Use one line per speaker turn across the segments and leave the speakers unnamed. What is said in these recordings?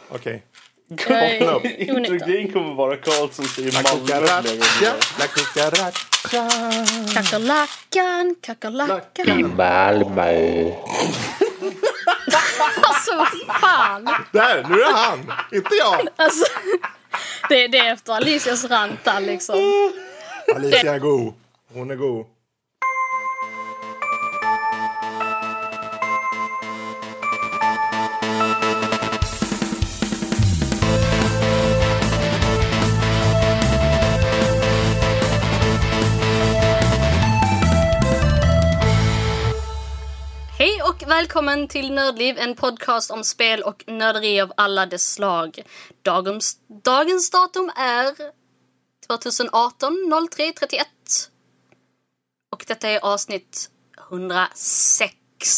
Okej.
Introgrejen kommer vara Karl som säger
La cucaracha.
I Malmö.
Alltså vad fan.
Där, nu är det han. Inte jag.
Alltså, det är efter Alicias ranta liksom.
Alicia är god. Hon är god.
Hej och välkommen till Nördliv, en podcast om spel och nörderi av alla dess slag. Dagens datum är 2018-03-31. Och detta är avsnitt 160.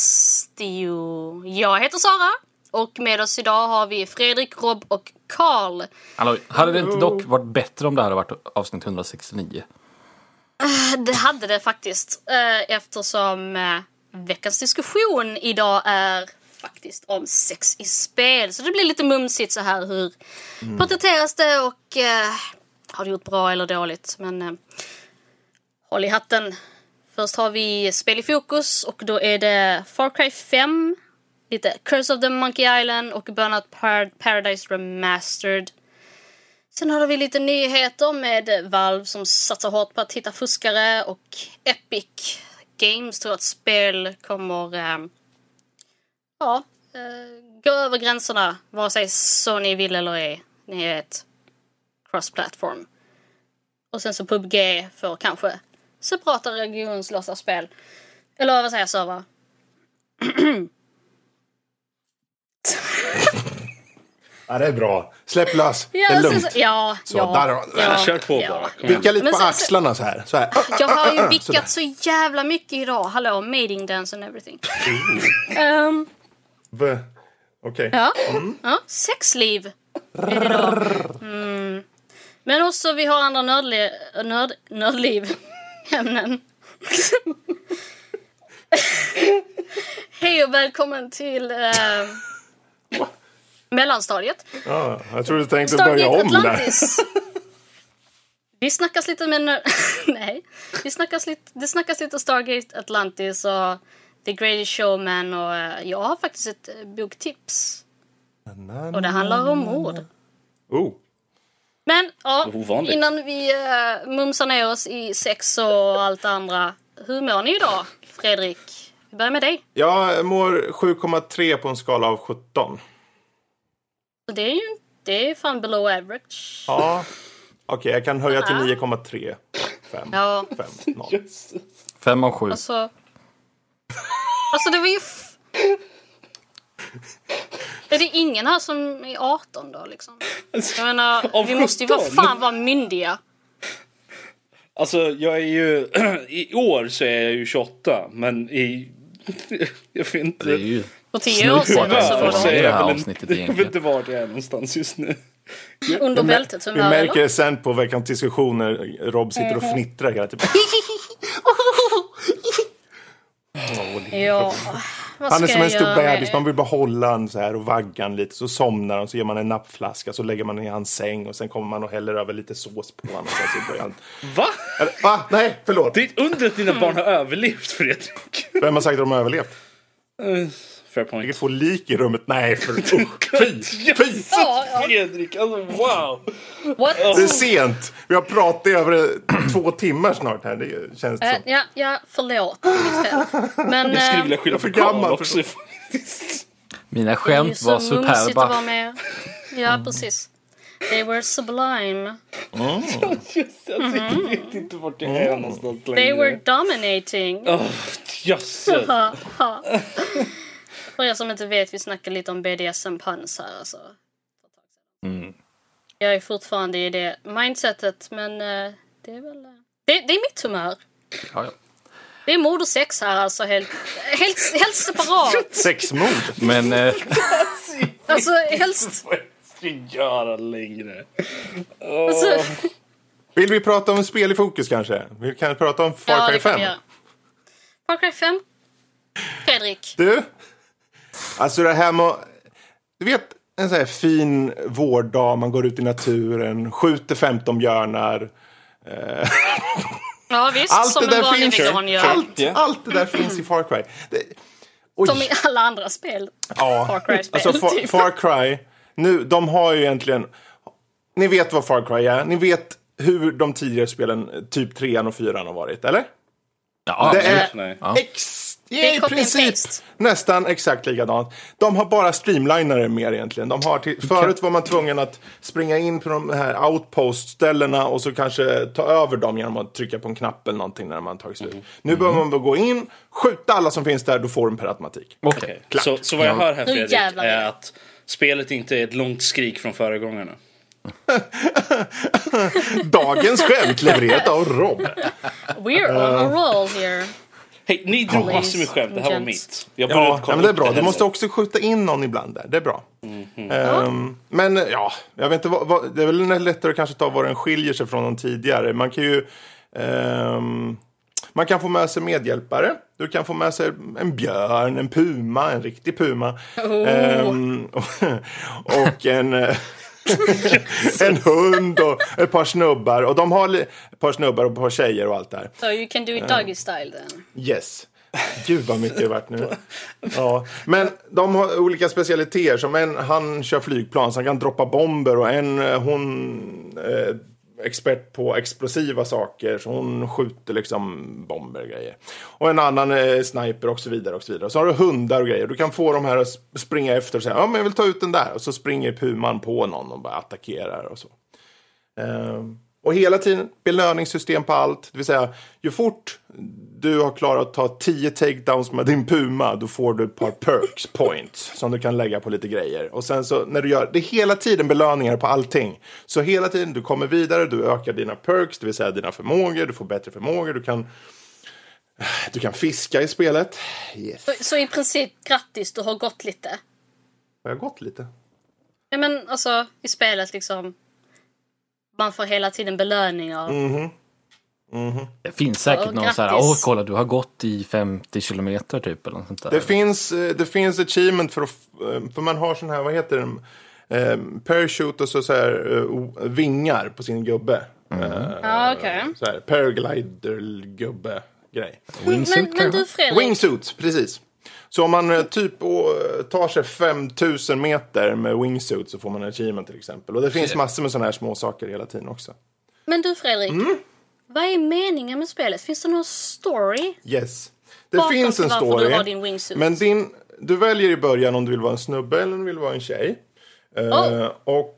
Jag heter Sara och med oss idag har vi Fredrik, Rob och Karl.
Hallå, hade det inte dock varit bättre om det här hade varit avsnitt 169?
Det hade det faktiskt, eftersom veckans diskussion idag är faktiskt om sex i spel. Så det blir lite mumsigt så här, hur porträtteras det och har det gjort bra eller dåligt. Men håll i hatten. Först har vi spel i fokus och då är det Far Cry 5, lite Curse of the Monkey Island och Burnout Paradise Remastered. Sen har vi lite nyheter med Valve som satsar hårt på att hitta fuskare och Epic Games tror att spel kommer gå över gränserna vare sig så ni vill eller ej. Ni är ett cross-platform. Och sen så PUBG för kanske separata regionslösa spel. Eller vad säger jag, server?
Ja, det är bra. Släpp lös.
Ja,
det är lugnt.
Kör på bara.
Vicka lite på axlarna så här.
Jag har ju vickat så jävla mycket idag. Hallå, mating dance and everything.
Okej.
Ja, sexliv. Men också vi har andra nördliv ämnen. Hej och välkommen till mellanstadiet.
Ja, jag tror du tänkte
Stargate
börja om
Atlantis.
där.
Vi snackas lite med nej. Det snackas lite Stargate Atlantis och The Greatest Showman och jag har faktiskt ett boktips. Och det handlar om mord. Men
Ovanligt.
innan vi mumsar ner oss i sex och allt andra. Hur mår ni idag, Fredrik? Vi börjar med dig.
Jag mår 7,3 på en skala av 17.
Så det är fan below average.
Ja. Okej, jag kan höja till 9,3. 5.
Ja.
5. 0.
5 av 7.
Alltså det var ju... Är det ingen här som är 18 då liksom? Jag menar, vi måste ju vara myndiga.
Alltså, jag är ju... I år så är jag ju 28, men jag vet inte...
Det är ju
På 10 år sedan så var
det
det
här avsnittet
jag vet
egentligen.
inte var det är någonstans just nu.
under bältet.
Vi märker det sen på veckans diskussioner. Rob sitter och fnittrar hela tiden.
Ja, vad
Han är
ska
som en
jag
stor
göra
bebis.
med-
Man vill bara hålla han så här och vagga han lite. Så somnar han, så ger man en nappflaska. Så lägger man i hans säng. Och sen kommer man och häller över lite sås på honom. Så börjar han...
Va?
Va? Nej, förlåt.
Det är ett under att dina barn har överlevt, Fredrik.
Vem har sagt att de har överlevt?
Fair
Vilket
point.
får lik i rummet. Nej, fy.
Fredrik, alltså wow.
What?
Det är sent. Vi har pratat i över 2 timmar snart här. Det känns som.
Ja, förlåt. Mitt fel. Men
Jag skulle vilja skylla
jag är
på
för gammal
Karl
för
också.
Mina
det är ju
skämt
så
var
mumsigt att vara
superba.
med. Ja, precis. They were sublime.
Just, alltså, jag vet inte vart det är någonstans längre.
They were dominating.
Jösses.
För er som inte vet, vi snackar lite om BDSM-puns här. Alltså. Jag är fortfarande i det mindsetet, men det är väl... Det är mitt humör.
Ja.
Det är mord och sex här, alltså helt separat.
Sexmord.
Men
Alltså helst...
Vad ska jag göra längre?
Alltså,
Vill vi prata om spel i fokus kanske? Vi kan prata om Far Cry 5.
Far Cry 5. Fredrik.
Du? Alltså det här med... Du vet, en sån här fin vårdag, man går ut i naturen, skjuter 15 björnar.
Ja visst,
Allt
som
det
en
där
vanlig
finns.
vegan gör.
Allt det där finns i Far Cry. Oj.
Som i alla andra spel.
Ja,
Far Cry-spel.
alltså
typ.
Far Cry, nu, de har ju egentligen... Ni vet vad Far Cry är. Ni vet hur de tidigare spelen, typ 3 och 4 har varit, eller?
Ja,
Det
absolut.
är,
Nej.
Ja.
Det är
i
copy and
princip
paste.
nästan exakt likadant. De har bara streamlinare mer egentligen. De har förut var man tvungen att springa in på de här outpost-ställena och så kanske ta över dem genom att trycka på en knapp eller någonting när man tagit slut. Nu behöver man bara gå in, skjuta alla som finns där, då får de per automatik.
Okej.
Okay. Så vad jag hör här,
Nu
Fredrik,
jävlar.
är att spelet inte är ett långt skrik från föregångarna.
Dagens skämt levererat av Rob.
We're on a roll here.
Hej, ni drog massor med skämt. Det här var
Gents.
mitt. Jag började
Ja,
kolla
men det är
upp
bra. Du
heller.
måste också skjuta in någon ibland där. Det är bra. Men ja, jag vet inte det är väl lättare kanske ta vad den skiljer sig från de tidigare. Man kan ju man kan få med sig medhjälpare. Du kan få med sig en björn, en puma, en riktig puma. Och en hund och ett par snubbar. Och de har ett par snubbar och ett par tjejer och allt där.
So you can do it doggy style then.
Yes. Gud vad mycket det är värt nu. Ja. Men de har olika specialiteter. Som han kör flygplan så han kan droppa bomber. Och hon expert på explosiva saker. Så hon skjuter liksom bomber och grejer. Och en annan sniper och så vidare och så vidare. Och så har du hundar och grejer. Du kan få de här att springa efter och säga ja men jag vill ta ut den där. Och så springer puman på någon och bara attackerar och så. Och hela tiden belöningssystem på allt. Det vill säga, ju fort du har klarat att ta 10 takedowns med din puma, då får du ett par perks points som du kan lägga på lite grejer. Och sen så när du gör, det är hela tiden belöningar på allting. Så hela tiden du kommer vidare, du ökar dina perks, det vill säga dina förmågor, du får bättre förmågor, du kan fiska i spelet. Yes.
Så i princip grattis, du har gått lite.
Har jag gått lite?
Ja men alltså i spelet liksom. Man får hela tiden belöningar.
Det finns säkert
Och
någon så här,
grattis.
kolla du har gått i 50 kilometer typ eller något sånt där.
Det finns achievement för man har sån här, vad heter den? Parachute och så här vingar på sin gubbe.
Ja okej.
Så här paraglider-gubbe grej.
Men du Fredrik.
Wingsuits, precis. Så om man typ tar sig 5000 meter med wingsuit så får man en achievement till exempel. Och det finns massor med såna här små saker hela tiden också.
Men du Fredrik. Vad är meningen med spelet? Finns det någon story?
Yes. Det
Bakom
finns en
till varför
story.
du har din wingsuit.
Men du väljer i början om du vill vara en snubbe eller om du vill vara en tjej. Och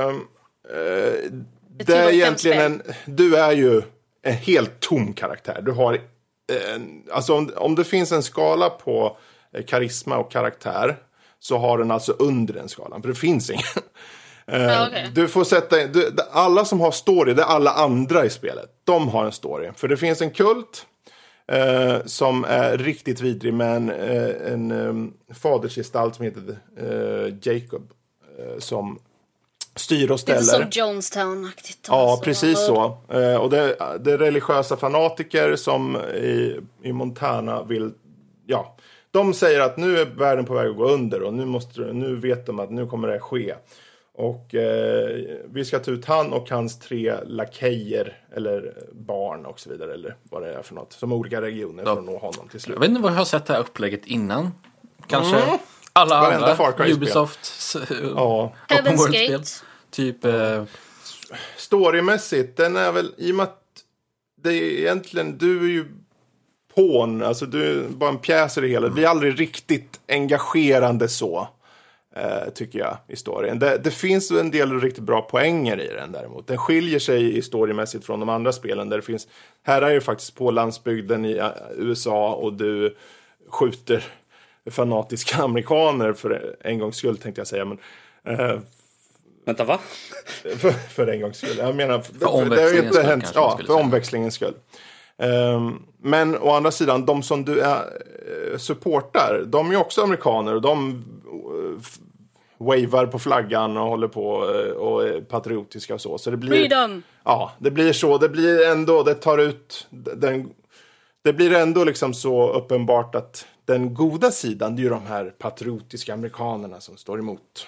det är egentligen du är ju en helt tom karaktär. Du har alltså om det finns en skala på karisma och karaktär så har den alltså under den skalan. För det finns ingen.
Okay.
Du får sätta alla som har story, det är alla andra i spelet. De har en story. För det finns en kult som är riktigt vidrig med en fadersgestalt som heter Jacob som styr och ställer.
Lite som Jonestown-aktigt.
Ja,
alltså.
precis så. Och det är religiösa fanatiker som i Montana vill... Ja, de säger att nu är världen på väg att gå under och nu vet de att nu kommer det ske. Och vi ska ta ut han och hans 3 lakejer eller barn och så vidare. Eller vad det är för något. Som olika regioner för att nå honom till slut.
Jag vet inte vad jag har sett det här upplägget innan. Kanske alla
Varenda Far
andra
Cry-spel.
Ubisofts
Ja.
Heaven's
world-spel.
Gate.
Typ
Storymässigt, den är väl i och med att det är egentligen, du är ju alltså du är bara en pjäs i det hela. Det blir aldrig riktigt engagerande så, tycker jag, i storyn. Det finns en del riktigt bra poänger i den däremot. Den skiljer sig i storymässigt från de andra spelen där det finns, här är ju faktiskt på landsbygden i USA och du skjuter fanatiska amerikaner för en gångs skull tänkte jag säga, men
Vänta, va?
för en gångs skull. Jag menar,
För omväxlingens skull kanske man
ja,
skulle
för
säga.
omväxlingens skull. Men å andra sidan, de som du supportar, de är ju också amerikaner och de wavar på flaggan och håller på och är patriotiska och så. Så det blir...
Freedom!
Ja, det blir så. Det blir ändå, det tar ut det blir ändå liksom så uppenbart att den goda sidan, det är ju de här patriotiska amerikanerna som står emot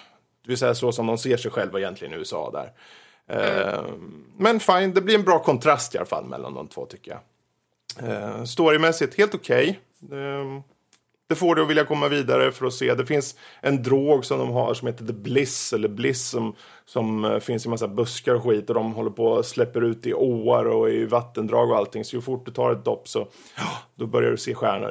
Det vill säga så som de ser sig själva egentligen i USA där. Men fine, det blir en bra kontrast i alla fall mellan de två tycker jag. Storymässigt helt okej. Det får det att vilja komma vidare för att se. Det finns en drog som de har som heter The Bliss eller Bliss som finns i massa buskar och skit och de håller på och släpper ut i åar och i vattendrag och allting. Så ju fort du tar ett dopp så då börjar du se stjärnor.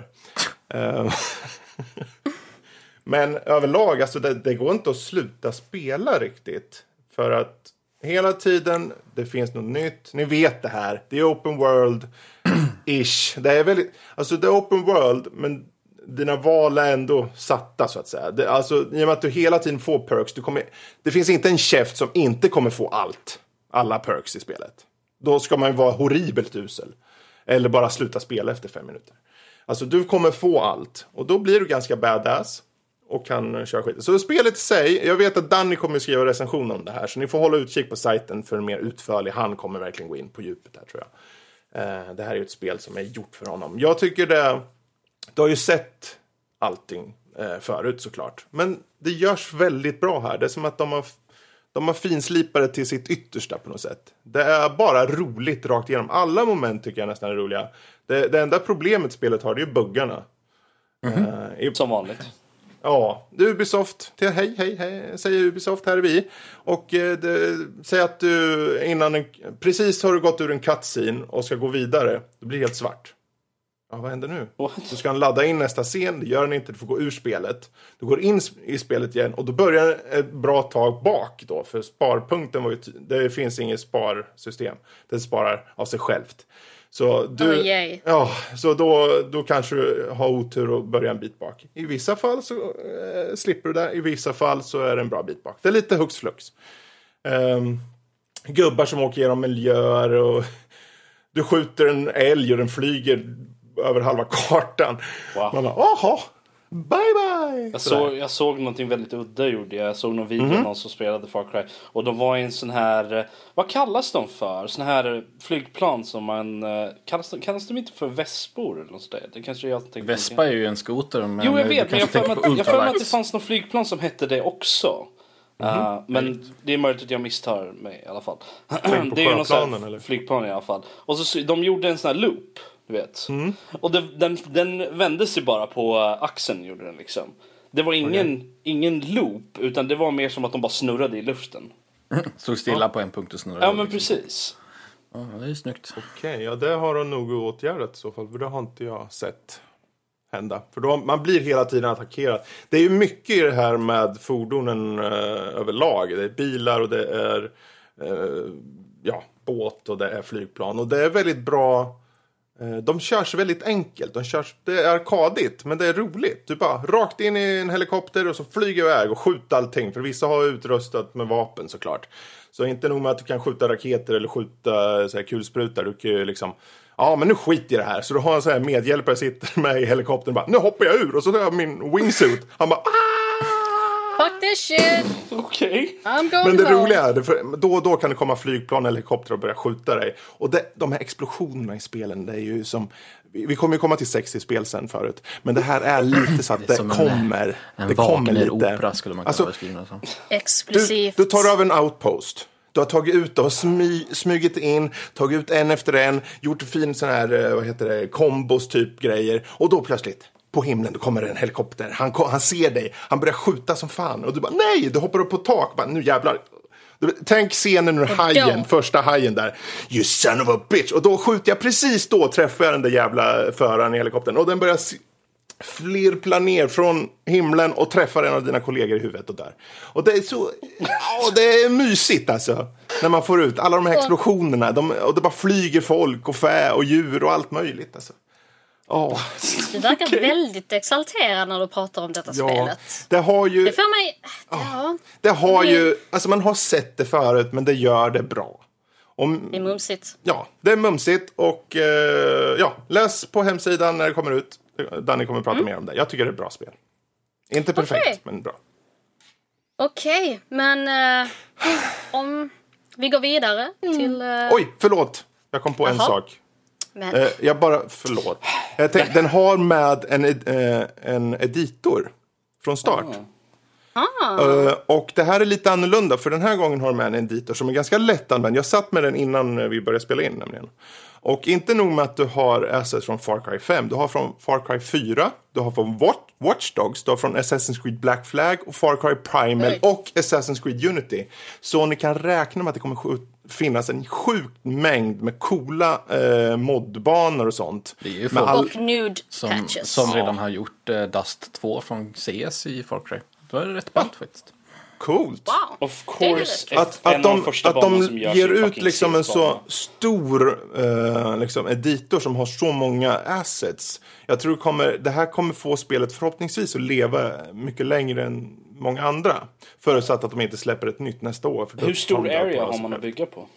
Men överlag, alltså det går inte att sluta spela riktigt. För att hela tiden det finns något nytt. Ni vet det här. Det är open world-ish. Det är väldigt, alltså det är open world men dina val är ändå satta så att säga. Alltså i och med att du hela tiden får perks. Det finns inte en käft som inte kommer få alla perks i spelet. Då ska man ju vara horribelt usel. Eller bara sluta spela efter 5 minuter. Alltså du kommer få allt. Och då blir du ganska badass. Och kan köra skit. Så spelet i sig, jag vet att Danny kommer skriva recension om det här. Så ni får hålla utkik på sajten för en mer utförlig. Han kommer verkligen gå in på djupet här tror jag. Det här är ju ett spel som är gjort för honom. Jag tycker du har ju sett allting förut såklart. Men det görs väldigt bra här. Det är som att de har finslipade till sitt yttersta på något sätt. Det är bara roligt rakt igenom. Alla moment tycker jag nästan är roliga. Det enda problemet spelet har det är ju buggarna.
Som vanligt.
Ja, Ubisoft, hej, säger Ubisoft, här är vi. Och säg att du precis har du gått ur en cutscene och ska gå vidare. Det blir helt svart. Ja, vad händer nu? Du ska ladda in nästa scen, det gör den inte, du får gå ur spelet. Du går in i spelet igen och då börjar ett bra tag bak då. För sparpunkten var ju, det finns inget sparsystem. Det sparar av sig självt. Så så då kanske du har otur och börjar en bit bak. I vissa fall så slipper du det. I vissa fall så är det en bra bit bak. Det är lite hux flux. Gubbar som åker genom miljöer och du skjuter en älg och den flyger över halva kartan.
Wow.
Man bara, aha, bye bye.
Jag såg någonting väldigt udda gjorde jag. Jag såg någon video någon som spelade Far Cry. Och de var i en sån här, vad kallas de för? Sån här flygplan som man, kallas de inte för Vespor eller något sådär? Det kanske jag tänkte.
Vespa är ju en skoter. Men
jo, jag vet, men jag
för
mig att det fanns någon flygplan som hette det också. Men det är möjligt att jag misstar mig i alla fall. Det är ju någon sån här flygplan i alla fall. Och så de gjorde en sån här loop, du vet. Och den vände sig bara på axeln, gjorde den liksom. Det var ingen loop, utan det var mer som att de bara snurrade i luften.
Stod stilla på en punkt och snurrade.
Ja, men precis.
Ja, det är ju snyggt.
Okej, ja det har de nog åtgärdat i så fall. För det har inte jag sett hända. För då, man blir hela tiden attackerad. Det är ju mycket i det här med fordonen överlag. Det är bilar och det är båt och det är flygplan. Och det är väldigt bra. De körs väldigt enkelt. Det är arkadigt, men det är roligt. Du bara rakt in i en helikopter och så flyger iväg och skjuter allting. För vissa har utrustat med vapen såklart. Så inte nog med att du kan skjuta raketer eller skjuta så här kulsprutar. Du kan ju liksom, ja men nu skit i det här. Så du har en sån här medhjälpare sitter med i helikoptern och bara, nu hoppar jag ur. Och så har jag min wingsuit. Han bara,
fuck this shit.
Okej.
Men det roliga är, då kan det komma flygplan eller helikopter och börja skjuta dig. Och de här explosionerna i spelen, det är ju som, vi kommer ju komma till sex i spel sen förut. Men det här är lite så att det kommer.
En
det kommer lite.
Wagner-opera skulle man kunna beskriva det som.
Explosivt.
Du tar över en outpost. Du har tagit ut och smugit in, tagit ut en efter en, gjort fin sån här, kombos typ grejer. Och då plötsligt, på himlen, då kommer en helikopter. Han ser dig, han börjar skjuta som fan. Och du bara, nej, du hoppar upp på tak. Bara, nu jävlar. Tänk scenen när första hajen där. You son of a bitch. Och då skjuter jag precis då, träffar jag den där jävla föraren i helikoptern. Och den börjar flirpla ner från himlen och träffar en av dina kollegor i huvudet och där. Och det är så, det är mysigt alltså. När man får ut alla de här explosionerna. Och det bara flyger folk och fä och djur och allt möjligt alltså.
Du verkar väldigt exalterad när du pratar om detta spelet.
Det har ju...
Det får mig...
Det har ju... Alltså man har sett det förut, men det gör det bra.
Det är mumsigt.
Ja, det är mumsigt. Och läs på hemsidan när det kommer ut. Danny kommer att prata mer om det. Jag tycker det är ett bra spel. Inte perfekt, men bra.
Okej, men om vi går vidare till...
Oj, förlåt. Jag kom på en sak.
Men...
förlåt. Jag tänkte, den har med en editor från start. Och det här är lite annorlunda, för den här gången har de med en editor som är ganska lättanvänd. Jag satt med den innan vi började spela in nämligen. Och inte nog med att du har assets från Far Cry 5. Du har från Far Cry 4. Du har från Watch Dogs. Du har från Assassin's Creed Black Flag och Far Cry Primal och Assassin's Creed Unity. Så ni kan räkna med att det kommer finnas en sjuk mängd med coola modbanor och sånt.
Det är ju
och nude patches.
Som redan har gjort Dust 2 från CS i Far Cry. Då är det rätt ballt faktiskt.
Coolt.
Wow.
Of course.
Att de ger ut liksom en så stor liksom editor som har så många assets. Jag tror det här kommer få spelet förhoppningsvis att leva mycket längre än många andra. Förutsatt att de inte släpper ett nytt nästa år.
Hur stor area har man att bygga på?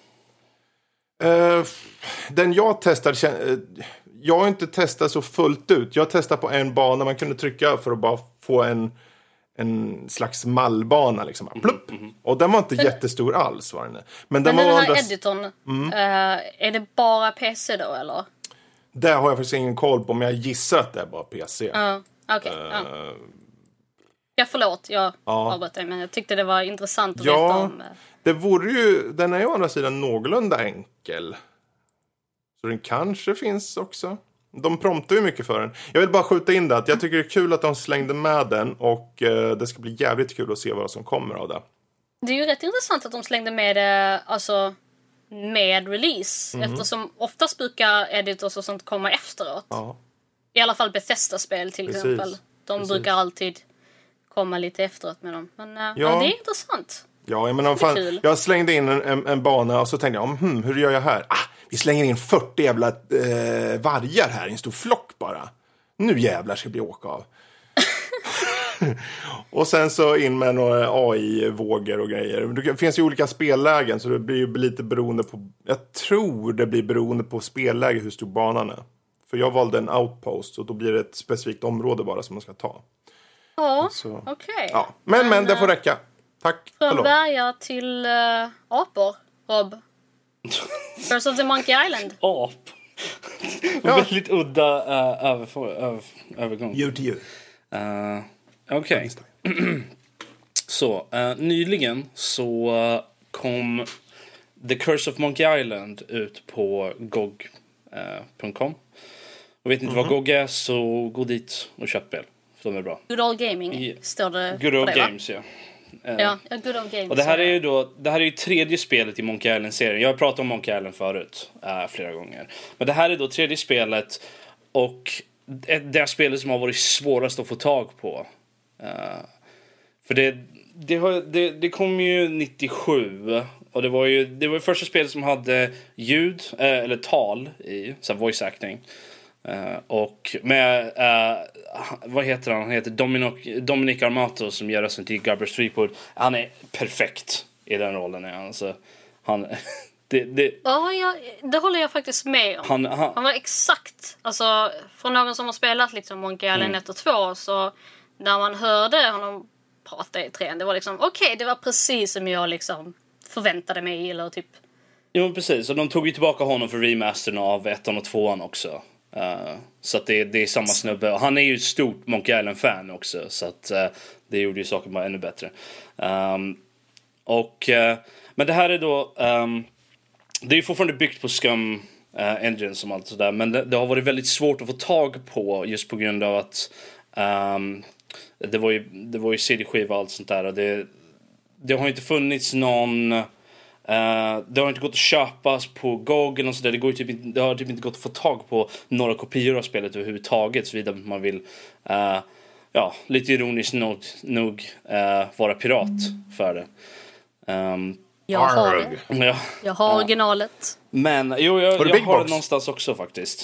Den jag testar... Jag har inte testat så fullt ut. Jag testar på en bana. Man kunde trycka för att bara få en slags mallbana liksom. Plupp. Och den var inte jättestor alls var den. Men den
här editorn, är det bara PC då eller?
Det har jag faktiskt ingen koll på, men jag gissar att det är bara PC.
Okej. Ja, förlåt, jag avbröt dig, men jag tyckte det var intressant att veta om...
det vore ju... Den är ju å andra sidan någorlunda enkel. Så den kanske finns också. De promptar ju mycket för den. Jag vill bara skjuta in det att jag tycker det är kul att de slängde med den. Och det ska bli jävligt kul att se vad som kommer av det.
Det är ju rätt intressant att de slängde med det med release. Eftersom oftast brukar editors och sånt komma efteråt. Ja. I alla fall Bethesda-spel till exempel. De brukar alltid komma lite efteråt med dem. Men det är intressant.
Ja, jag menar, jag slängde in en bana och så tänkte jag, hur gör jag här? Vi slänger in 40 jävla vargar här i en stor flock bara. Nu jävlar ska vi åka av. Och sen så in med några AI-vågor och grejer. Det finns ju olika spellägen så det blir ju lite beroende på... Jag tror det blir beroende på spelläge hur stor banan är. För jag valde en outpost och då blir det ett specifikt område bara som man ska ta.
Ja, okej.
Ja. Men det får räcka. Tack.
Från bärgar till apor, Rob. Curse of the Monkey Island.
Väldigt udda övergång.
Djur till djur.
Okej. Så, nyligen så kom The Curse of Monkey Island ut på GOG.com. Och vet inte vad GOG är, så gå dit och köp spel. För de är bra.
Good Old Gaming står det.
Good Old Games, ja.
Good Old Games.
Och det här är ju tredje spelet i Monkey Island-serien. Jag har pratat om Monkey Island förut flera gånger. Men det här är då tredje spelet och det spelet som har varit svårast att få tag på. För det kom ju 97 och det var första spelet som hade ljud eller tal i, så voice acting. Och med vad heter han? Han heter Dominic Armato som gör rösten till Guybrush Threepwood. Han är perfekt i den rollen. Alltså, han
det håller jag faktiskt med om. Han var exakt, alltså från någon som har spelat liksom Monkey Island 1 och 2, så när man hörde honom prata i trean, det var liksom okej, det var precis som jag liksom förväntade mig eller typ.
Jo, precis. Och de tog ju tillbaka honom för remastern av 1 och 2 också. Så att det är samma snubbe. Och han är ju ett stort Monkey Island-fan också. Så att det gjorde ju saker bara ännu bättre. Men det här är då... det är ju fortfarande byggt på Scum Engine som allt sådär. Men det har varit väldigt svårt att få tag på. Just på grund av att... det var ju CD-skiva och allt sånt där. Och det har inte funnits någon... det har inte gått att köpas på GOG och så där. Det har typ inte gått att få tag på några kopior av spelet överhuvudtaget, såvida man vill lite ironiskt nog vara pirat för det.
Jag har originalet.
Men jag har det någonstans också faktiskt.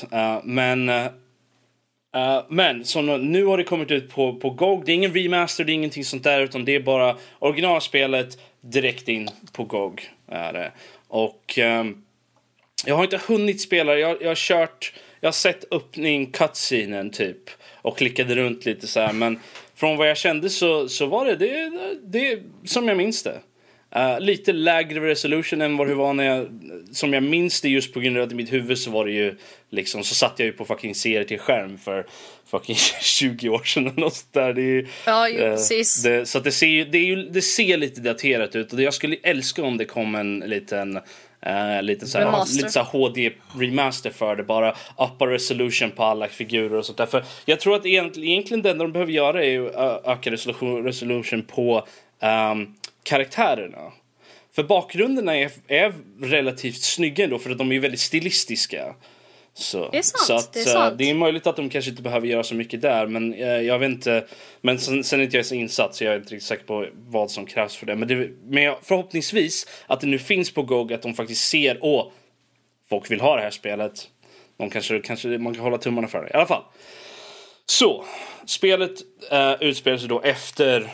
Men så nu har det kommit ut på GOG. Det är ingen remaster, det är ingenting sånt där, utan det är bara originalspelet direkt in på GOG är det. Och jag har inte hunnit spela. Jag har sett öppning cutscenen typ och klickade runt lite så här, men från vad jag kände så var det som jag minns det. Lite lägre resolution än vad det var när jag, som jag minns det, just på grund av att i mitt huvud så var det ju liksom, så satt jag ju på fucking serier till skärm för fucking 20 år sedan eller något där. Det är,
ja, precis.
Så att det ser lite daterat ut, och jag skulle älska om det kom en lite så här HD remaster för det, bara uppa resolution på alla figurer och sånt där. För jag tror att egentligen det de behöver göra är ju öka resolution på karaktärerna. För bakgrunderna är relativt snygga ändå, för att de är väldigt stilistiska. Så,
det är sant,
så att,
det är sant.
Det är möjligt att de kanske inte behöver göra så mycket där, men jag vet inte. Men sen är inte jag så insatt, så jag är inte riktigt säker på vad som krävs för det. Men förhoppningsvis att det nu finns på GOG, att de faktiskt ser, folk vill ha det här spelet. De kanske man kan hålla tummarna för det. I alla fall. Så, spelet utspelar sig då efter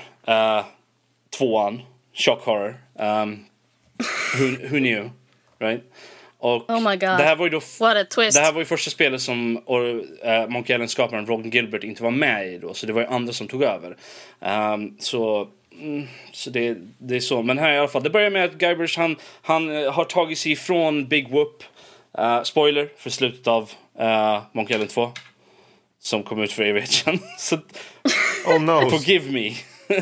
2:an, Shock Horror. Who knew, right? Och
oh my God.
Det här var ju då
what a twist.
Det här var ju första spelet som Monkey Island-skaparen Ron Gilbert inte var med i då, så det var ju andra som tog över. Så det är så. Men här i alla fall, det börjar med att Guybrush han har tagit sig ifrån Big Whoop. Spoiler för slutet av Monkey Island 2 som kom ut för evigt sedan. Så
oh no.
Forgive me.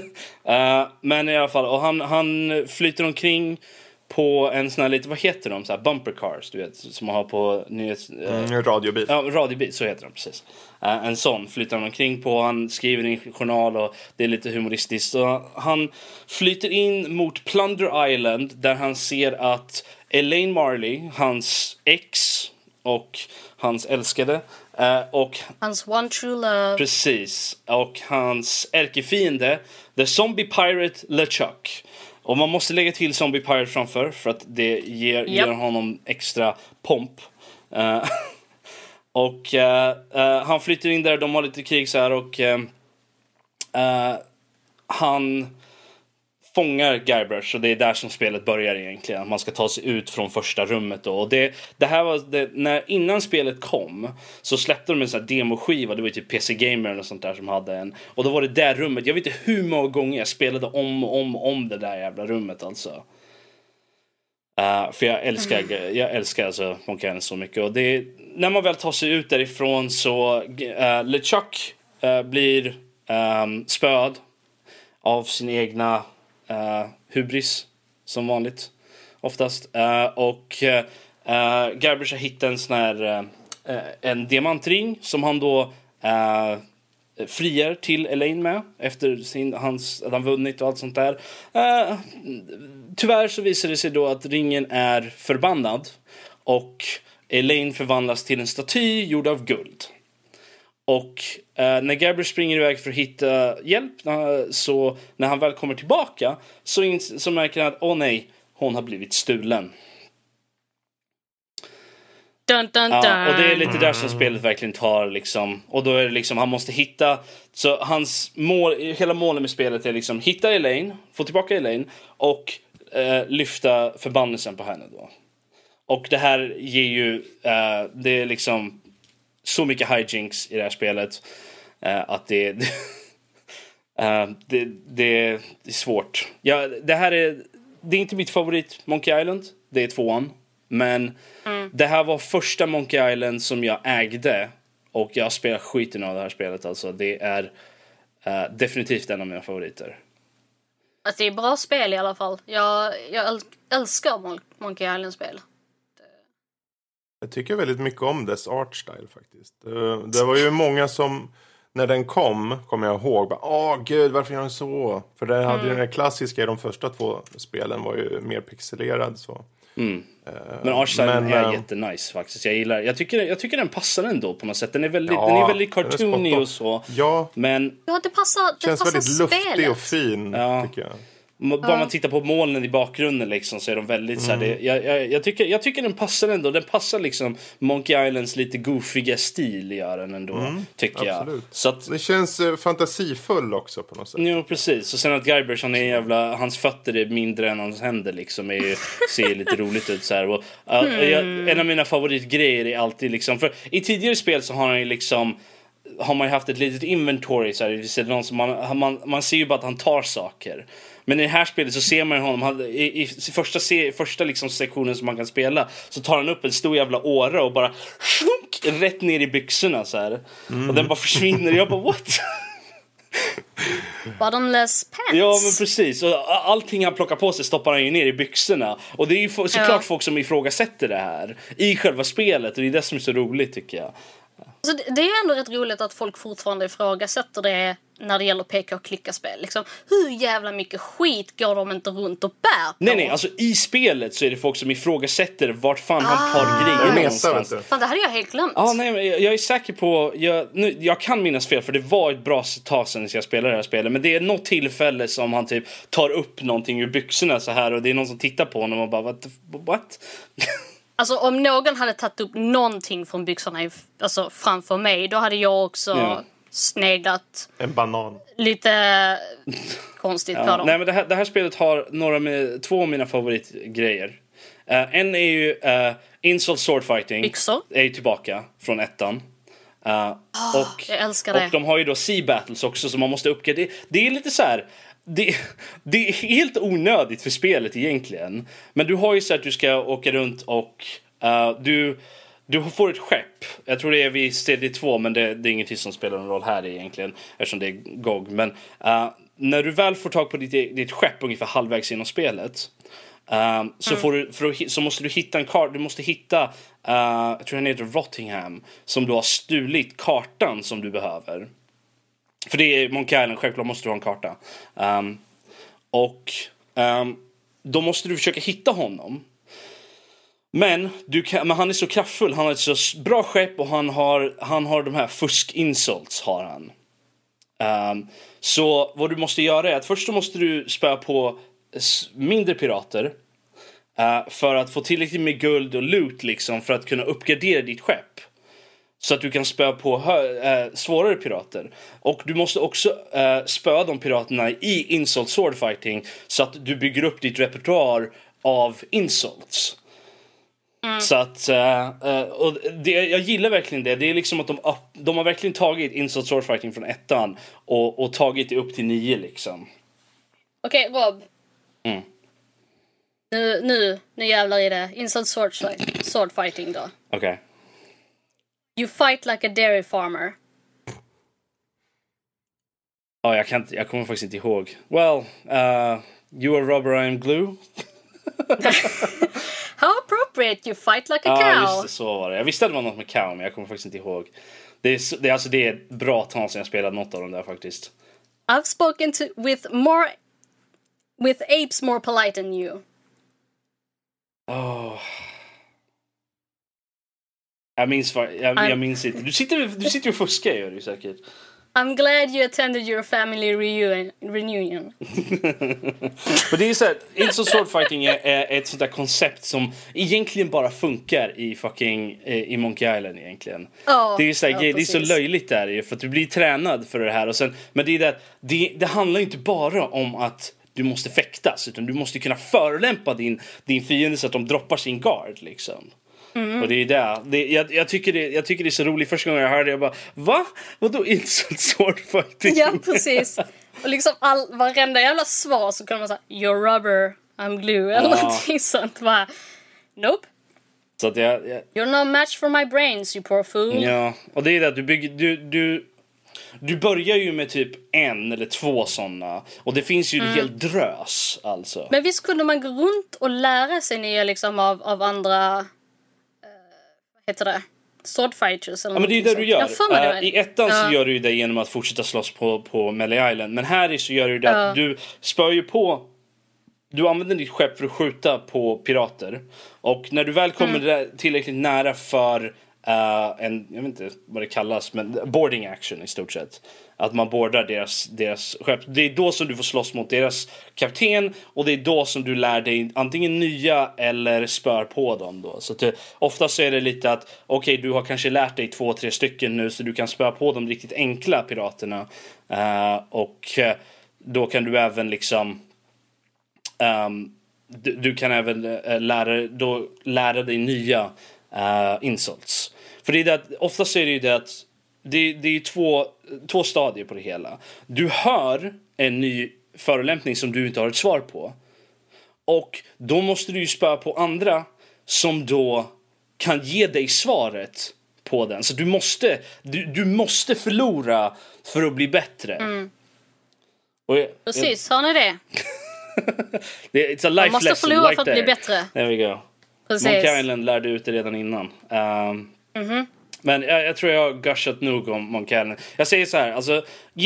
Men i alla fall, och han flyter omkring på en sån här lite, vad heter de, så här bumper cars, du vet, som man har på
radiobil.
Ja, radiobil, så heter de precis. En sån flyter han omkring på, han skriver i en journal och det är lite humoristiskt. Så han flyter in mot Plunder Island, där han ser att Elaine Marley, hans ex och hans älskade, och
hans one true love.
Precis. Och hans ärkefiende, The Zombie Pirate LeChuck. Och man måste lägga till Zombie Pirate framför, för att det ger honom extra pomp. Och han flyttar in där, de har lite krig så här, och han fångar Guybrush, och det är där som spelet börjar egentligen. Man ska ta sig ut från första rummet då. Och det här var när innan spelet kom, så släppte de en sån här demoskiva. Det var ju typ PC Gamer eller sånt där som hade en. Och då var det där rummet. Jag vet inte hur många gånger jag spelade om det där jävla rummet alltså. För jag älskar alltså Monkey Island så mycket. Och det, när man väl tar sig ut därifrån, så LeChuck blir spöd av sin egna hubris, som vanligt oftast, och Guybrush har hittat en sån här en diamantring som han då friar till Elaine med efter att han vunnit och allt sånt där. Tyvärr så visar det sig då att ringen är förbannad, och Elaine förvandlas till en staty gjord av guld. Och när Guybrush springer iväg för att hitta hjälp, så när han väl kommer tillbaka, så märker han att nej, hon har blivit stulen.
Dun, dun, dun.
Och det är lite där som spelet verkligen tar liksom, och då är det liksom, han måste hitta, så hans hela målet med spelet är liksom hitta Elaine, få tillbaka Elaine och lyfta förbannelsen på henne då. Och det här ger ju det är liksom så mycket hijinks i det här spelet att det är svårt. Ja, det är inte mitt favorit Monkey Island, det är 2:an. Men det här var första Monkey Island som jag ägde, och jag spelar skiten av det här spelet alltså. Det är definitivt en av mina favoriter.
Alltså, det är bra spel i alla fall. Jag älskar Monkey Island-spel.
Jag tycker väldigt mycket om dess art style faktiskt. Det var ju många som, när den kommer jag ihåg, bara, gud, varför gör den så? För det hade ju den här klassiska i de första 2 spelen var ju mer pixelerad så.
Men artstylen är jättenice faktiskt. Jag tycker den passar ändå på något sätt. Den är väldigt cartoony och så.
Ja.
Men
det passar. Det
känns
passar
väldigt luftig och fin, tycker jag.
Bara man tittar på molnen i bakgrunden liksom, så är de väldigt så här, jag tycker den passar ändå. Den passar liksom Monkey Islands lite goofiga stil gör den ändå, tycker jag.
Så att det känns fantasifull också på något sätt.
Jo, precis. Och sen att Guybrush, hans fötter är mindre än hans händer liksom, ser lite roligt ut så här. Och en av mina favoritgrejer är alltid liksom, för i tidigare spel så har han ju liksom, har man ju haft ett litet inventory så här, någon som man ser ju bara att han tar saker. Men i det här spelet så ser man honom i första liksom sektionen som man kan spela, så tar han upp en stor jävla åra och bara rätt ner i byxorna så här. Och den bara försvinner. Jag bara what?
Bottomless pants.
Ja, men precis. Och allting han plockar på sig stoppar han ju ner i byxorna. Och det är ju såklart folk som ifrågasätter det här i själva spelet. Och det är det som är så roligt, tycker jag.
Så det är ju ändå rätt roligt att folk fortfarande ifrågasätter det när det gäller peka- och klicka-spel. Liksom, hur jävla mycket skit går de inte runt och bär på?
Nej, alltså i spelet så är det folk som ifrågasätter vart fan han tar grejer någonstans.
Fan, det hade jag helt glömt.
Nej, men jag är säker på... Jag kan minnas fel, för det var ett bra tag sedan jag spelade det här spelet. Men det är något tillfälle som han typ tar upp någonting ur byxorna så här. Och det är någon som tittar på honom och bara, what?
Alltså om någon hade tagit upp någonting från byxorna framför mig, då hade jag också sneglat
en banan.
Lite konstigt på dem.
Nej, men det här spelet har två av mina favoritgrejer. En är ju Insult Swordfighting.
Byxor?
Är ju tillbaka från ettan.
Jag älskar det.
Och de har ju då Sea Battles också, så man måste uppgradera. Det är lite så här... Det är helt onödigt för spelet egentligen. Men du har ju så att du ska åka runt och du får ett skepp. Jag tror det är vid steg 2, men det är ingenting som spelar någon roll här egentligen, eftersom det är GOG. Men när du väl får tag på ditt skepp ungefär halvvägs genom spelet, så måste du hitta en karta. Du måste hitta, jag tror den heter Rottingham, som du har stulit kartan som du behöver. För det är Monkey Island, självklart måste du ha en karta. Då måste du försöka hitta honom. Men han är så kraftfull. Han har ett så bra skepp och han har de här fusk-insults har han. Så vad du måste göra är att först så måste du spöa på mindre pirater. För att få tillräckligt med guld och loot liksom, för att kunna uppgradera ditt skepp. Så att du kan spöa på svårare pirater. Och du måste också spöa de piraterna i insult swordfighting, så att du bygger upp ditt repertoar av insults. Så att och jag gillar verkligen det. Det är liksom att de har verkligen tagit insult swordfighting från ettan och tagit det upp till 9 liksom.
Okej, Rob. Nu jävlar i det. Insult swordfighting då.
Okej.
You fight like a dairy farmer.
Jag kommer faktiskt inte ihåg. Well, you are rubber, I am glue.
How appropriate, you fight like a cow.
Ja, just det, så var det. Jag visste att det var något med cow, men jag kommer faktiskt inte ihåg. Det är ett bra tag sedan jag spelade något av dem där faktiskt.
I've spoken with apes more polite than you.
Jag minns inte. Du sitter och fuskar, gör du säkert.
I'm glad you attended your family reunion.
Men det är så här, insult swordfighting är ett sånt där koncept som egentligen bara funkar i Monkey Island egentligen. Det är så här, det är så löjligt där, för att du blir tränad för det här och sen, men det handlar inte bara om att du måste fäktas, utan du måste kunna förolämpa din fiende så att de droppar sin guard liksom. Och det är det. Jag tycker det är så roligt. Första gången jag hörde det, jag bara, va? Vadå insult swordfighting?
Ja, precis. Och liksom varenda jävla svar så kan man säga you're rubber, I'm glue eller någonting sånt. Bara, nope.
Så att
you're no match for my brains, you poor fool.
Ja, och det är det att du börjar ju med typ 1 eller 2 sådana. Och det finns ju en hel drös alltså.
Men visst kunde man gå runt och lära sig nya liksom av andra heter det? Swordfighters eller
men det är det du gör. I ettan så gör du det genom att fortsätta slåss på Melee Island. Men här så gör du det att du spör ju på. Du använder ditt skepp för att skjuta på pirater. Och när du väl kommer tillräckligt nära för jag vet inte vad det kallas, men boarding action i stort sett, att man boardar deras skepp, det är då som du får slåss mot deras kapten, och det är då som du lär dig antingen nya eller spör på dem då. Så att oftast så är det lite att okej, du har kanske lärt dig 2-3 stycken nu, så du kan spöa på de riktigt enkla piraterna, och då kan du även liksom du kan även lära dig nya insults. För det är det att, oftast är det ju det att det är två stadier på det hela. Du hör en ny förolämpning som du inte har ett svar på. Och då måste du ju spöa på andra som då kan ge dig svaret på den. Så du måste förlora för att bli bättre.
Precis, har ni det?
It's a life lesson.
Man måste förlora
right
för att bli bättre.
There we go.
Precis.
Monkey Island lärde ut det redan innan. Men jag tror jag har gushat nog om Monkey Island. Jag säger så här, alltså,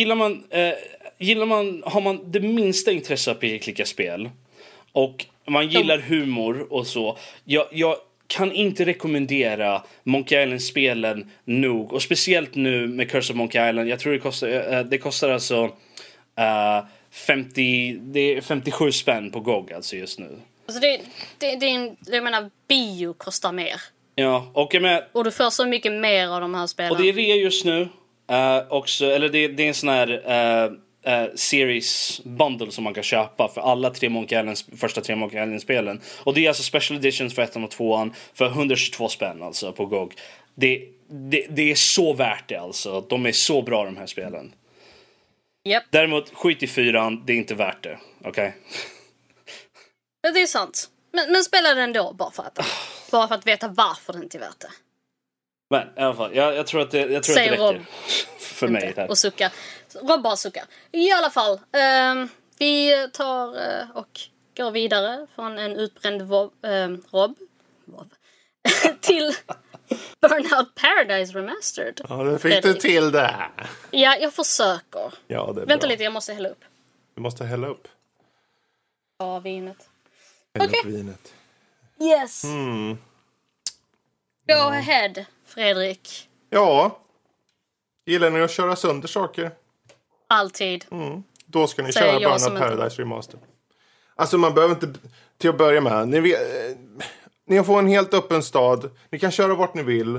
har man det minsta intresse av pek-klicka-spel och man gillar humor och så, jag kan inte rekommendera Monkey Island-spelen nog. Och speciellt nu med Curse of Monkey Island. Jag tror det kostar alltså 57 spänn på GOG alltså just nu.
Alltså jag menar, bio kostar mer.
Ja, och
du får så mycket mer av de här spelen.
Och det är rea just nu också, eller det är en sån här series bundle som man kan köpa för alla första tre Monkey Island-spelen. Och det är alltså special editions för 1 och 2 för 122 spänn alltså på GOG. Det är så värt det alltså. De är så bra de här spelen.
Yep.
Däremot skit i 4, det är inte värt det. Okej? Okay?
Det är sant. Men spela den då bara för att veta varför det inte är värt det.
Men i alla fall, jag tror att det räcker Rob, för mig här.
Och suckar. Rob bara suckar. I alla fall, vi tar och går vidare från en utbränd Rob till Burnout Paradise Remastered.
Ja, det fick du till det.
Ja, jag försöker.
Ja, det är
Vänta
bra.
lite, jag måste hälla upp.
Du måste hälla upp.
Ja, vinet.
Hälla upp vinet.
Yes. Go ahead, Fredrik.
Ja. Gillar ni att köra sönder saker?
Alltid.
Då ska ni köra Burnout Paradise Remastered. Alltså man behöver inte, till att börja med, ni får en helt öppen stad. Ni kan köra vart ni vill.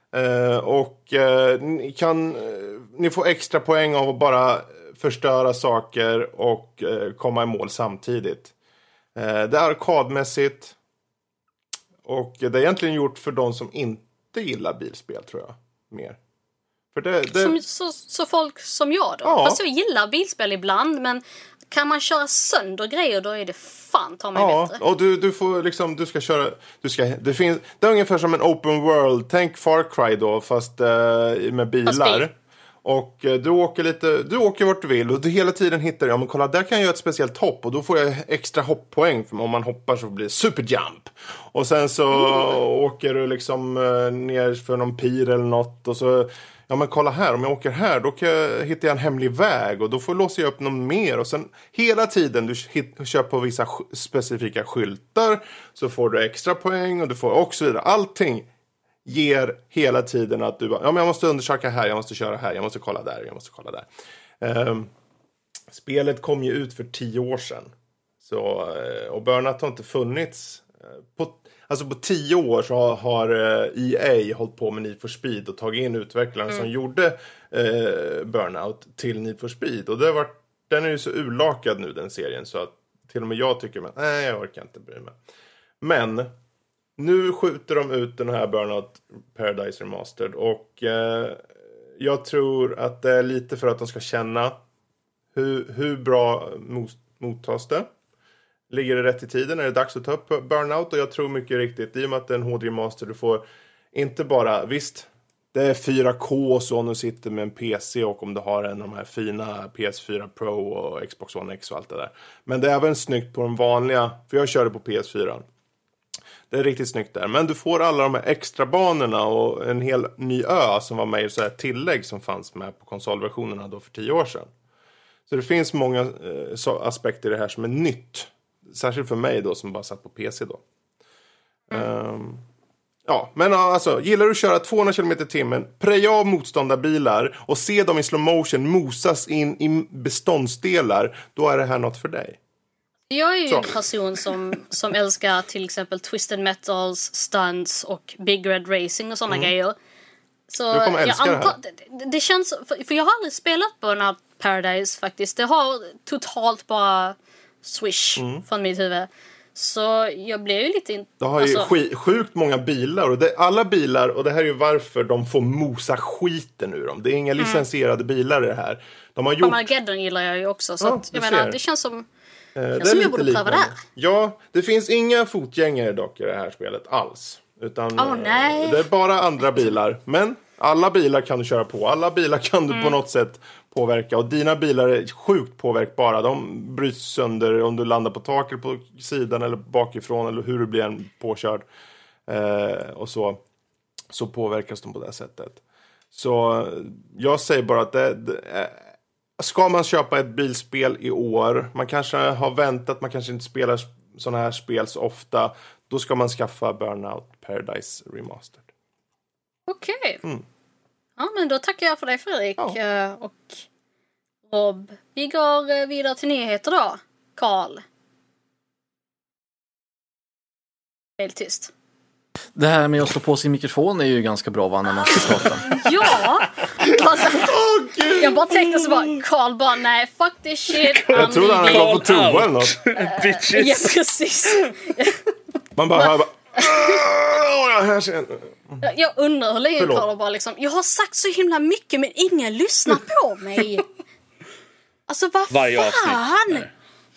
Ni får extra poäng av att bara förstöra saker och komma i mål samtidigt. Det är arkadmässigt. Och det är egentligen gjort för de som inte gillar bilspel, tror jag. Mer. För
Så folk som jag då?
Ja.
Fast jag gillar bilspel ibland, men kan man köra sönder grejer, då är det fan ta mig bättre.
Ja, och du får liksom, det är ungefär som en open world. Tänk Far Cry då, fast med bilar. Och du åker vart du vill och du hela tiden hittar, ja men kolla, där kan jag göra ett speciellt hopp och då får jag extra hopppoäng, för om man hoppar så blir det superjump. Och sen så åker du liksom ner för någon pir eller något och så, ja men kolla här, om jag åker här då hittar jag en hemlig väg och då får låsa upp någon mer, och sen hela tiden du kör på vissa specifika skyltar så får du extra poäng och du får också vidare. Allting ger hela tiden att du bara, ja men jag måste undersöka här, jag måste köra här, jag måste kolla där, jag måste kolla där. Spelet kom ju ut för 10 år sedan. Så, och Burnout har inte funnits. På 10 år så har EA hållit på med Need for Speed och tagit in utvecklaren som gjorde Burnout till Need for Speed. Och den är ju så urlakad nu, den serien, så att till och med jag tycker, nej jag orkar inte bry mig. Men nu skjuter de ut den här Burnout Paradise Remastered och jag tror att det är lite för att de ska känna hur bra mottas det. Ligger det rätt i tiden? Är det dags att ta upp Burnout? Och jag tror mycket riktigt, i och med att det är en HD-master, du får inte bara, visst, det är 4K så om du sitter med en PC och om du har en av de här fina PS4 Pro och Xbox One X och allt det där. Men det är även snyggt på de vanliga, för jag körde på PS4. Det är riktigt snyggt där. Men du får alla de här extra banorna och en hel ny ö som var med i så här tillägg som fanns med på konsolversionerna då för 10 år sedan. Så det finns många aspekter i det här som är nytt. Särskilt för mig då som bara satt på PC då. Ja, men alltså, gillar du att köra 200 km/h, preja av motståndarbilar och se dem i slow motion mosas in i beståndsdelar, då är det här något för dig.
Jag är ju en person som älskar till exempel Twisted Metals, stunts och Big Red Racing och sådana grejer. Så
du kommer älska det här.
Det känns, för jag har aldrig spelat på Burnout Paradise faktiskt. Det har totalt bara swish från mitt huvud. Så jag blev ju lite...
Det har ju sjukt många bilar. Och alla bilar, och det här är ju varför de får mosa skiten ur dem. Det är inga licensierade bilar i det här. De har gjort...
Armageddon gillar jag ju också. Så att, jag menar, det känns som...
som
jag borde pröva det här.
Ja, det finns inga fotgängare dock i det här spelet alls. Utan
nej.
Det är bara andra bilar. Men alla bilar kan du köra på. Alla bilar kan du på något sätt påverka. Och dina bilar är sjukt påverkbara. De bryts sönder om du landar på taket på sidan eller bakifrån. Eller hur du blir en påkörd. Och så påverkas de på det sättet. Så jag säger bara att ska man köpa ett bilspel i år, man kanske har väntat, man kanske inte spelar sådana här spel så ofta, då ska man skaffa Burnout Paradise Remastered.
Okej. Ja, men då tackar jag för dig, Fredrik. Ja. Och Rob, vi går vidare till nyheter då. Carl. Helt tyst.
Det här med att slå på sin mikrofon är ju ganska bra, va, när man ska prata.
Ja! Alltså, jag bara tänkte så bara, Carl bara, nej, fuck this shit.
Jag trodde han var på toa eller något.
Bitches.
Ja, precis.
Man bara hör
Jag undrar hur länge Carl bara liksom, jag har sagt så himla mycket men ingen lyssnar på mig. Alltså vad fan?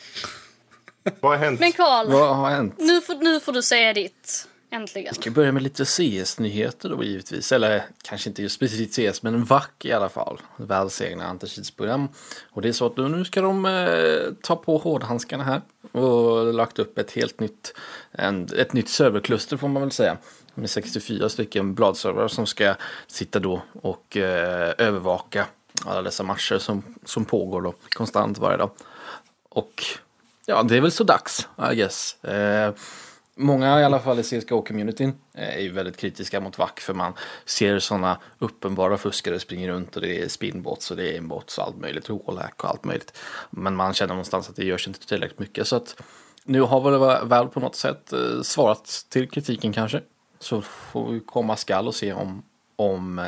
Vad har hänt?
Men Carl,
vad har hänt?
Nu får du säga ditt. Äntligen.
Vi ska börja med lite CS-nyheter då givetvis. Eller kanske inte just specifikt CS, men en VAC i alla fall. Valves egna anticheatsprogram. Och det är så att nu ska de ta på hårdhandskarna här. Och lagt upp ett helt nytt serverkluster får man väl säga. Med 64 stycken bladservrar som ska sitta då och övervaka alla dessa matcher som pågår då konstant varje dag. Och ja, det är väl så dags, I guess. Många i alla fall i CSGO-communityn är ju väldigt kritiska mot VAC, för man ser sådana uppenbara fuskare springer runt och det är spinbots och det är inbots och allt möjligt, wallhack och allt möjligt. Men man känner någonstans att det görs inte tillräckligt mycket, så att nu har väl Valve på något sätt svarat till kritiken kanske. Så får vi komma skall och se om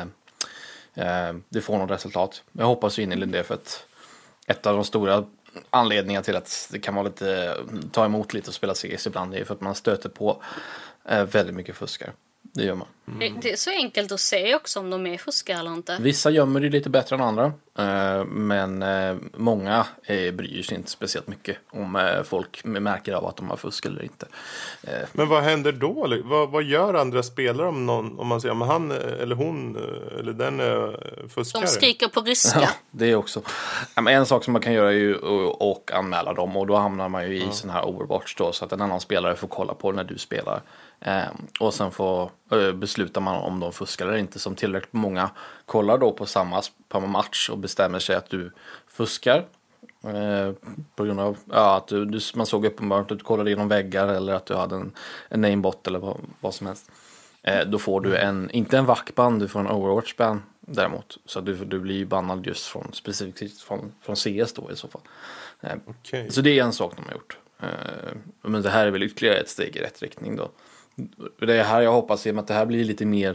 det får något resultat. Jag hoppas ju in i det, för att ett av de stora anledningar till att det kan vara lite ta emot lite och spela CS ibland är för att man stöter på väldigt mycket fuskare. Det gör man.
Det är så enkelt att se också om de är fuskare eller inte.
Vissa gömmer det lite bättre än andra, men många bryr sig inte speciellt mycket om folk märker av att de har fusk eller inte.
Men vad händer då? Vad gör andra spelare om man säger att han eller hon eller den är fuskare?
De skriker på ryska.
Ja, det är också. En sak som man kan göra är ju att anmäla dem, och då hamnar man ju i sån här Overwatch då, så att en annan spelare får kolla på när du spelar. Och sen får beslutar man om de fuskar eller inte, som tillräckligt många kollar då på samma match och bestämmer sig att du fuskar på grund av att man såg uppenbart att du kollade genom väggar eller att du hade en namebot eller vad som helst. Då får du inte en VAC-ban, du får en Overwatch-ban däremot. Så du blir ju bannad just specifikt från CS då i så fall.
Okay.
Så det är en sak de har gjort. Men det här är väl ytterligare ett steg i rätt riktning då. Det är här jag hoppas, att det här blir lite mer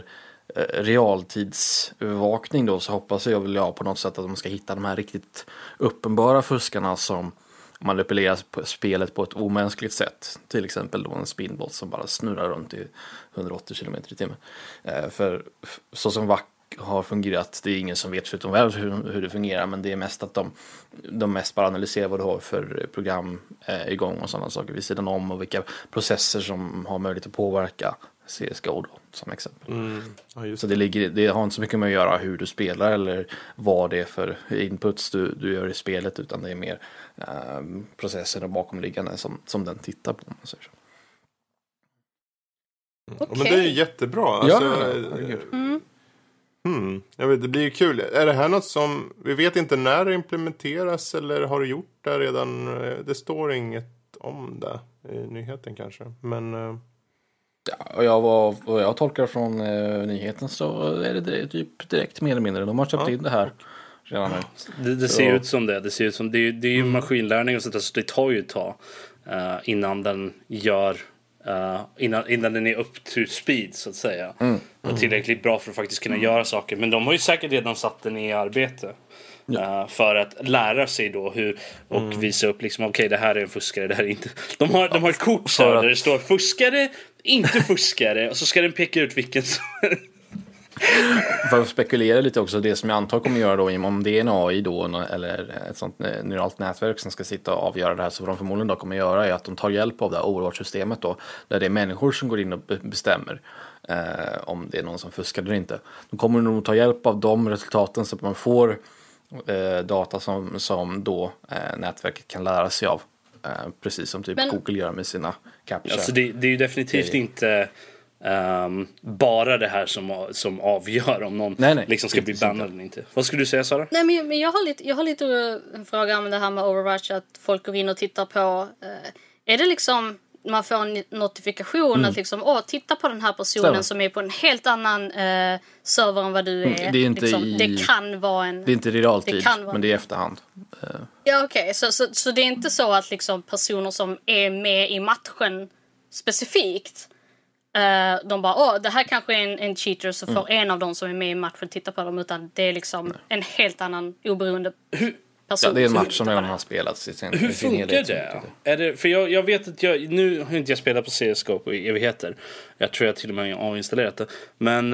realtidsövervakning då, så hoppas jag på något sätt att de ska hitta de här riktigt uppenbara fuskarna som manipulerar spelet på ett omänskligt sätt. Till exempel då en spinbot som bara snurrar runt i 180 km i timmen. För så som VAC har fungerat, det är ingen som vet förutom väl hur det fungerar, men det är mest att de mest bara analyserar vad du har för program igång och sådana saker vid sidan om, och vilka processer som har möjlighet att påverka CSGO då, som exempel. Ja, så det har inte så mycket med att göra hur du spelar eller vad det är för inputs du gör i spelet, utan det är mer processer och bakomliggande som den tittar på. Så.
Okay. Men det är jättebra. Alltså, jag vet, det blir ju kul. Är det här något som vi vet inte när det implementeras, eller har du gjort det redan? Det står inget om det i nyheten kanske. Men
vad jag tolkar från nyheten så är det typ direkt mer eller mindre. De har köpt in det här redan nu.
Det ser ut som det. Det ser ut som det är ju maskinlärning och sånt där, så det tar ju ett tag innan den gör innan den är up to speed så att säga. Och tillräckligt bra för att faktiskt kunna göra saker. Men de har ju säkert redan satt den i arbete. för att lära sig då hur och visa upp liksom okej, det här är en fuskare, det här är inte. De har ett kort så där det står fuskare, inte fuskare, och så ska den peka ut vilken som
För att spekulera lite också, det som jag antar kommer göra då, om det är en AI då, eller ett sånt neuralt nätverk som ska sitta och avgöra det här, så vad de förmodligen då kommer göra är att de tar hjälp av det här Overwatch-systemet då, där det är människor som går in och bestämmer om det är någon som fuskar eller inte. De kommer nog ta hjälp av de resultaten så att man får data som då nätverket kan lära sig av. Precis som typ Google gör med sina captcha.
Alltså det är ju definitivt inte bara det här som avgör om någon liksom ska bli bannad eller inte. Vad skulle du säga, Sara?
Nej, men jag har lite en fråga om det här med Overwatch, att folk går in och tittar på. Är det liksom man får en notifikation att liksom, titta på den här personen som är på en helt annan server än vad du är.
Det är inte
liksom, det kan vara en...
Det är inte i realtid, men det är i efterhand.
Ja, okej. Så det är inte så att liksom personer som är med i matchen specifikt, de bara, det här kanske är en cheater, så får en av dem som är med i matchen titta på dem, utan det är liksom en helt annan oberoende person.
Ja, det är en match som redan har spelats.
Hur funkar det? Är det? För jag vet att nu har inte jag spelat på CSGO på evigheter. Jag tror jag till och med har installerat det. Men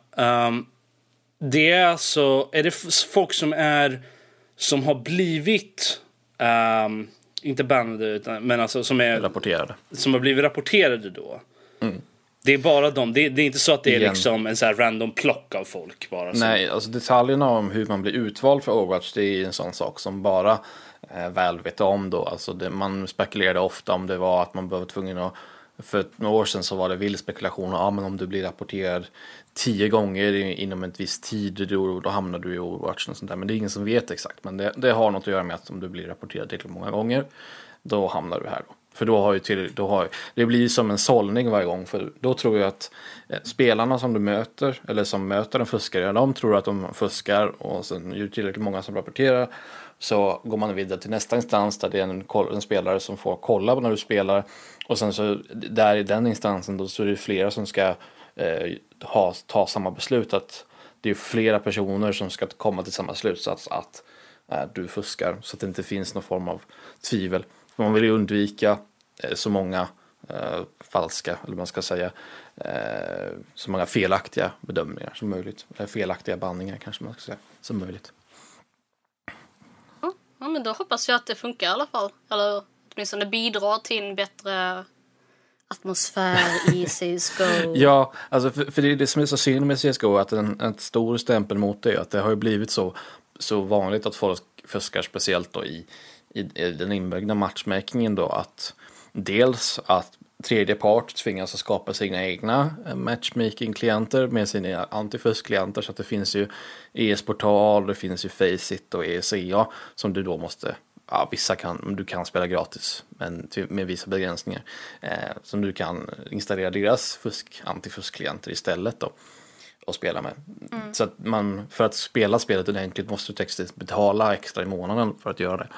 det är alltså, är det folk som har blivit inte bannade, men alltså som är
rapporterade,
som har blivit rapporterade då. Det är bara dem. Det är inte så att det är liksom en så här random plock av folk bara.
Nej, alltså detaljerna om hur man blir utvald för Overwatch, det är en sån sak som bara väl vet om då. Alltså man spekulerade ofta om det var att man var tvungen att, för några år sedan så var det vild spekulation, men om du blir rapporterad 10 gånger inom en viss tid, då hamnar du i Overwatch och sånt där. Men det är ingen som vet exakt, men det har något att göra med att om du blir rapporterad tillräckligt många gånger, då hamnar du här då. För det blir som en sållning varje gång, för då tror jag att spelarna som du möter, eller som möter en fuskare, de tror att de fuskar, och sen är det tillräckligt många som rapporterar, så går man vidare till nästa instans där det är en spelare som får kolla när du spelar, och sen så där i den instansen då så är det flera som ska ta samma beslut, att det är flera personer som ska komma till samma slutsats att du fuskar, så att det inte finns någon form av tvivel. Man vill ju undvika så många falska, eller man ska säga så många felaktiga bedömningar som möjligt. Felaktiga banningar kanske man ska säga, som möjligt.
Ja, men då hoppas jag att det funkar i alla fall. Eller åtminstone bidrar till en bättre atmosfär i CSGO.
Ja, alltså för det är det som är så synd med CSGO, att en stor stämpel mot det, att det har ju blivit så vanligt att folk fuskar, speciellt då i den inbyggda matchmakingen då, att dels att tredje part tvingas att skapa sina egna matchmaking-klienter med sina antifusk-klienter, så att det finns ju ES-portal, det finns ju Faceit och ESEA som du då måste, du kan spela gratis, men med vissa begränsningar, som du kan installera deras antifusk-klienter istället då och spela med. Så att för att spela spelet ordentligt måste du textigt betala extra i månaden för att göra det.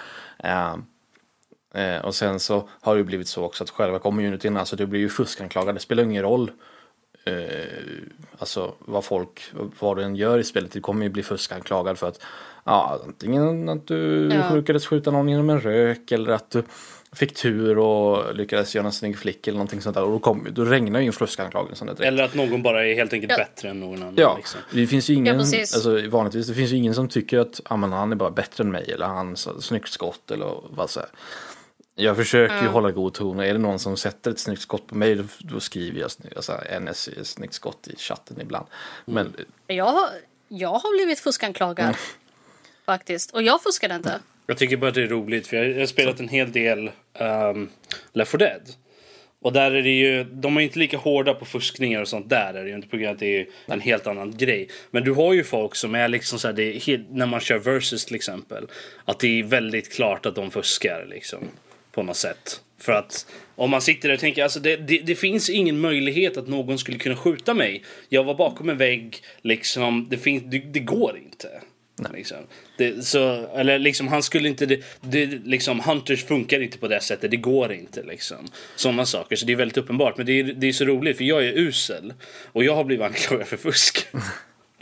Och sen så har det blivit så också att själva communityn, alltså det blir ju fuskanklagade. Det spelar ingen roll alltså vad du än gör i spelet, det kommer ju bli fuskanklagad för att antingen att du lyckades skjuta någon genom en rök, eller att du fick tur och lyckades göra en snygg flick eller någonting sånt där, och då regnar ju en fuskanklagelse.
Eller att någon bara är helt enkelt bättre än någon annan.
Ja,
liksom.
Det finns ju ingen, alltså vanligtvis, det finns ju ingen som tycker att han är bara bättre än mig, eller han har snyggt skott, eller vad så här. Jag försöker ju hålla god ton. Är det någon som sätter ett snyggt skott på mig, då skriver jag NS snyggt skott i chatten ibland. Men
jag har blivit fuskanklagad faktiskt, och jag fuskade inte.
Jag tycker bara att det är roligt, för jag har spelat en hel del Left 4 Dead. Och där är det ju, de är inte lika hårda på fuskningar och sånt där. Är det ju inte, på grund av att det är en helt annan grej. Men du har ju folk som är liksom så här, när man kör versus till exempel, att det är väldigt klart att de fuskar liksom, på något sätt. För att om man sitter där och tänker, alltså det finns ingen möjlighet att någon skulle kunna skjuta mig. Jag var bakom en vägg, liksom, det går inte. Liksom. Eller liksom, han skulle inte liksom, Hunters funkar inte på det sättet, det går inte liksom. Sådana saker, så det är väldigt uppenbart. Men det är så roligt, för jag är usel och jag har blivit anklagad för fusk.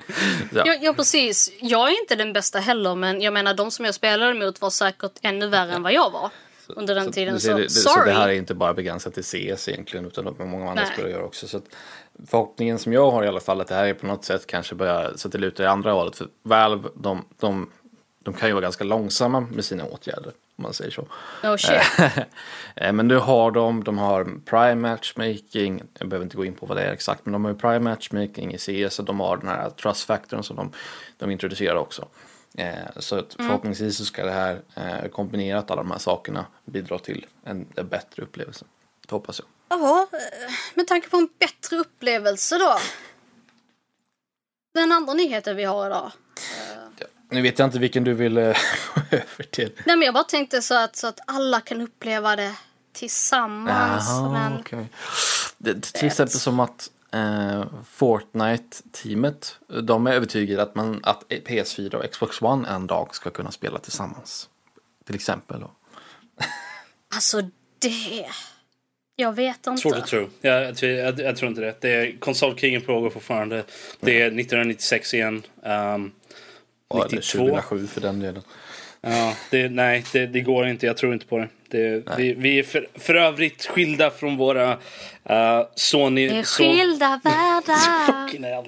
Ja, precis. Jag är inte den bästa heller, men jag menar de som jag spelade mot var säkert ännu värre än vad jag var under den tiden.
Så
sorry.
det här är inte bara begränsat till CS egentligen, utan det många andra spelare gör också. Så att förhoppningen som jag har i alla fall att det här är på något sätt kanske börjar så att det lutar i andra hållet. För Valve, de kan ju vara ganska långsamma med sina åtgärder, om man säger så.
Oh shit.
Men nu har de har Prime Matchmaking, jag behöver inte gå in på vad det är exakt, men de har ju Prime Matchmaking i CS och de har den här Trust Factorn som de introducerar också. Så förhoppningsvis så ska det här kombinerat alla de här sakerna bidra till en bättre upplevelse. Det hoppas jag.
Ja, med tanke på en bättre upplevelse då. Den andra nyheten vi har idag.
Nu vet jag inte vilken du vill över till.
Nej, men jag bara tänkte så att alla kan uppleva det tillsammans. Men...
Okay. Till exempel som att Fortnite-teamet, de är övertygade att PS4 och Xbox One en dag ska kunna spela tillsammans. Till exempel då.
Alltså det... Jag vet inte.
Svårt att tro. Jag tror inte det. Konsolkrigen pågår fortfarande. Det är 1996 igen.
92. Eller 2007 för den delen.
Ja, det går inte. Jag tror inte på det. Vi är för övrigt skilda från våra Sony...
Det är skilda världar.
Fucking hell.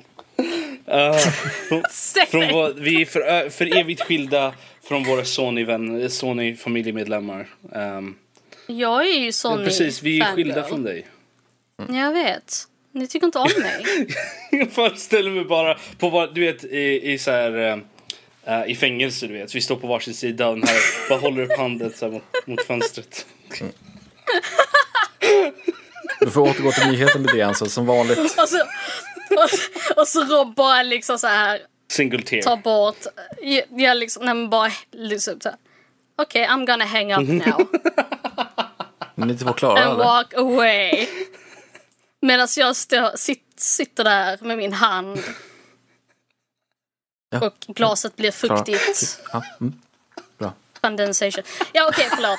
Vi är för evigt skilda från våra Sony-familjemedlemmar.
Jag är ju Sony.
Precis, vi är skilda från dig.
Jag vet. Ni tycker inte om mig.
Jag föreställer mig bara på vad du vet i så här i fängelse, du vet. Vi står på varsin sida och den här bara håller upp handen så här mot fönstret.
Du får återgå till nyheten lite grann så som vanligt.
Och så Rob bara liksom så här
single tear.
Ta bort jag liksom när man bara liksom så här. Okej, I'm gonna hang up now.
Men inte förklara
and walk away. Medan jag sitter där med min hand. Ja. Och glaset blir fuktigt.
Ja. Bra.
Condensation. Ja, okej, förlåt.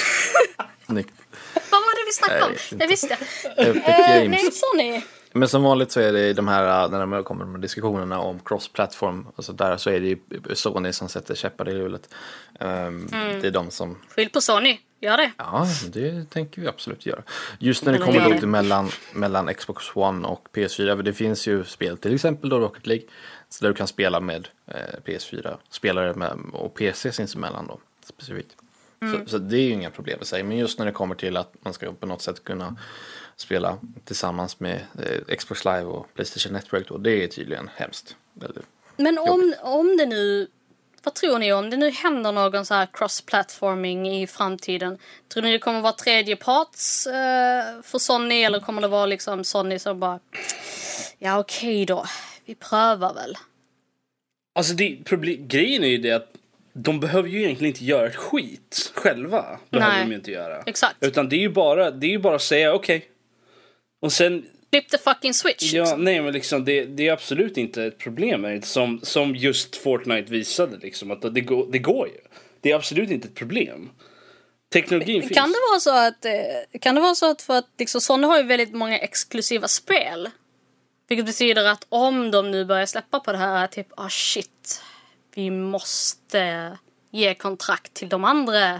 Vad var det vi snackade om? Jag visste. Nej, Sony.
Men som vanligt så är det de här, när de kommer med diskussionerna om cross-platform och så där, så är det ju Sony som sätter käppar i hjulet. Det är de som...
Skyll på Sony, gör det.
Ja, det tänker vi absolut göra. Just när det kommer då mellan Xbox One och PS4, det finns ju spel, till exempel då Rocket League, så där du kan spela med PS4-spelare och PC sinsemellan då, specifikt. Så det är ju inga problem i sig, men just när det kommer till att man ska på något sätt kunna spela tillsammans med Xbox Live och PlayStation Network då, det är tydligen hemskt.
Men om det nu, vad tror ni om det nu händer någon så här cross-platforming i framtiden? Tror ni det kommer vara tredjeparts för Sony, eller kommer det vara liksom Sony som bara ja okej då, vi prövar väl? Alltså
grejen är ju det att de behöver ju egentligen inte göra ett skit själva. Behöver de ju inte göra.
Exakt.
Utan det är ju bara att säga okej. Och sen...
Flip the fucking switch.
Ja, nej men liksom det är absolut inte ett problem. Som just Fortnite visade liksom. Att det går ju. Det är absolut inte ett problem. Teknologin finns.
Kan det vara så att för att liksom, Sony har ju väldigt många exklusiva spel. Vilket betyder att om de nu börjar släppa på det här typ, shit, vi måste ge kontrakt till de andra.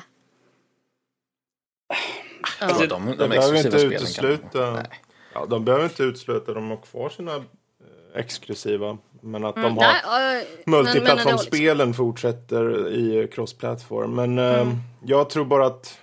Alltså,
de behöver inte utesluta. Ja, de behöver inte utesluta, de har kvar sina exklusiva, men att de har multiplattformspelen fortsätter i cross-platform. Men jag tror bara att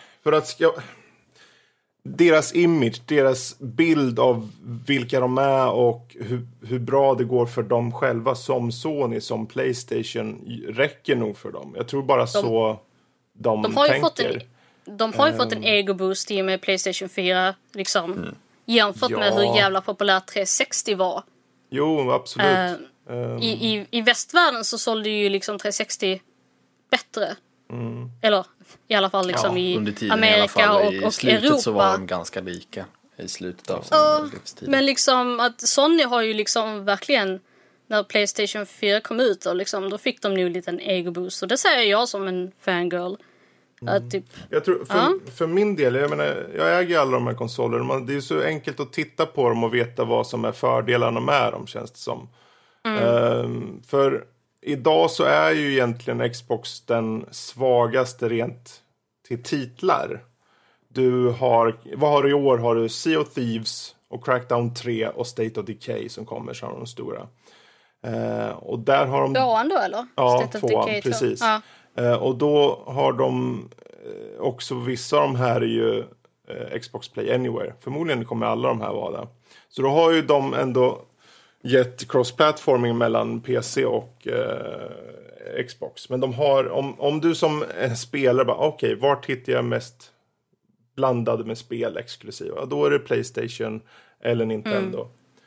deras image, deras bild av vilka de är och hur bra det går för dem själva som Sony, som PlayStation, räcker nog för dem. Jag tror bara så de
har
tänker.
De har ju fått en ego-boost i med PlayStation 4 liksom, jämfört med hur jävla populärt 360 var.
Jo, absolut.
I västvärlden så sålde ju liksom 360 bättre. Eller i alla fall liksom i Amerika och Europa. I slutet
så var de ganska lika i slutet av sin livstid.
Men liksom att Sony har ju liksom verkligen, när PlayStation 4 kom ut och liksom, då fick de nu en liten ego-boost. Och det säger jag som en fangirl. Typ,
jag tror, för min del, jag menar, jag äger alla de här konsolerna. Det är så enkelt att titta på dem och veta vad som är fördelarna med dem, känns det som. För idag så är ju egentligen Xbox den svagaste rent till titlar. Vad har du i år? Har du Sea of Thieves och Crackdown 3 och State of Decay som kommer som de stora. Och där har de...
Tvåan då eller?
Ja,
State of
tvåan,
Decay,
precis.
Ja.
Och då har de också, vissa av de här är ju Xbox Play Anywhere. Förmodligen kommer alla de här vara där. Så då har ju de ändå gett cross-platforming mellan PC och Xbox. Men de har, om du som spelare bara, okej, vart hittar jag mest blandade med spel exklusiva? Då är det PlayStation eller Nintendo.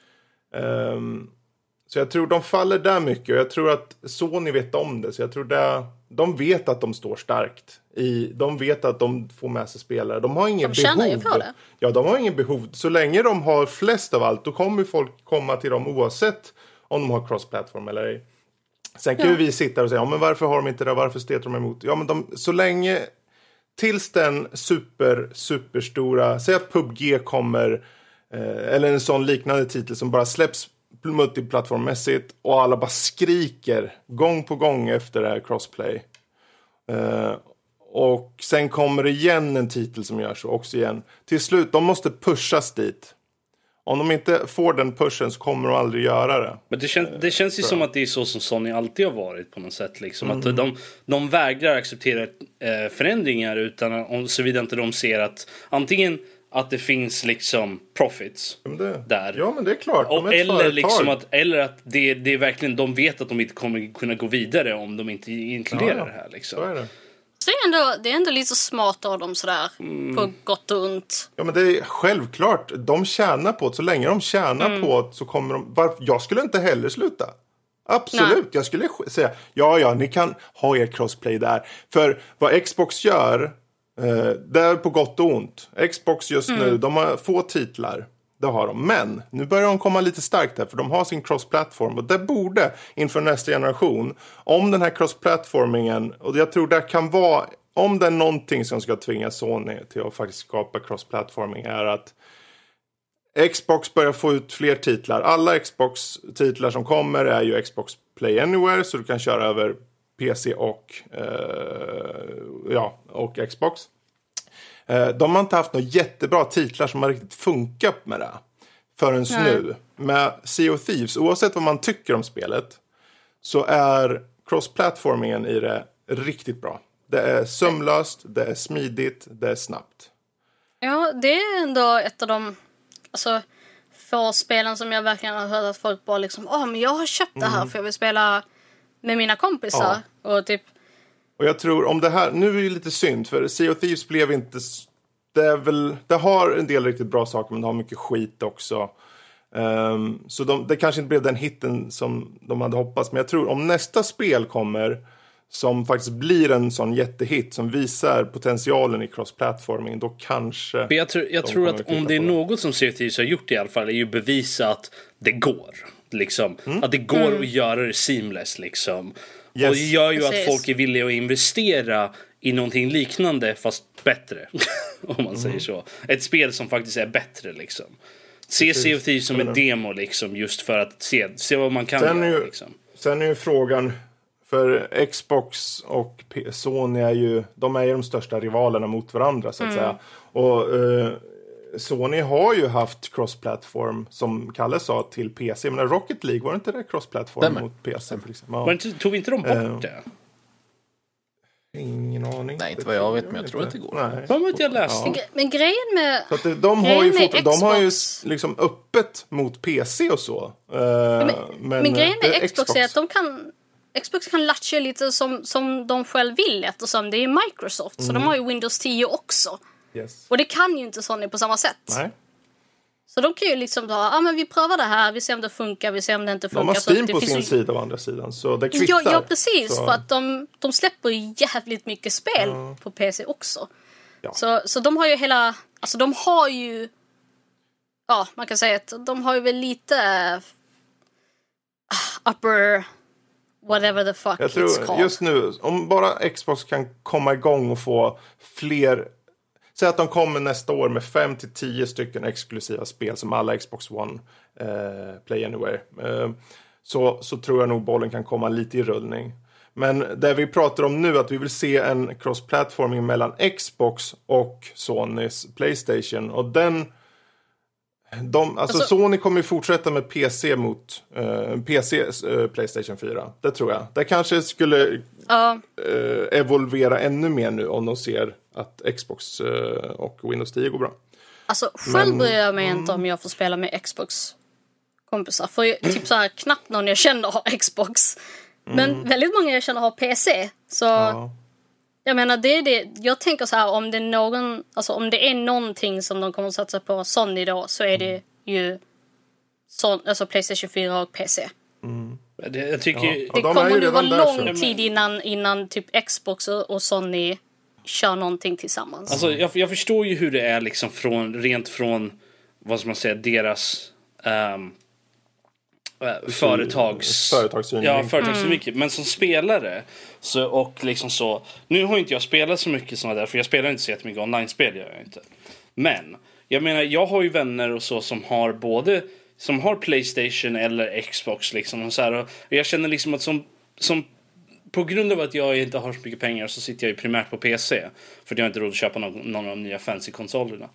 Så jag tror de faller där mycket. Och jag tror att Sony vet om det. Så jag tror de vet att de står starkt. De vet att de får med sig spelare. De har ingen behov. De tjänar ju på det. Ja, de har ingen behov. Så länge de har flest av allt, då kommer folk komma till dem oavsett om de har cross-platform eller ej. Sen kan ju vi sitta och säga, men varför har de inte det? Varför stetar de emot? Ja, men så länge, tills den superstora, säg att PUBG kommer, eller en sån liknande titel som bara släpps multiplattformmässigt och alla bara skriker gång på gång efter det här crossplay. Och sen kommer det igen en titel som gör så också igen. Till slut, de måste pushas dit. Om de inte får den pushen så kommer de aldrig göra det. Men
det känns ju som att det är så som Sony alltid har varit på något sätt. Liksom. Att de vägrar acceptera förändringar utan såvida inte de ser att antingen att det finns liksom profits där.
Ja, men det är klart.
Eller att det är verkligen, de vet att de inte kommer kunna gå vidare om de inte inkluderar det här. Liksom.
Så är det.
Så det är ändå lite smart av dem sådär, på gott och ont.
Ja, men det är självklart. De tjänar på det. Så länge de tjänar på det så kommer de... Jag skulle inte heller sluta. Absolut. Nej. Jag skulle säga, ja, ni kan ha er crossplay där. För vad Xbox gör, det är på gott och ont. Xbox just nu, de har få titlar. Det har de. Men nu börjar de komma lite starkt här. För de har sin cross-platform. Och det borde inför nästa generation. Om den här cross-platformingen. Och jag tror det kan vara. Om det är någonting som ska tvinga Sony till att faktiskt skapa cross-platforming. Är att Xbox börjar få ut fler titlar. Alla Xbox-titlar som kommer är ju Xbox Play Anywhere. Så du kan köra över PC och Xbox. De har inte haft några jättebra titlar som har riktigt funkat med det förrän nu. Med Sea of Thieves, oavsett vad man tycker om spelet, så är cross-platformingen i det riktigt bra. Det är sömlöst, det är smidigt, det är snabbt.
Ja, det är ändå ett av de få spelen som jag verkligen har hört att folk bara liksom, men jag har köpt det här för jag vill spela med mina kompisar. Ja.
Och jag tror om det här, nu är det lite synd för Sea of Thieves blev inte, det har en del riktigt bra saker men det har mycket skit också. Så det kanske inte blev den hitten som de hade hoppats. Men jag tror om nästa spel kommer som faktiskt blir en sån jättehit som visar potentialen i cross-platforming, då kanske...
Jag tror att om det är något som Sea of Thieves har gjort i alla fall är ju bevisa att det går. Liksom. Att det går att göra det seamless liksom. Yes. Och det gör ju att folk är villiga att investera i någonting liknande fast bättre. Om man säger så. Ett spel som faktiskt är bättre liksom. Se Sea of Thieves som en demo liksom, just för att se vad man kan göra liksom.
Sen är ju frågan, för Xbox och Sony är ju de största rivalerna mot varandra så att säga. Och Sony har ju haft cross-platform som Kalle sa till PC. Men Rocket League, var det inte det cross-platform mot PC?
Tog vi inte de bort det?
Ingen aning.
Nej, inte vad jag vet, men jag tror att det går.
Vad vet jag läst?
Men grejen med...
Så att de har ju liksom öppet mot PC och så.
Men grejen med Xbox är att Xbox kan latcha lite som de själv vill, eftersom det är Microsoft. Så de har ju Windows 10 också.
Yes.
Och det kan ju inte Sony på samma sätt.
Nej.
Så de kan ju liksom men vi prövar det här, vi ser om det funkar, vi ser om det inte funkar.
De har Steam på sin sida å andra sidan, så det kvittar.
Ja, precis, för att de släpper jävligt mycket spel på PC också. Ja. Så de har ju de har ju, man kan säga att de har ju väl lite upper whatever the fuck
jag tror just nu, om bara Xbox kan komma igång och få fler. Säg att de kommer nästa år med 5-10 stycken exklusiva spel som alla Xbox One Play Anywhere. så tror jag nog bollen kan komma lite i rullning. Men det vi pratar om nu, att vi vill se en cross-platforming mellan Xbox och Sonys PlayStation. Och alltså Sony kommer ju fortsätta med PC mot PlayStation 4. Det tror jag. Det kanske skulle evolvera ännu mer nu om de ser att Xbox och Windows 10 går bra.
Alltså själv bryr jag mig inte om jag får spela med Xbox-kompisar. För typ så här, knappt någon jag känner har Xbox. Men väldigt många jag känner har PC. Så jag menar, det är det. Jag tänker så här, om det är någonting som de kommer att satsa på Sony då, så är det ju alltså PlayStation 4 och PC.
Jag tycker
det kommer nu vara lång tid innan typ Xbox och Sony kör någonting tillsammans.
Alltså jag förstår ju hur det är liksom från vad ska man säga, deras företagssynvinkel. Men som spelare och liksom så, nu har inte jag spelat så mycket sådana där, för jag spelar inte så jättemycket online-spel, gör jag inte. Men jag menar, jag har ju vänner och så som har PlayStation eller Xbox liksom, och så här, och jag känner liksom att som på grund av att jag inte har så mycket pengar så sitter jag ju primärt på PC, för att jag har inte råd att köpa någon av de nya fancy konsolerna.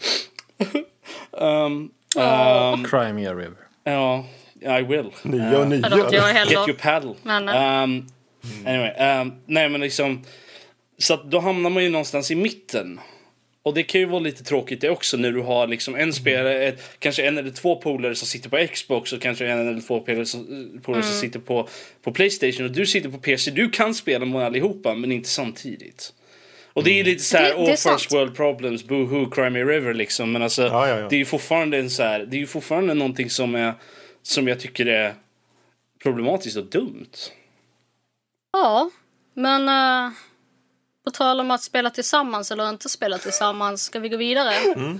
Cry me a river.
Ja, I will.
Nya.
Get your paddle. Anyway, nej men liksom, så att då hamnar man ju någonstans i mitten. Och det kan ju vara lite tråkigt det också, när du har liksom en spelare, kanske en eller två polare som sitter på Xbox och kanske en eller två polare som sitter på PlayStation, och du sitter på PC. Du kan spela med allihopa, men inte samtidigt. Och det är lite så här, first world problems, boohoo, cry me river liksom. Men alltså, det är ju fortfarande det är ju fortfarande någonting som jag tycker är problematiskt och dumt. Ja,
men på tal om att spela tillsammans eller inte spela tillsammans, ska vi gå vidare?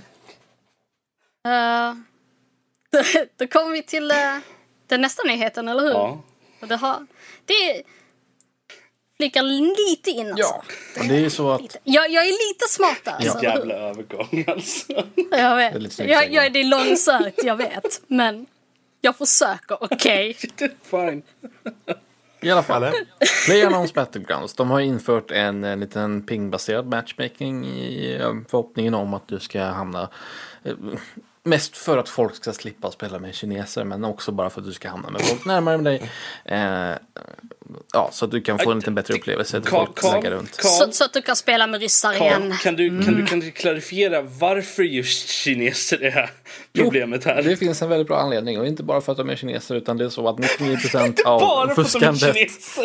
Då kommer vi till den nästa nyheten, eller hur? Ja. Och det flikar lite in alltså.
Ja, det är ju så att...
Jag är lite smart alltså.
Jävla övergång alltså.
Jag vet. Det är långsökt, jag vet. Men jag försöker, okej?
Fine.
I alla fall, PlayerUnknown's Battlegrounds, de har infört en liten pingbaserad matchmaking i förhoppningen om att du ska hamna, mest för att folk ska slippa spela med kineser, men också bara för att du ska hamna med folk närmare med dig. Så att du kan få en lite bättre upplevelse att folk lägger runt.
Så att du kan spela med ryssar igen. Kan
du klarifiera varför just kineser är problemet här?
Det finns en väldigt bra anledning, och inte bara för att de är kineser, utan det är så att 99% av fuskandet...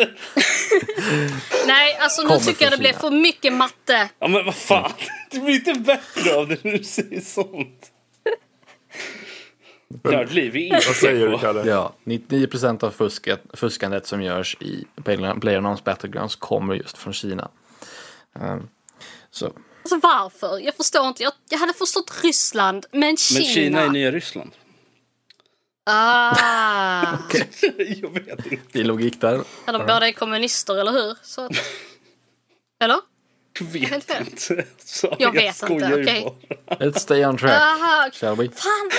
Nej, alltså nu tycker jag det blir för mycket matte.
Ja, men vad fan, det blir inte bättre av det när du säger sånt.
Vad säger du, Kalle?
Ja, 99% av fuskandet som görs i PlayerUnknown's Battlegrounds kommer just från Kina. Så.
Alltså varför? Jag förstår inte. Jag hade förstått Ryssland, men Kina...
Men Kina är nya Ryssland.
Okay.
Jag vet inte.
Det är logik där.
Ja, de båda är kommunister, eller hur? Så att... Eller?
Jag vet inte.
Jag vet inte, okej.
Let's stay on track, shall we?
Fan!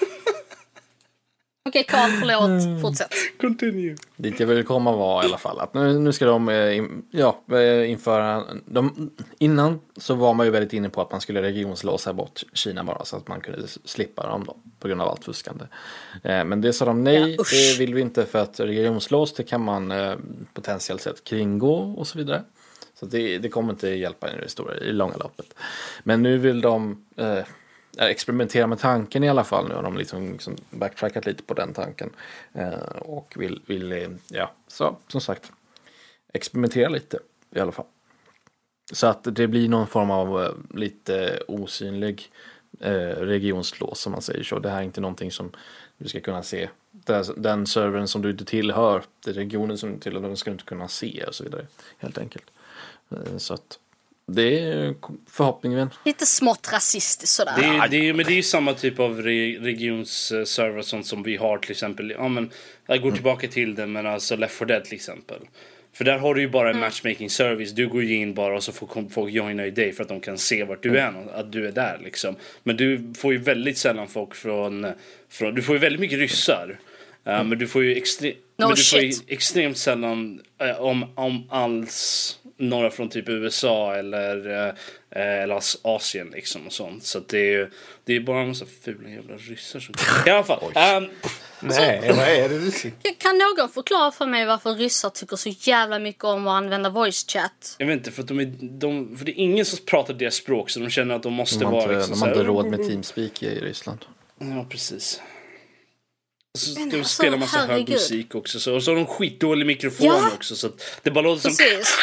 Okej, Carl, förlåt. Fortsätt.
Continue.
Dit jag vill komma var i alla fall att nu ska de införa... Innan så var man ju väldigt inne på att man skulle regionslåsa bort Kina bara, så att man kunde slippa dem då, på grund av allt fuskande. Men det sa de nej, det vill vi inte, för att regionslås, det kan man potentiellt sett kringgå och så vidare. Så det kommer inte hjälpa i långa loppet. Men nu vill de... experimentera med tanken i alla fall. Nu har de liksom backtrackat lite på den tanken. Och vill så som sagt experimentera lite i alla fall. Så att det blir någon form av lite osynlig regionslås, som man säger så. Det här är inte någonting som du ska kunna se. Den servern som du inte tillhör, den regionen som du tillhör, den ska du inte kunna se och så vidare. Helt enkelt. Så att det är förhoppningen.
Lite smått rasistiskt sådär.
Men det är ju samma typ av regionsserver sånt som vi har till exempel. Ja, men jag går tillbaka till det, men alltså Left 4 Dead till exempel. För där har du ju bara en matchmaking service. Du går ju in bara och så får folk joina i dig för att de kan se vart du är, att du är där liksom. Men du får ju väldigt sällan folk från du får ju väldigt mycket ryssar Men du får ju extremt sällan om alls några från typ USA eller Asien liksom och sånt. Så att det är bara en massa fula jävla ryssar som... I alla fall.
Nej, vad är det du tycker?
Kan någon förklara för mig varför ryssar tycker så jävla mycket om att använda voice chat?
Jag vet inte, för att för det är ingen som pratar deras språk, så de känner att de måste vara liksom,
de har inte råd med Teamspeak i Ryssland.
Ja, precis. Så de spelar massa hög musik också, och så har de skitdålig mikrofon också, så att det bara låter som...
Precis.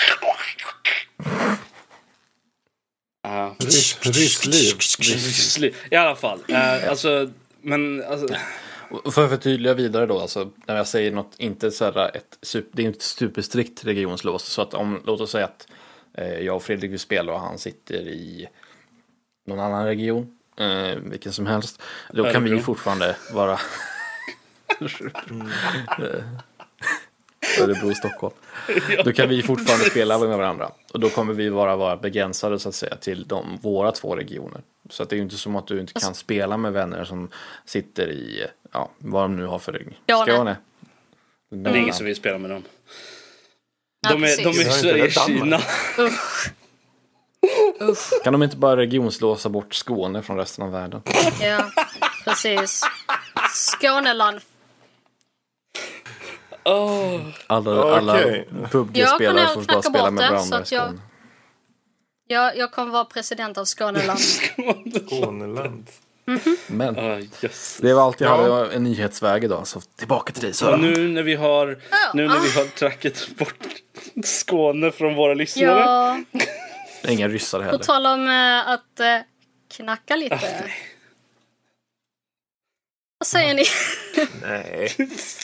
Ryssliv.
I alla fall. Alltså...
För att förtydliga vidare då, alltså, när jag säger något, inte så här det är inte superstrikt regionslås, så att låt oss säga att jag och Fredrik vill spela och han sitter i någon annan region, vilken som helst, då kan vi fortfarande vara Örebro, Stockholm. Då kan vi fortfarande spela med varandra. Och då kommer vi vara begränsade så att säga till våra 2 regioner. Så att det är ju inte som att du inte kan spela med vänner som sitter i, vad de nu har för region. Skåne.
Det är ingen som vill spela med dem. De är så i Kina.
Kan de inte bara regionslåsa bort Skåne från resten av världen?
Ja, precis. Skåneland.
Alla PUBG-spelare får bara spela med varandra i Skåne.
Jag kommer vara president av Skåneland.
Skåneland.
Men det var allt jag hade en nyhetsväg idag, så tillbaka till dig. Så.
Nu när vi har tracket bort Skåne från våra lyssnare.
Ja.
Inga ryssar heller.
På tal om att knacka lite. Vad säger ni?
Nej.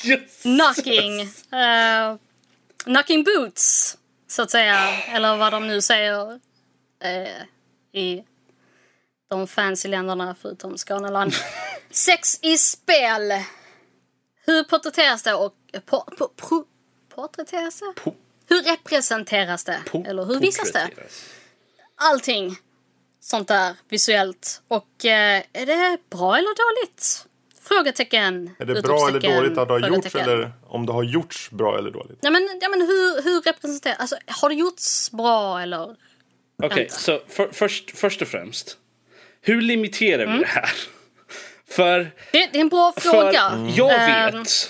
Knocking boots, så att säga. Eller vad de nu säger i de fancy länderna förutom Skåneland. Sex i spel. Hur porträtteras det och porträtteras det? Hur representeras det? Eller hur visas det? Allting sånt där visuellt. Och är det bra eller dåligt? Frågetecken.
Är det bra eller dåligt att det har gjorts, eller om det har gjorts bra eller dåligt?
Ja, men hur representeras, alltså, har det gjorts bra eller?
Okej, så först och främst, hur limiterar vi det här? För
det är en bra fråga.
Jag vet.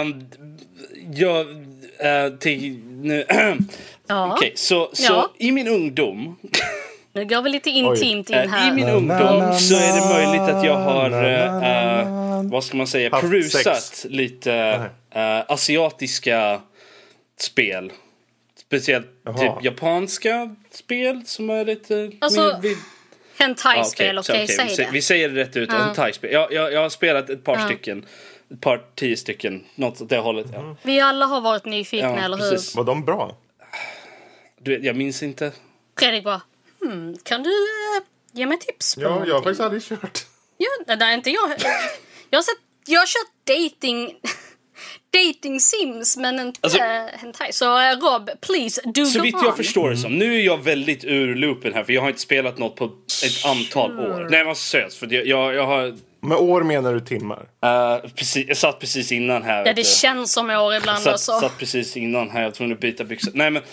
Okej, så i min ungdom.
Nu går vi lite intimt in här.
I min ungdom så är det möjligt att jag har vad ska man säga, perusat lite asiatiska spel. Speciellt typ japanska spel som är lite
hentai-spel, okej, säg det.
Vi säger det rätt ut, hentai-spel. Jag har spelat ett par stycken. Ett par 10 stycken, något åt det hållet. Ja.
Vi alla har varit nyfikna, eller hur?
Var de bra?
Du vet, jag minns inte.
Fredrik bara, kan du ge mig tips på
jag har faktiskt aldrig kört.
Ja, det är inte jag. Jag har kört dating sims, men inte hentai. Så Rob, please, do
så
go
vitt
on.
jag förstår det som. Nu är jag väldigt ur loopen här, för jag har inte spelat något på ett antal år. Nej, men seriöst, för jag har...
Med år menar du timmar?
Precis, jag satt precis innan här.
Ja, det känns som år ibland.
Satt precis innan här, jag tror att byta byxor. Nej, men...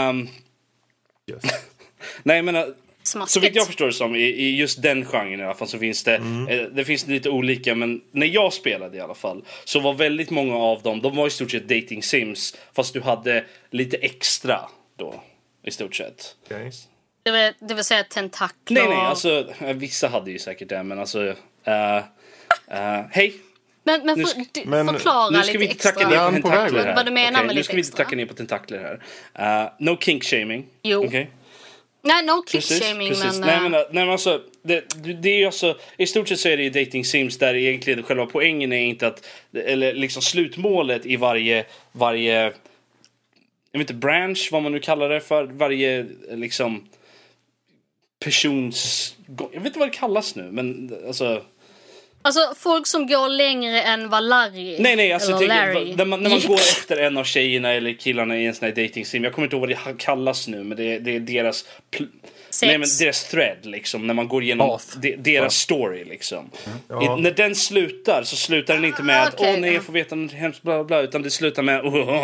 nej, men... Så vitt jag förstår det som, i just den genren i alla fall, så finns det det finns lite olika, men när jag spelade i alla fall så var väldigt många av dem, de var i stort sett dating sims, fast du hade lite extra då i stort sett.
Okay.
Det vill säga tentakler.
Nej, alltså vissa hade ju säkert det, men alltså hej.
Men förklara
nu ska
lite
vi inte tracka ner på tentakler här.
Vad du menar med
nu ska vi inte tracka ner på tentakler här. No kink shaming.
Jo.
Okay.
Nej, no kink-shaming, men...
Nej, men alltså, det är ju alltså... I stort sett så är det ju dating sims där egentligen själva poängen är inte att... Eller liksom slutmålet i varje jag vet inte, branch, vad man nu kallar det för. Varje, liksom... Persons... Jag vet inte vad det kallas nu, men alltså...
Alltså folk som går längre än vad Larry.
Nej, alltså
när
man går efter en av tjejerna eller killarna i en sån här dating sim. Jag kommer inte ihåg vad det kallas nu, men det är deras Nej, men deras thread liksom, när man går igenom deras story liksom. När den slutar så slutar den inte med att nej, jag får veta något hemskt bla bla, utan det slutar med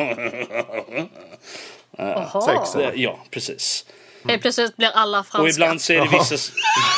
ja, precis.
Plötsligt blir alla franska.
Och ibland så är det vissa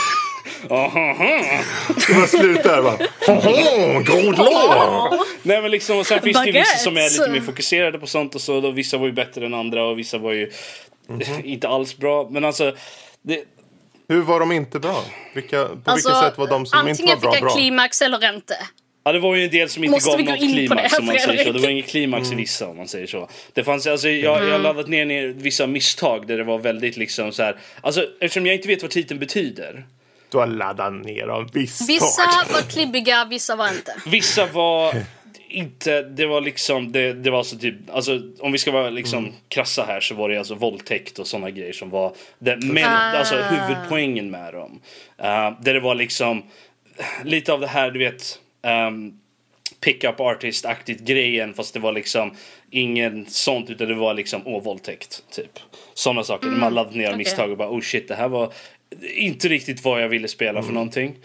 Man slutar va. God lov.
Nej, men liksom, och sen finns det ju vissa som är lite mer fokuserade på sånt och så, då vissa var ju bättre än andra och vissa var ju inte alls bra, men alltså
hur var de inte bra? På vilket sätt var de som inte var bra?
Antingen fick jag klimax eller inte.
Ja, det var ju en del som inte gav något klimax, om man säger så. Det var ingen klimax i vissa, om man säger så. Det fanns, alltså, jag har laddat ner vissa misstag där det var väldigt liksom så här. Alltså, eftersom jag inte vet vad titeln betyder.
Du har laddat ner av misstag.
Vissa var klibbiga, vissa var inte.
Vissa var inte, det var liksom, det var så typ, alltså om vi ska vara liksom krassa här, så var det alltså våldtäkt och sådana grejer som var alltså huvudpoängen med dem. Där det var liksom lite av det här, du vet, pick-up artist-aktigt grejen, fast det var liksom ingen sånt, utan det var liksom våldtäkt typ. Sådana saker, när man laddade ner misstag och bara oh shit, det här var inte riktigt vad jag ville spela för någonting.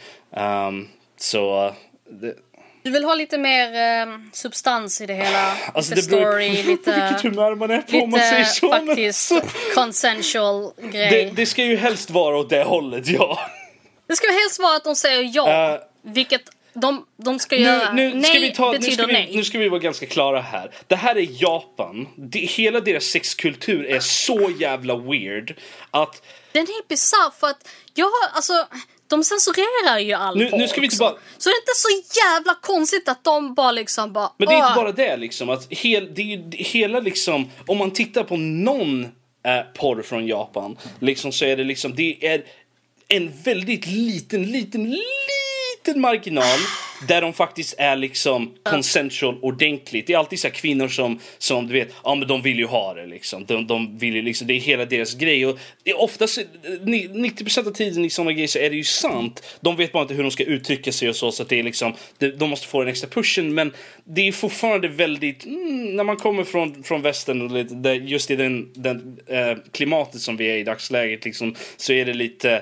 Så
du vill ha lite mer substans i det hela.
Alltså
lite story, lite
vilket humör man är på, om man säger så.
Faktiskt consensual grej.
Det ska ju helst vara åt det hållet, ja. Det
ska helst vara att de säger ja, vilket de ska göra.
Nu ska vi vara ganska klara här. Det här är Japan. Hela deras sexkultur är så jävla weird att
den är bizarr, för att de censurerar ju allt.
Nu ska vi inte bara...
Så det är inte så jävla konstigt att de bara liksom bara...
Men det är inte bara det liksom, att hela liksom, om man tittar på någon porr från Japan liksom, så är det liksom, det är en väldigt liten marginal där de faktiskt är liksom consensual ordentligt. Det är alltid så här kvinnor som du vet, men de vill ju ha det liksom. De vill ju liksom, det är hela deras grej, och det är oftast 90% av tiden i sådana grejer så är det ju sant. De vet bara inte hur de ska uttrycka sig och så att det är liksom, de måste få en extra pushen, men det är fortfarande väldigt när man kommer från västern och lite, just i den klimatet som vi är i dagsläget liksom, så är det lite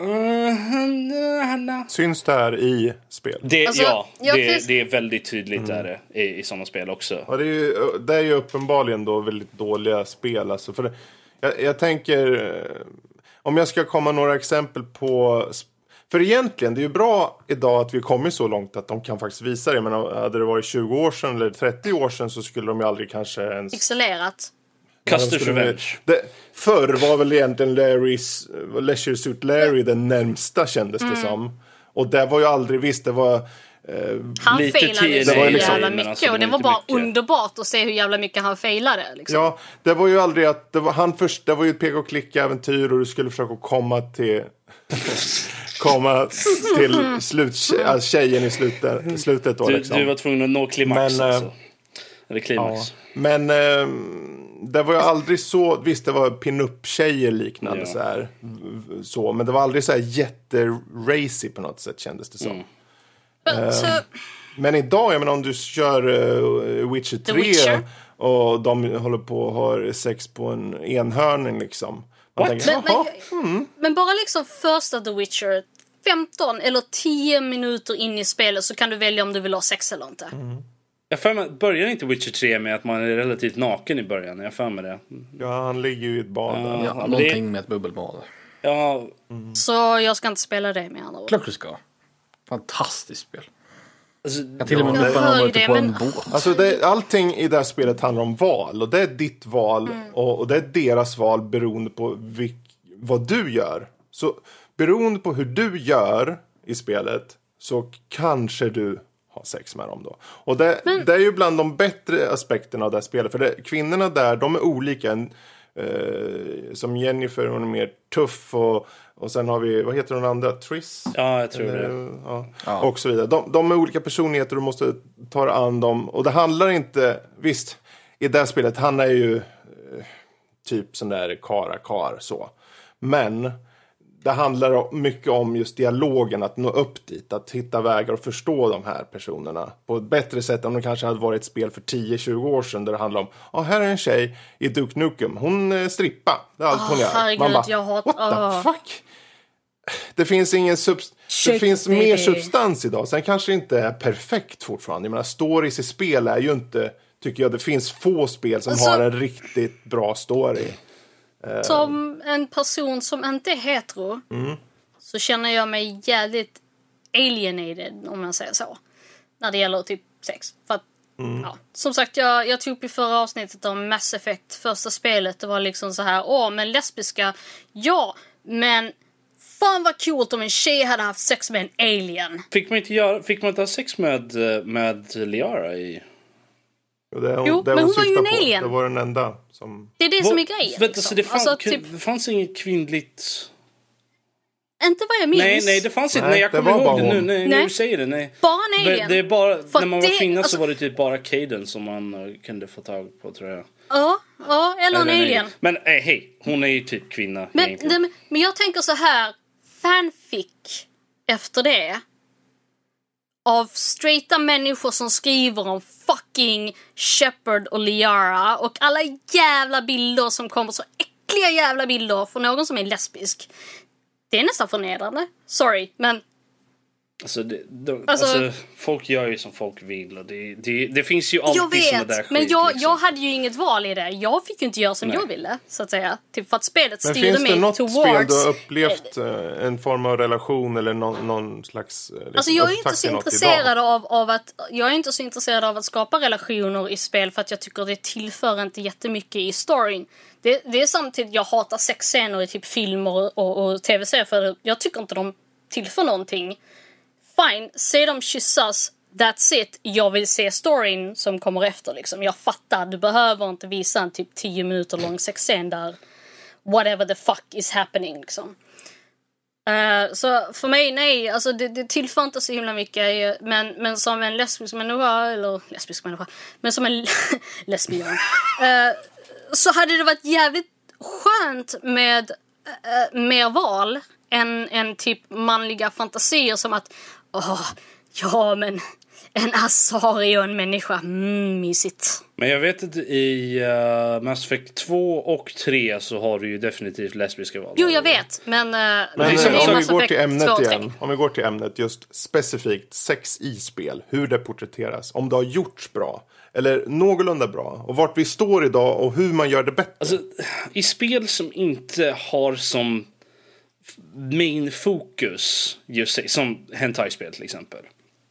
syns det här i spel?
Det är väldigt tydligt där i sådana spel också.
Ja, det är ju uppenbarligen då väldigt dåliga spel. Alltså, för jag tänker, om jag ska komma några exempel på... För egentligen, det är ju bra idag att vi kommer så långt att de kan faktiskt visa det. Men hade det varit 20 år sedan eller 30 år sedan så skulle de ju aldrig kanske ens...
Pixelerat.
Custer's Revenge.
Förr var väl egentligen Leisure Suit Larry den närmsta, kändes det som. Och det var ju aldrig, visst, det var
han
lite
failade så
liksom,
jävla mycket, alltså, och det var bara underbart att se hur jävla mycket han failade liksom.
Ja, det var ju aldrig att det var ju ett peka och klicka äventyr och du skulle försöka komma till tjejen i slutet då, liksom.
Du var tvungen att nå klimax alltså. Eller klimax.
Ja, men det var ju aldrig så, visst det var pin-up-tjejer liknande så här, så, men det var aldrig så här jätte-racy på något sätt, kändes det som. Men idag, jag menar, om du kör Witcher 3 och de håller på och har sex på en enhörning liksom.
Men bara liksom första The Witcher 15 eller 10 minuter in i spelet så kan du välja om du vill ha sex eller inte.
Jag börjar inte Witcher 3 med att man är relativt naken i början. Jag får med det.
Ja, han ligger ju i ett bad.
Någonting med ett bubbelbad.
Ja.
Så jag ska inte spela det med andra ord.
Klart du ska. Fantastiskt spel.
Alltså,
jag till och med när man var ute på en båt.
Alltså allting i det här spelet handlar om val. Och det är ditt val. Och det är deras val beroende på vad du gör. Så beroende på hur du gör i spelet så kanske du ha sex med dem då. Och det är ju bland de bättre aspekterna av det här spelet. För kvinnorna där, de är olika. Som Jennifer, hon är mer tuff. Och sen har vi, vad heter den andra? Triss?
Ja, jag tror det.
Ja. Och så vidare. De är olika personligheter, du måste ta dig an dem. Och det handlar inte, visst, i det här spelet, han är ju typ sån där kar så. Men det handlar mycket om just dialogen, att nå upp dit, att hitta vägar och förstå de här personerna på ett bättre sätt än de kanske hade varit ett spel för 10-20 år sedan där det handlar om, här är en tjej i Duke Nukem, hon strippa, det är allt hon gör.
Herregud,
man bara,
jag
what the fuck? Det finns ingen det finns mer substans idag. Sen kanske det inte är perfekt fortfarande. Jag menar, stories i spel är ju inte, tycker jag, det finns få spel som har en riktigt bra story.
Som en person som inte är hetero så känner jag mig jävligt alienated, om man säger så, när det gäller typ sex. För att, ja, som sagt, jag tog upp i förra avsnittet om Mass Effect, första spelet. Det var liksom så här, men lesbiska, ja, men fan vad coolt om en tjej hade haft sex med en alien.
Fick man inte ha sex med Liara i...
Men hon
var ju en alien.
Det var den enda som...
Det är det som är grejen.
Liksom. Det fanns inget kvinnligt...
Inte vad jag minns.
Nej, det fanns inte. Nej, jag kommer ihåg det nu när du säger det. Nej.
Bara en alien.
Det är bara, när man var kvinna så var det typ bara Caden som man kunde få tag på, tror jag.
Ja, eller en alien.
Men hej, hon är ju typ kvinna.
Men jag tänker så här, fanfic efter det av straighta människor som skriver om fucking Shepard och Liara och alla jävla bilder som kommer, så äckliga jävla bilder för någon som är lesbisk. Det är nästan förnedrande. Sorry, men...
Alltså, folk gör ju som folk vill. Och det finns ju alltid såna där skit.
Men jag hade ju inget val i det. Jag fick ju inte göra som jag ville, så att säga. Typ för att spelet styrde mig towards... Men finns det något spel du har
upplevt en form av relation eller någon slags...
Alltså jag är inte så intresserad av att... Jag är inte så intresserad av att skapa relationer i spel för att jag tycker det tillför inte jättemycket i storyn. Det är samtidigt jag hatar sexscener i typ filmer och tv-serier för jag tycker inte de tillför någonting. Fine, se dem kyssas, that's it. Jag vill se storyn som kommer efter liksom. Jag fattar, du behöver inte visa en typ 10 minuter lång sexscen där whatever the fuck is happening liksom. Så för mig, nej, alltså det tillför inte så himla mycket, men som en lesbisk människa, men som en lesbian så hade det varit jävligt skönt med mer val än typ manliga fantasier som att ja, men en asari och en människa, mysigt.
Men jag vet att i Mass Effect 2 och 3 så har du ju definitivt lesbiska val.
Jo, jag vet, men
om vi går till ämnet igen, om vi går till ämnet just specifikt sex i spel, hur det porträtteras, om det har gjorts bra eller någorlunda bra, och vart vi står idag och hur man gör det bättre.
Alltså, i spel som inte har som main fokus just som hentai-spel till exempel.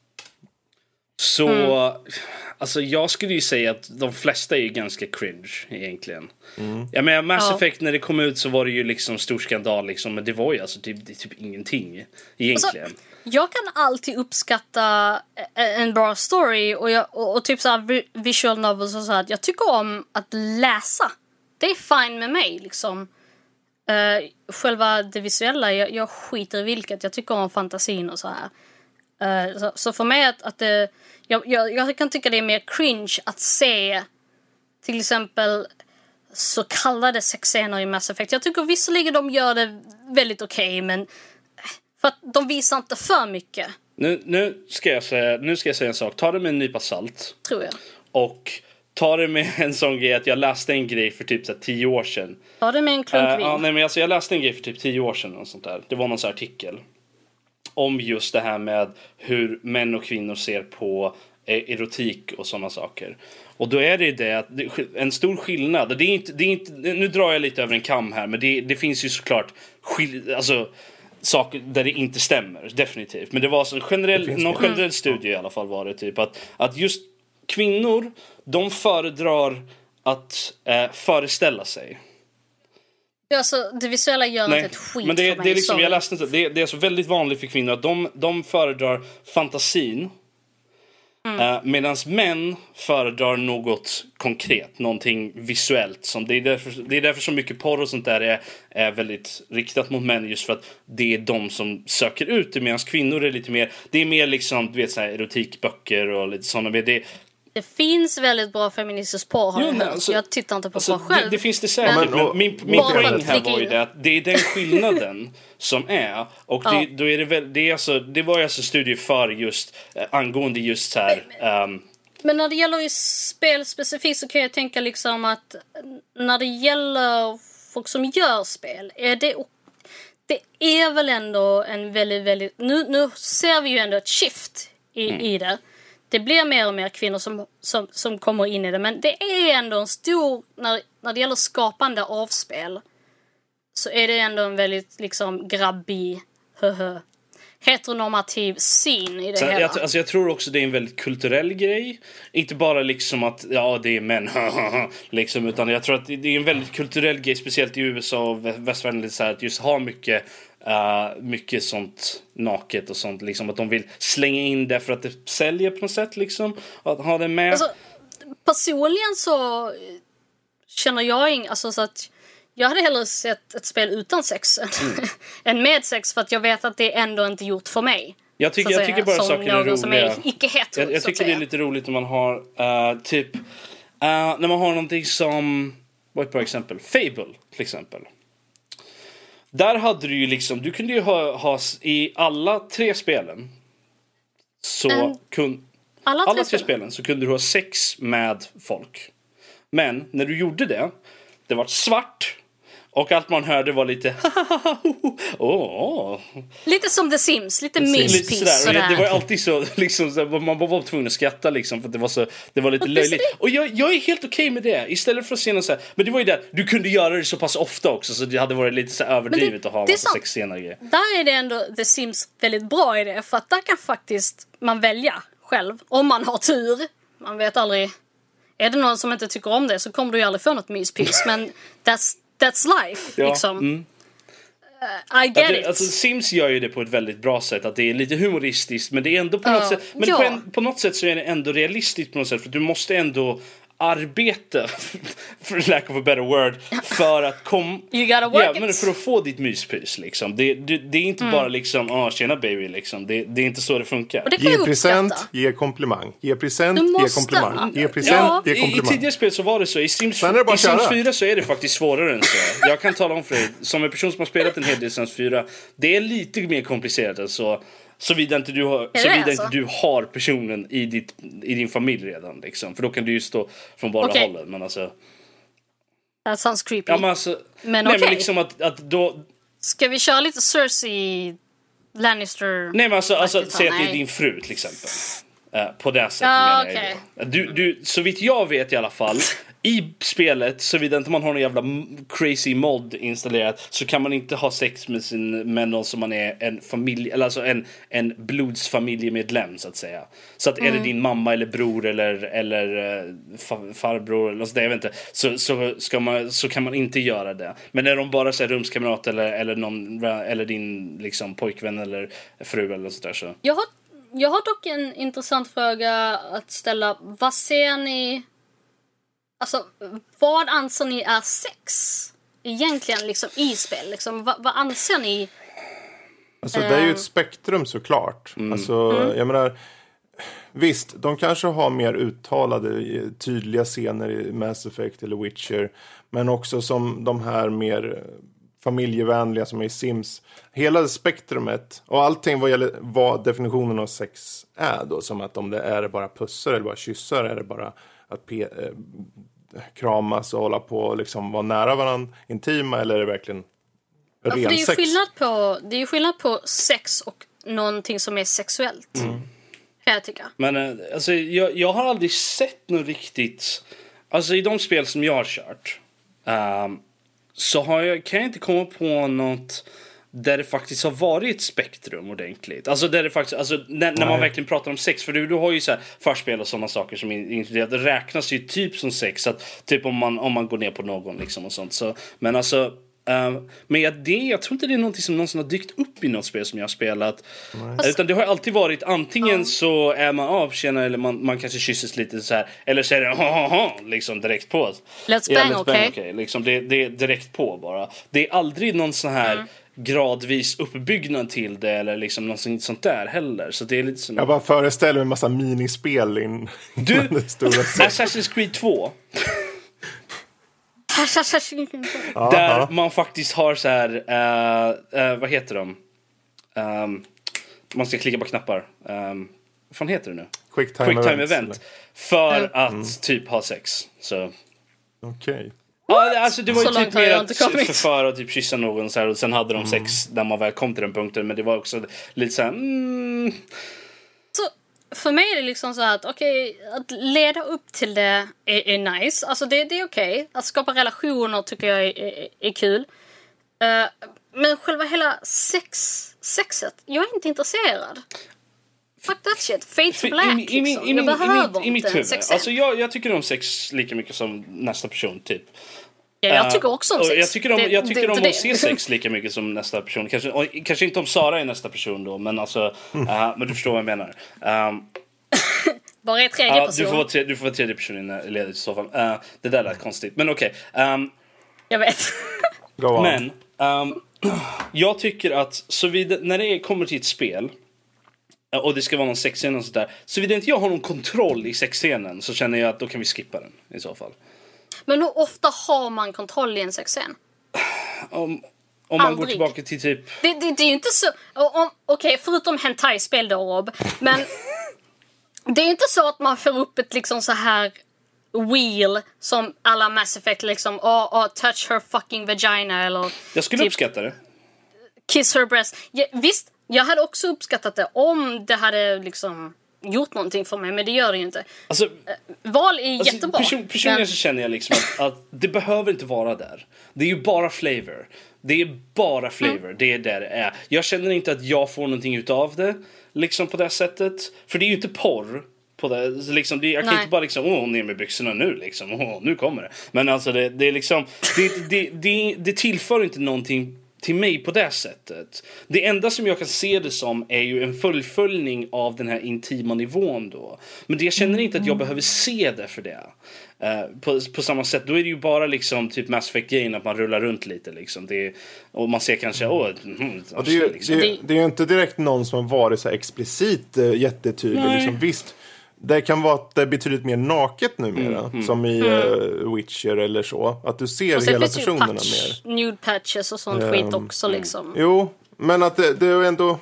Så alltså jag skulle ju säga att de flesta är ju ganska cringe egentligen. Jag menar Mass Effect när det kom ut så var det ju liksom stor skandal liksom, men det var ju alltså typ ingenting egentligen. Alltså,
jag kan alltid uppskatta en bra story och typ så här visual novels och så här. Jag tycker om att läsa. Det är fine med mig liksom. Själva det visuella, jag skiter i vilket. Jag tycker om fantasin och så här. Så för mig att det, jag kan tycka det är mer cringe att se till exempel så kallade sexscener i Mass Effect. Jag tycker visserligen de gör det väldigt okej, men för att de visar inte för mycket.
Nu ska jag säga en sak. Ta det med en nypa salt.
Tror jag.
Och ta det med en sån grej att jag läste en grej för typ så 10 år sedan.
Ta det med en klunk vin.
Nej, men alltså jag läste en grej för typ 10 år sedan och sånt där. Det var någon sån artikel om just det här med hur män och kvinnor ser på erotik och såna saker. Och då är det att en stor skillnad. Det är inte, nu drar jag lite över en kam här, men det finns ju såklart alltså saker där det inte stämmer, definitivt. Men det var någon generell studie i alla fall var det typ att just kvinnor, de föredrar att föreställa sig.
Alltså, det visuella gör inte ett skit
men det
för mig.
Är liksom, jag läste inte, det är så väldigt vanligt för kvinnor att de föredrar fantasin. Medan män föredrar något konkret, någonting visuellt. Som det är därför så mycket porr och sånt där är väldigt riktat mot män, just för att det är de som söker ut det, medan kvinnor är lite mer, det är mer liksom, du vet, så här erotikböcker och lite sådana.
Det finns väldigt bra feministiskt porr, har jag hört. Alltså, jag tittar inte på porr själv.
Det finns det säkert, men min poäng här var ju det att det är den skillnaden som är. Och då är det väl, det var alltså studier för just angående just så här.
Men när det gäller i spel specifikt så kan jag tänka liksom att när det gäller folk som gör spel, det är väl ändå en väldigt, väldigt... Nu ser vi ju ändå ett shift i det. Det blir mer och mer kvinnor som kommer in i det. Men det är ändå en stor... När det gäller skapande av spel så är det ändå en väldigt liksom grabbig, heteronormativ syn i det hela.
Jag tror också det är en väldigt kulturell grej. Inte bara liksom att det är män liksom, utan jag tror att det är en väldigt kulturell grej, speciellt i USA och västvärlden, så här, att just ha mycket sånt naket och sånt liksom, att de vill slänga in det för att det säljer på något sätt liksom, att ha det med.
Alltså, personligen så känner jag så att jag hade hellre sett ett spel utan sex än med sex, för att jag vet att det ändå inte gjort för mig.
Jag tycker bara saker är roliga.
Som är icke-hetero,
jag tycker det är lite roligt när man har när man har någonting som, vad är ett bra exempel? Fable till exempel. Där hade du ju liksom, du kunde ju ha i alla tre spelen alla tre spelen så kunde du ha sex med folk. Men när du gjorde det var svart. Och allt man hörde var lite
lite som The Sims, lite myspis sådär.
Det var alltid så liksom, man var tvungen att skratta liksom, för att det var lite löjligt. Och jag är helt okej med det. Istället för att se något så här, men det var ju det, du kunde göra det så pass ofta också, så det hade varit lite så överdrivet att ha massa sexscener grejer.
Där är det ändå The Sims väldigt bra i det, för att där kan faktiskt man välja själv om man har tur. Man vet aldrig. Är det någon som inte tycker om det så kommer du ju aldrig få något myspis, men that's life, liksom. I get it.
Alltså Sims gör ju det på ett väldigt bra sätt, att det är lite humoristiskt, men det är ändå på något sätt, men på något sätt så är det ändå realistiskt på något sätt, för du måste ändå arbeta för lack of a better word för att men för att få ditt myspys liksom. Det är inte bara liksom tjena baby liksom. Det är inte så det funkar.
Ge present, ge komplimang. Ge present, ge komplimang. Ge present, ge komplimang.
I tidigare spel så var det så. I Sims 4 så är det faktiskt svårare än så. Jag kan tala om för dig, som en person som har spelat en hel del Sims 4, det är lite mer komplicerat än så. Såvida inte du har personen i din familj redan liksom. För då kan du ju stå från båda hållen. Men alltså,
that sounds creepy.
Ja, men alltså, men liksom att då...
Ska vi köra lite Cersei Lannister?
Nej, men alltså säg att det är din fru till exempel. På det sättet menar jag. Du, så vitt jag vet i alla fall, i spelet, såvida inte man har någon jävla crazy mod installerat, så kan man inte ha sex med någon som man är en familj, eller alltså en blodsfamiljemedlem så att säga. Så att är det din mamma eller bror eller farbror eller något sådär, jag vet inte, så kan man inte göra det. Men är de bara så här rumskamrat eller någon, eller din liksom pojkvän eller fru eller sådär, så.
Jag har dock en intressant fråga att ställa. Vad ser ni... Alltså, vad anser ni är sex? Egentligen liksom i spel. Liksom, vad anser ni?
Alltså, det är ju ett spektrum såklart. Alltså, jag menar... Visst, de kanske har mer uttalade, tydliga scener i Mass Effect eller Witcher. Men också som de här mer... familjevänliga som är i Sims. Hela spektrumet och allting vad gäller vad definitionen av sex är då. Som att om det är bara pussar eller bara kyssar, är det bara att kramas och hålla på och liksom vara nära varandra, intima, eller är det verkligen ren sex?
Det är ju skillnad på sex och någonting som är sexuellt. Kan jag tycka.
Men alltså, jag har aldrig sett något riktigt, alltså i de spel som jag har kört så kan jag inte komma på något där det faktiskt har varit ett spektrum ordentligt. Alltså där det faktiskt, alltså när man verkligen pratar om sex, för du har ju så här förspel och sådana saker som inkluderat, det räknas ju typ som sex, att typ om man går ner på någon liksom och sånt, så men alltså men jag tror inte det är någonting som någonsin har dykt upp i något spel som jag har spelat. Utan det har alltid varit antingen så är man avtjänad, eller man kanske kysses lite så här, eller så är det liksom direkt på.
Let's bang, okej.
Liksom, det är direkt på bara. Det är aldrig någon sån här gradvis uppbyggnad till det eller liksom något sånt där heller. Så det är lite som...
Jag bara föreställer mig en massa minispel in det stora
Assassin's Creed 2. Där man faktiskt har så här vad heter de? Man ska klicka på knappar. Vad fan heter det nu?
Quicktime
event. För att typ ha sex. Så
okej.
Ja, alltså det var ju typ mer att förföra och typ kyssa någon så här, och sen hade de sex när man väl kom till den punkten, men det var också lite så här,
Så för mig är det liksom så att att leda upp till det är nice. Alltså det är okej. Att skapa relationer tycker jag är kul. Men själva hela sexet, jag är inte intresserad. Fuck that shit. Fate Black liksom. Jag behöver
i mitt
inte
huvud.
sex.
Alltså jag tycker om sex lika mycket som nästa person typ.
Ja, jag tycker också om sex.
Jag tycker om att se sex lika mycket som nästa person. Kanske inte om Sara är nästa person då, men alltså men du förstår vad jag menar.
Bara är tredje person.
Du får vara tredje person i ledet i så fall. Det där är konstigt, men okej.
Jag vet.
Men jag tycker att när det kommer till ett spel och det ska vara någon sexscen och sådär, så vill inte jag ha någon kontroll i sexscenen, så känner jag att då kan vi skippa den i så fall.
Men hur ofta har man kontroll i en sexscen?
Om man går tillbaka till typ...
Det är ju inte så... Okej, förutom hentai-spel då, Rob. Men det är inte så att man får upp ett liksom så här wheel som alla Mass Effect liksom touch her fucking vagina eller...
Jag skulle uppskatta det.
Kiss her breast. Ja, visst, jag hade också uppskattat det om det hade liksom gjort någonting för mig, men det gör det ju inte.
Alltså,
val är jättebra.
Personligen så känner jag liksom att det behöver inte vara där. Det är ju bara flavor. Det är bara flavor. Det är där det är. Jag känner inte att jag får någonting utav det liksom på det sättet. För det är ju inte porr på det. Liksom, jag kan inte bara liksom, ner med byxorna nu liksom. Nu kommer det. Men alltså det är liksom det tillför inte någonting till mig på det sättet. Det enda som jag kan se det som är ju en fullföljning av den här intima nivån då. Men jag känner inte att jag behöver se det för det. På samma sätt, då är det ju bara liksom typ Mass Effect-grejen att man rullar runt lite liksom. Och man ser kanske
det är ju inte direkt någon som har varit så explicit jättetydlig liksom. Visst, det kan vara att det är betydligt mer naket numera, som i Witcher eller så. Att du ser hela personerna mer.
Nude patches och sånt skit också liksom.
Jo, men att det är ändå...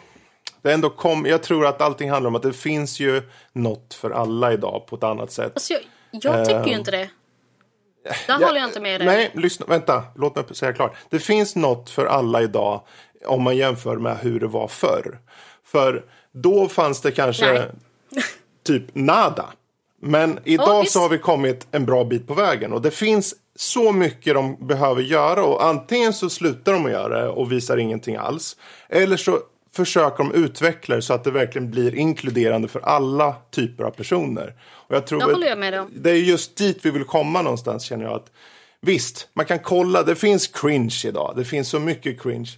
jag tror att allting handlar om att det finns ju något för alla idag på ett annat sätt.
Alltså jag tycker ju inte det. Där håller jag inte med dig.
Nej, lyssna, vänta. Låt mig säga klart. Det finns något för alla idag om man jämför med hur det var förr. För då fanns det kanske typ nada. Men idag så har vi kommit en bra bit på vägen. Och det finns så mycket de behöver göra. Och antingen så slutar de att göra det och visar ingenting alls. Eller så försöker de utveckla det så att det verkligen blir inkluderande för alla typer av personer. Och jag tror
håller jag med om.
Det är just dit vi vill komma någonstans, känner jag. Att visst, man kan kolla, det finns cringe idag. Det finns så mycket cringe.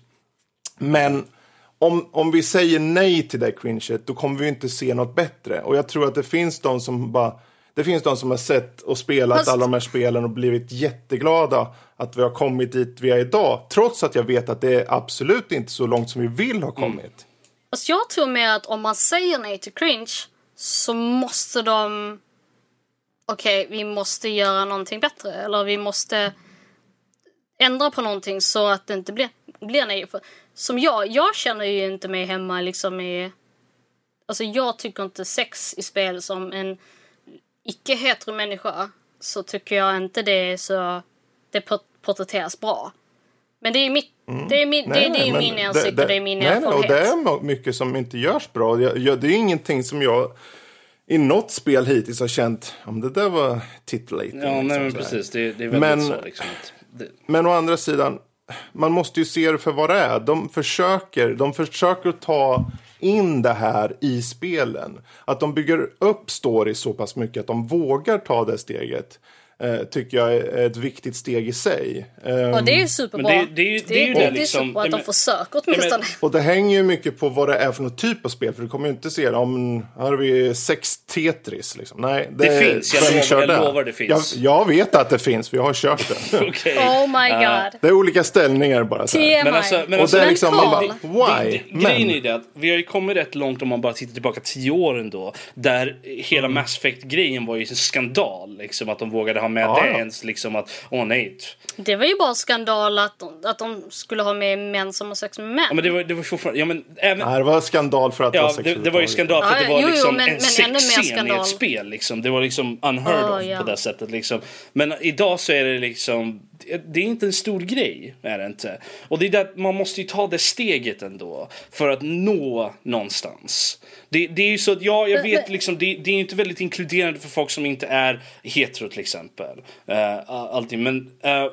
Men om vi säger nej till det cringet, då kommer vi inte se något bättre. Och jag tror att det finns de som har sett och spelat alla de här spelen och blivit jätteglada att vi har kommit dit vi är idag. Trots att jag vet att det är absolut inte så långt som vi vill ha kommit.
Alltså jag tror med att om man säger nej till cringe så måste de... vi måste göra någonting bättre. Eller vi måste ändra på någonting så att det inte blir nej. Som jag känner ju inte mig hemma liksom i... Alltså jag tycker inte sex i spel som en icke-hetero människa, så tycker jag inte det är så... Det porträtteras bra. Men det är mitt... Det är min åsikt och det är min erfarenhet.
Och det är mycket som inte görs bra. Det är ingenting som jag i något spel hittills har känt om det där var titillating.
Ja, liksom, men precis. Det är väldigt så liksom.
Men å andra sidan, man måste ju se det för vad det är. De försöker ta in det här i spelen. Att de bygger upp story så pass mycket att de vågar ta det steget. tycker jag är ett viktigt steg i sig.
Och det är superbra.
Men det är ju det liksom,
superbra att de försöker åtminstone.
Och det hänger ju mycket på vad det är för något typ av spel. För du kommer ju inte se det om här har vi 6 Tetris. Liksom. Nej,
det finns. Jag lovar det finns.
Jag vet att det finns, för jag har kört det.
Okay.
Oh my god.
Det är olika ställningar bara. Så här.
Men alltså,
det är liksom, man bara, why?
Grejen är det att vi har ju kommit rätt långt om man bara tittar tillbaka 10 år ändå. Där hela Mass Effect-grejen var ju en skandal. Liksom, att de vågade ha med det ens. Liksom, att, nej.
Det var ju bara skandal att de skulle ha med män som har sex med män.
Ja, men det var fortfarande... Ja, men även,
det var skandal för att
det var ju skandal för att det var liksom en sexscen i ett spel. Liksom. Det var liksom unheard of på det sättet. Liksom. Men idag så är det liksom... Det är inte en stor grej, är det inte. Och det är där man måste ju ta det steget ändå för att nå någonstans. Det är ju så att jag vet liksom, det är inte väldigt inkluderande för folk som inte är hetero till exempel. Allting. Men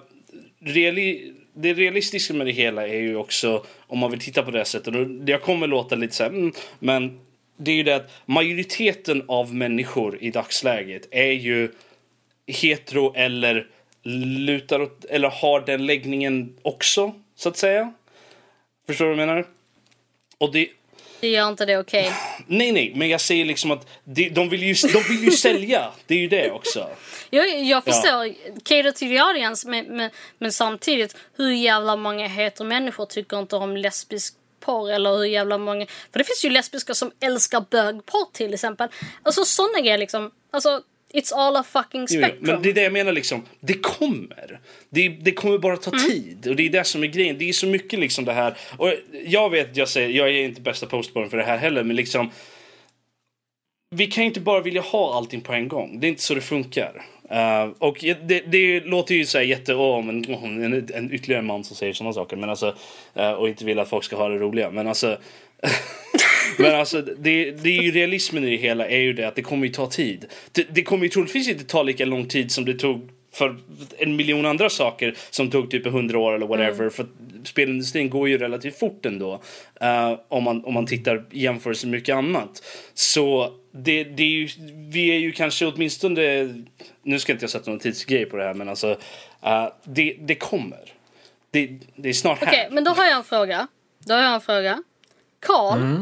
det realistiska med det hela är ju också, om man vill titta på det sättet, och jag kommer låta lite så här, men det är ju det att majoriteten av människor i dagsläget är ju hetero eller lutar åt, eller har den läggningen också, så att säga. Förstår du vad jag menar? Och det
gör inte det okej.
Nej, men jag säger liksom att de vill ju sälja. Det är ju det också.
Jag förstår, cater to the audience, men samtidigt, hur jävla många människor tycker inte om lesbisk porr, eller hur jävla många... För det finns ju lesbiska som älskar bögporr till exempel. Alltså sådana grejer liksom. Alltså, it's all a fucking spectrum.
Men det är det jag menar liksom. Det kommer. Det kommer bara ta tid. Och det är det som är grejen. Det är så mycket liksom det här. Och jag vet, jag är inte bästa postbarn för det här heller. Men liksom, vi kan inte bara vilja ha allting på en gång. Det är inte så det funkar. Och det låter ju så här en ytterligare man som säger sådana saker. Men alltså, och inte vill att folk ska ha det roliga. Men alltså... Men alltså det är ju realismen i det hela är ju det att det kommer ju ta tid. Det kommer ju troligtvis inte ta lika lång tid som det tog för 1 miljon andra saker som tog typ 100 år eller whatever. För spelindustrin går ju relativt fort ändå, om man tittar jämfört med mycket annat. Så det är ju, vi är ju kanske åtminstone, nu ska inte jag sätta någon tidsgrej på det här, men alltså det kommer. Det är snart här.
Okej, men då har jag en fråga. Carl,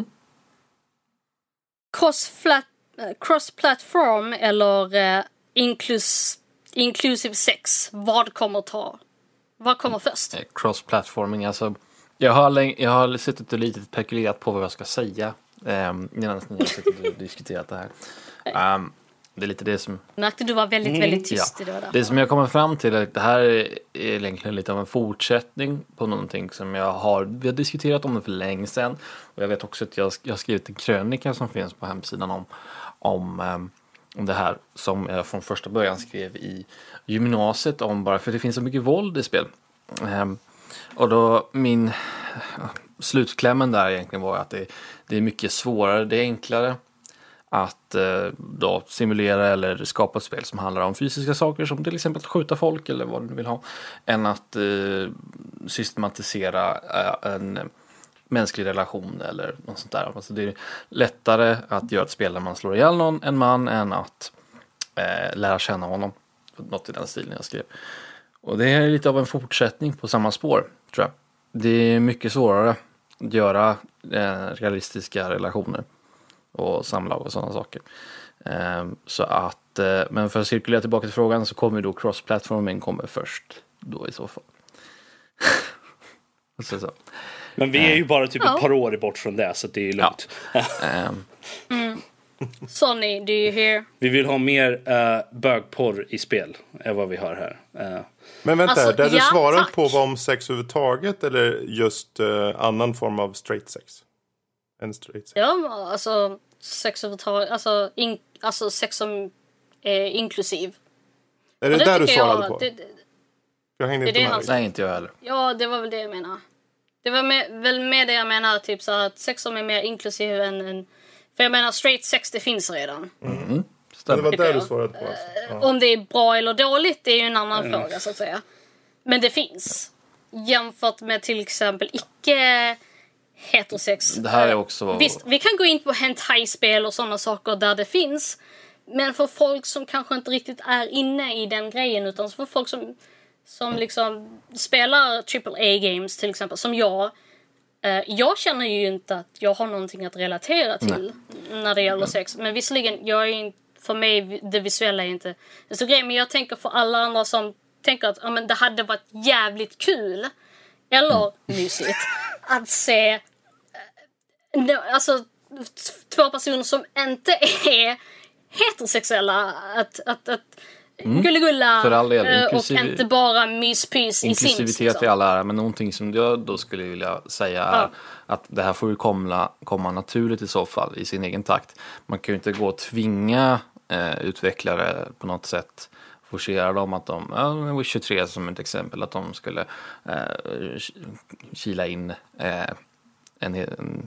cross-platform eller inclusive sex, vad kommer först?
Cross-platforming, alltså jag har suttit och lite spekulerat på vad jag ska säga innan ni har suttit och diskuterat det här. Det är lite det som...
Märkte du var väldigt tyst i det där.
Det som jag kommer fram till är att det här är egentligen lite av en fortsättning på någonting som vi har diskuterat om det för länge sedan. Och jag vet också att jag har skrivit en krönika som finns på hemsidan om det här, som jag från första början skrev i gymnasiet om, bara för det finns så mycket våld i spel. Och då min slutklämmen där egentligen var att det är mycket svårare, det är enklare att då simulera eller skapa ett spel som handlar om fysiska saker, som till exempel att skjuta folk eller vad du vill ha, än att systematisera en mänsklig relation eller något sånt där. Alltså det är lättare att göra ett spel där man slår ihjäl en man än att lära känna honom. Något i den stilen jag skrev. Och det är lite av en fortsättning på samma spår, tror jag. Det är mycket svårare att göra realistiska relationer och samlag och sådana saker. Så att, men för att cirkulera tillbaka till frågan, så kommer då cross-platforming kommer först då i så fall. så.
Men vi är ju bara typ ett par år bort från det, så det är ju lugnt.
Sonny, do you hear?
Vi vill ha mer bögporr i spel än vad vi har här.
Men vänta,
alltså,
där du svarar på vad om sex överhuvudtaget eller just annan form av straight sex? En straight sex?
Ja, alltså sex överhuvudtaget, alltså sex som är inklusiv.
Är det där du svarade på? Jag hängde inte med.
Nej, inte jag heller.
Ja, det var väl det jag menar. Det var väl med det jag menar, typ så att sex som är mer inklusiv än... För jag menar, straight sex, det finns redan.
Det var där du svarade på. Alltså.
Ja. Om det är bra eller dåligt, det är ju en annan fråga, så att säga. Men det finns. Jämfört med till exempel icke-heterosex.
Det här är också...
Visst, vi kan gå in på hentai-spel och sådana saker där det finns. Men för folk som kanske inte riktigt är inne i den grejen, utan för folk som liksom spelar AAA-games till exempel, som jag känner ju inte att jag har någonting att relatera till när det gäller sex. Men visserligen, för mig, det visuella är inte en så grej. Men jag tänker för alla andra som tänker att men det hade varit jävligt kul eller mysigt att se alltså 2 personer som inte är heterosexuella att gulligulla
för all del,
och inte bara myspys i Sims.
Inklusivitet i alla ära, men någonting som jag då skulle vilja säga är att det här får ju komma naturligt i så fall, i sin egen takt. Man kan ju inte gå och tvinga utvecklare på något sätt, forcera dem att de, Witcher 3 som ett exempel, att de skulle kila in en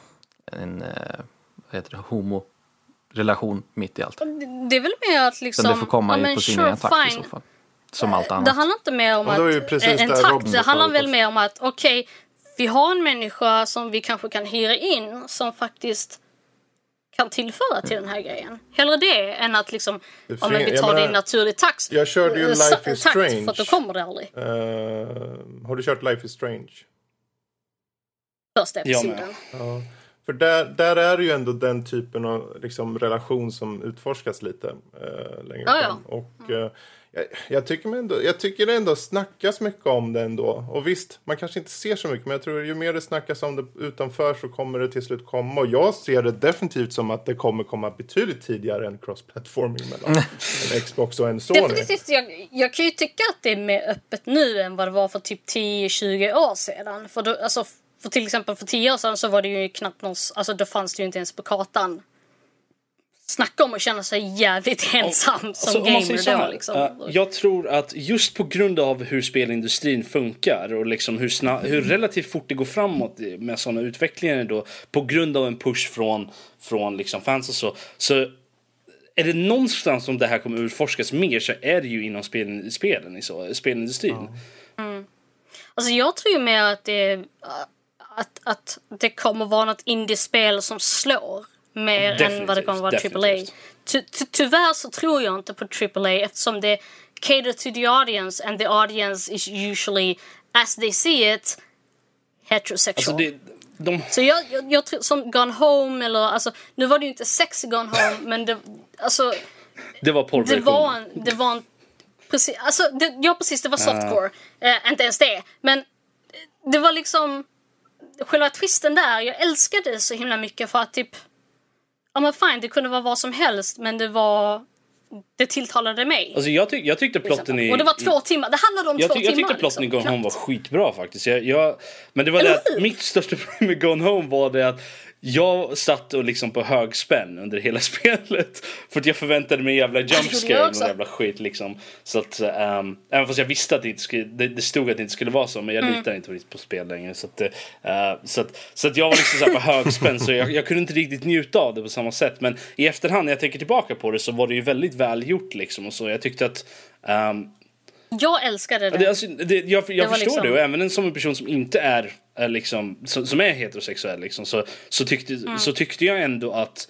vad heter det, homo-relation mitt i allt.
Det är väl mer att liksom...
Så det får komma på sin egen takt i så fall. Som allt annat.
Det handlar inte mer om att en takt. Det handlar väl mer om att okej, vi har en människa som vi kanske kan hyra in som faktiskt kan tillföra till den här grejen. Hellre det än att liksom vi tar det i naturlig takt.
Jag körde ju Life is Strange.
För att då kommer det aldrig.
Har du kört Life is Strange?
Första episoden.
Ja. För där är det ju ändå den typen av liksom, relation som utforskas lite längre fram. Och jag tycker det ändå snackas mycket om det ändå. Och visst, man kanske inte ser så mycket, men jag tror ju mer det snackas om det utanför så kommer det till slut komma. Och jag ser det definitivt som att det kommer komma betydligt tidigare än cross-platforming mellan en Xbox och en Sony.
Definitivt, jag kan ju tycka att det är mer öppet nu än vad det var för typ 10-20 år sedan. För då, alltså, för till exempel för 10 år sedan så var det ju knappt alltså då fanns det ju inte ens på kartan. Snacka om att känna sig jävligt ensam som gamer då liksom.
Jag tror att just på grund av hur spelindustrin funkar och liksom hur relativt fort det går framåt med sådana utvecklingar då, på grund av en push från liksom fans och så är det någonstans som det här kommer utforskas mer, så är det ju inom spelindustrin.
Alltså jag tror ju mer att att det kommer vara något indiespel som slår mer än vad det kommer vara AAA. Tyvärr så tror jag inte på AAA eftersom det cater to the audience and the audience is usually, as they see it, heterosexual.
Alltså
så jag tror som Gone Home eller alltså, nu var det ju inte sex i Gone Home men det var porrversion. Det var en precis, alltså precis, det var softcore. Inte ens det, men det var liksom själva twisten där. Jag älskade det så himla mycket för att typ men fine, det kunde vara vad som helst, men det tilltalade mig.
Alltså jag tyckte plotten
och det var 2 timmar. Det handlade om 2 timmar.
Jag tyckte plotten i Gone Home var skitbra faktiskt. Men det var det att mitt största problem med Gone Home var det att jag satt och liksom på högspänn under hela spelet. För att jag förväntade mig jävla jumpscare och jävla skit liksom. Så att, även fast jag visste att det stod att det inte skulle vara så. Men jag litar inte på spel längre. Så att jag var liksom så här på högspänn. Så jag kunde inte riktigt njuta av det på samma sätt. Men i efterhand när jag tänker tillbaka på det så var det ju väldigt välgjort liksom. Och så jag tyckte att...
jag älskade det.
Jag förstår
liksom...
det. Och även som en person som inte är liksom, som är heterosexuell liksom, så tyckte jag ändå att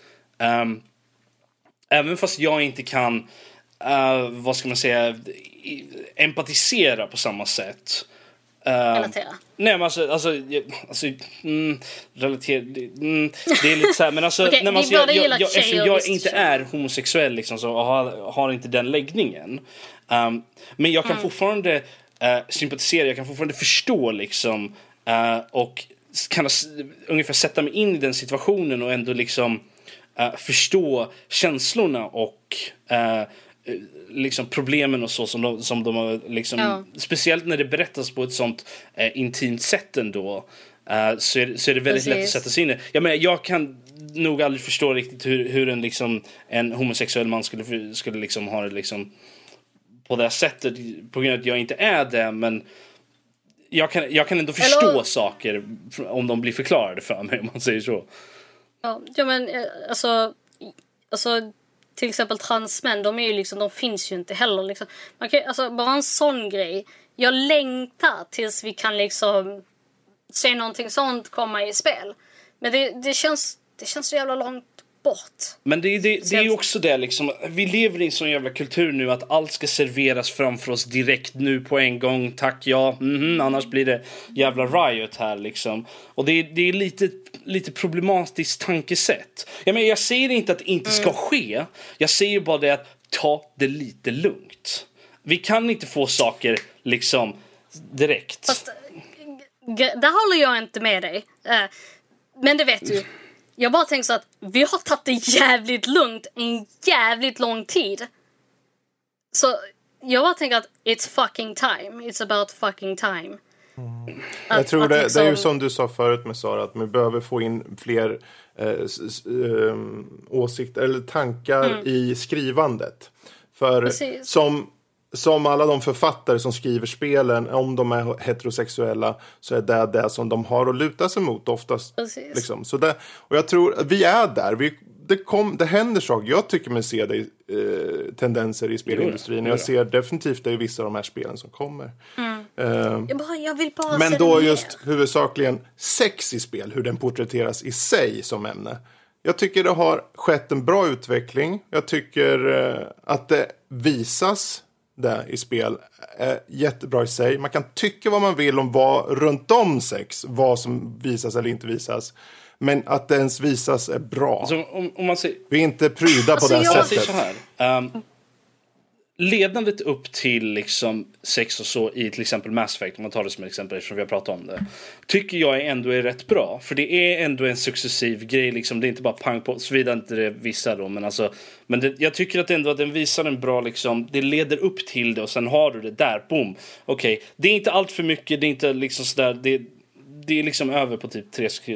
även fast jag inte kan vad ska man säga, empatisera på samma sätt.
Relatera.
Nej men relatera det är lite så här, men alltså
okay,
eftersom jag inte är homosexuell liksom, så har inte den läggningen. Men jag kan fortfarande sympatisera, jag kan fortfarande förstå liksom, och kan ungefär sätta mig in i den situationen och ändå liksom förstå känslorna och liksom problemen och så som de har liksom, speciellt när det berättas på ett sånt intimt sätt ändå, så är det väldigt lätt att sätta sig in i. Jag kan nog aldrig förstå riktigt hur en homosexuell man skulle liksom ha det liksom på det här sättet, på grund av att jag inte är det, men jag kan ändå förstå saker om de blir förklarade för mig, om man säger så.
Ja men alltså till exempel transmän, de är ju liksom, de finns ju inte heller liksom. Man kan, alltså bara en sån grej. Jag längtar tills vi kan liksom se någonting sånt komma i spel. Men det känns så jävla långt bort.
Men det är ju också det liksom, vi lever i en sån jävla kultur nu att allt ska serveras framför oss direkt nu på en gång, tack ja, annars blir det jävla riot här liksom. Och det är lite problematiskt tankesätt. Jag säger inte att det inte ska ske, jag säger bara det att ta det lite lugnt. Vi kan inte få saker liksom direkt.
Fast, där håller jag inte med dig. Men det vet du. Jag bara tänker så att vi har tagit det jävligt lugnt en jävligt lång tid. Så jag bara tänker att it's fucking time. It's about fucking time.
Jag tror det är ju som du sa förut med Sara, att man behöver få in fler åsikter eller tankar i skrivandet. För som alla de författare som skriver spelen, om de är heterosexuella, så är det som de har att luta sig mot oftast. Liksom. Så det, och jag tror att vi är där. Det händer saker. Jag tycker mig se det tendenser i spelindustrin. Jag ser definitivt det i vissa av de här spelen som kommer.
Jag vill bara
men då just huvudsakligen sex i spel, hur den porträtteras i sig som ämne. Jag tycker det har skett en bra utveckling. Jag tycker att det visas det i spel är jättebra i sig. Man kan tycka vad man vill om runt om sex, vad som visas eller inte visas. Men att det ens visas är bra.
Alltså, om man säger,
vi är inte pryda på det sättet.
Så här, ledandet upp till liksom sex och så i till exempel Mass Effect, om man tar det som ett exempel eftersom vi har pratat om det, tycker jag ändå är rätt bra. För det är ändå en successiv grej liksom, det är inte bara pang på, såvida inte det visar då, men alltså, jag tycker att ändå att den visar en bra liksom, det leder upp till det och sen har du det där, boom. Okej, det är inte allt för mycket, det är inte liksom sådär, det är liksom över på typ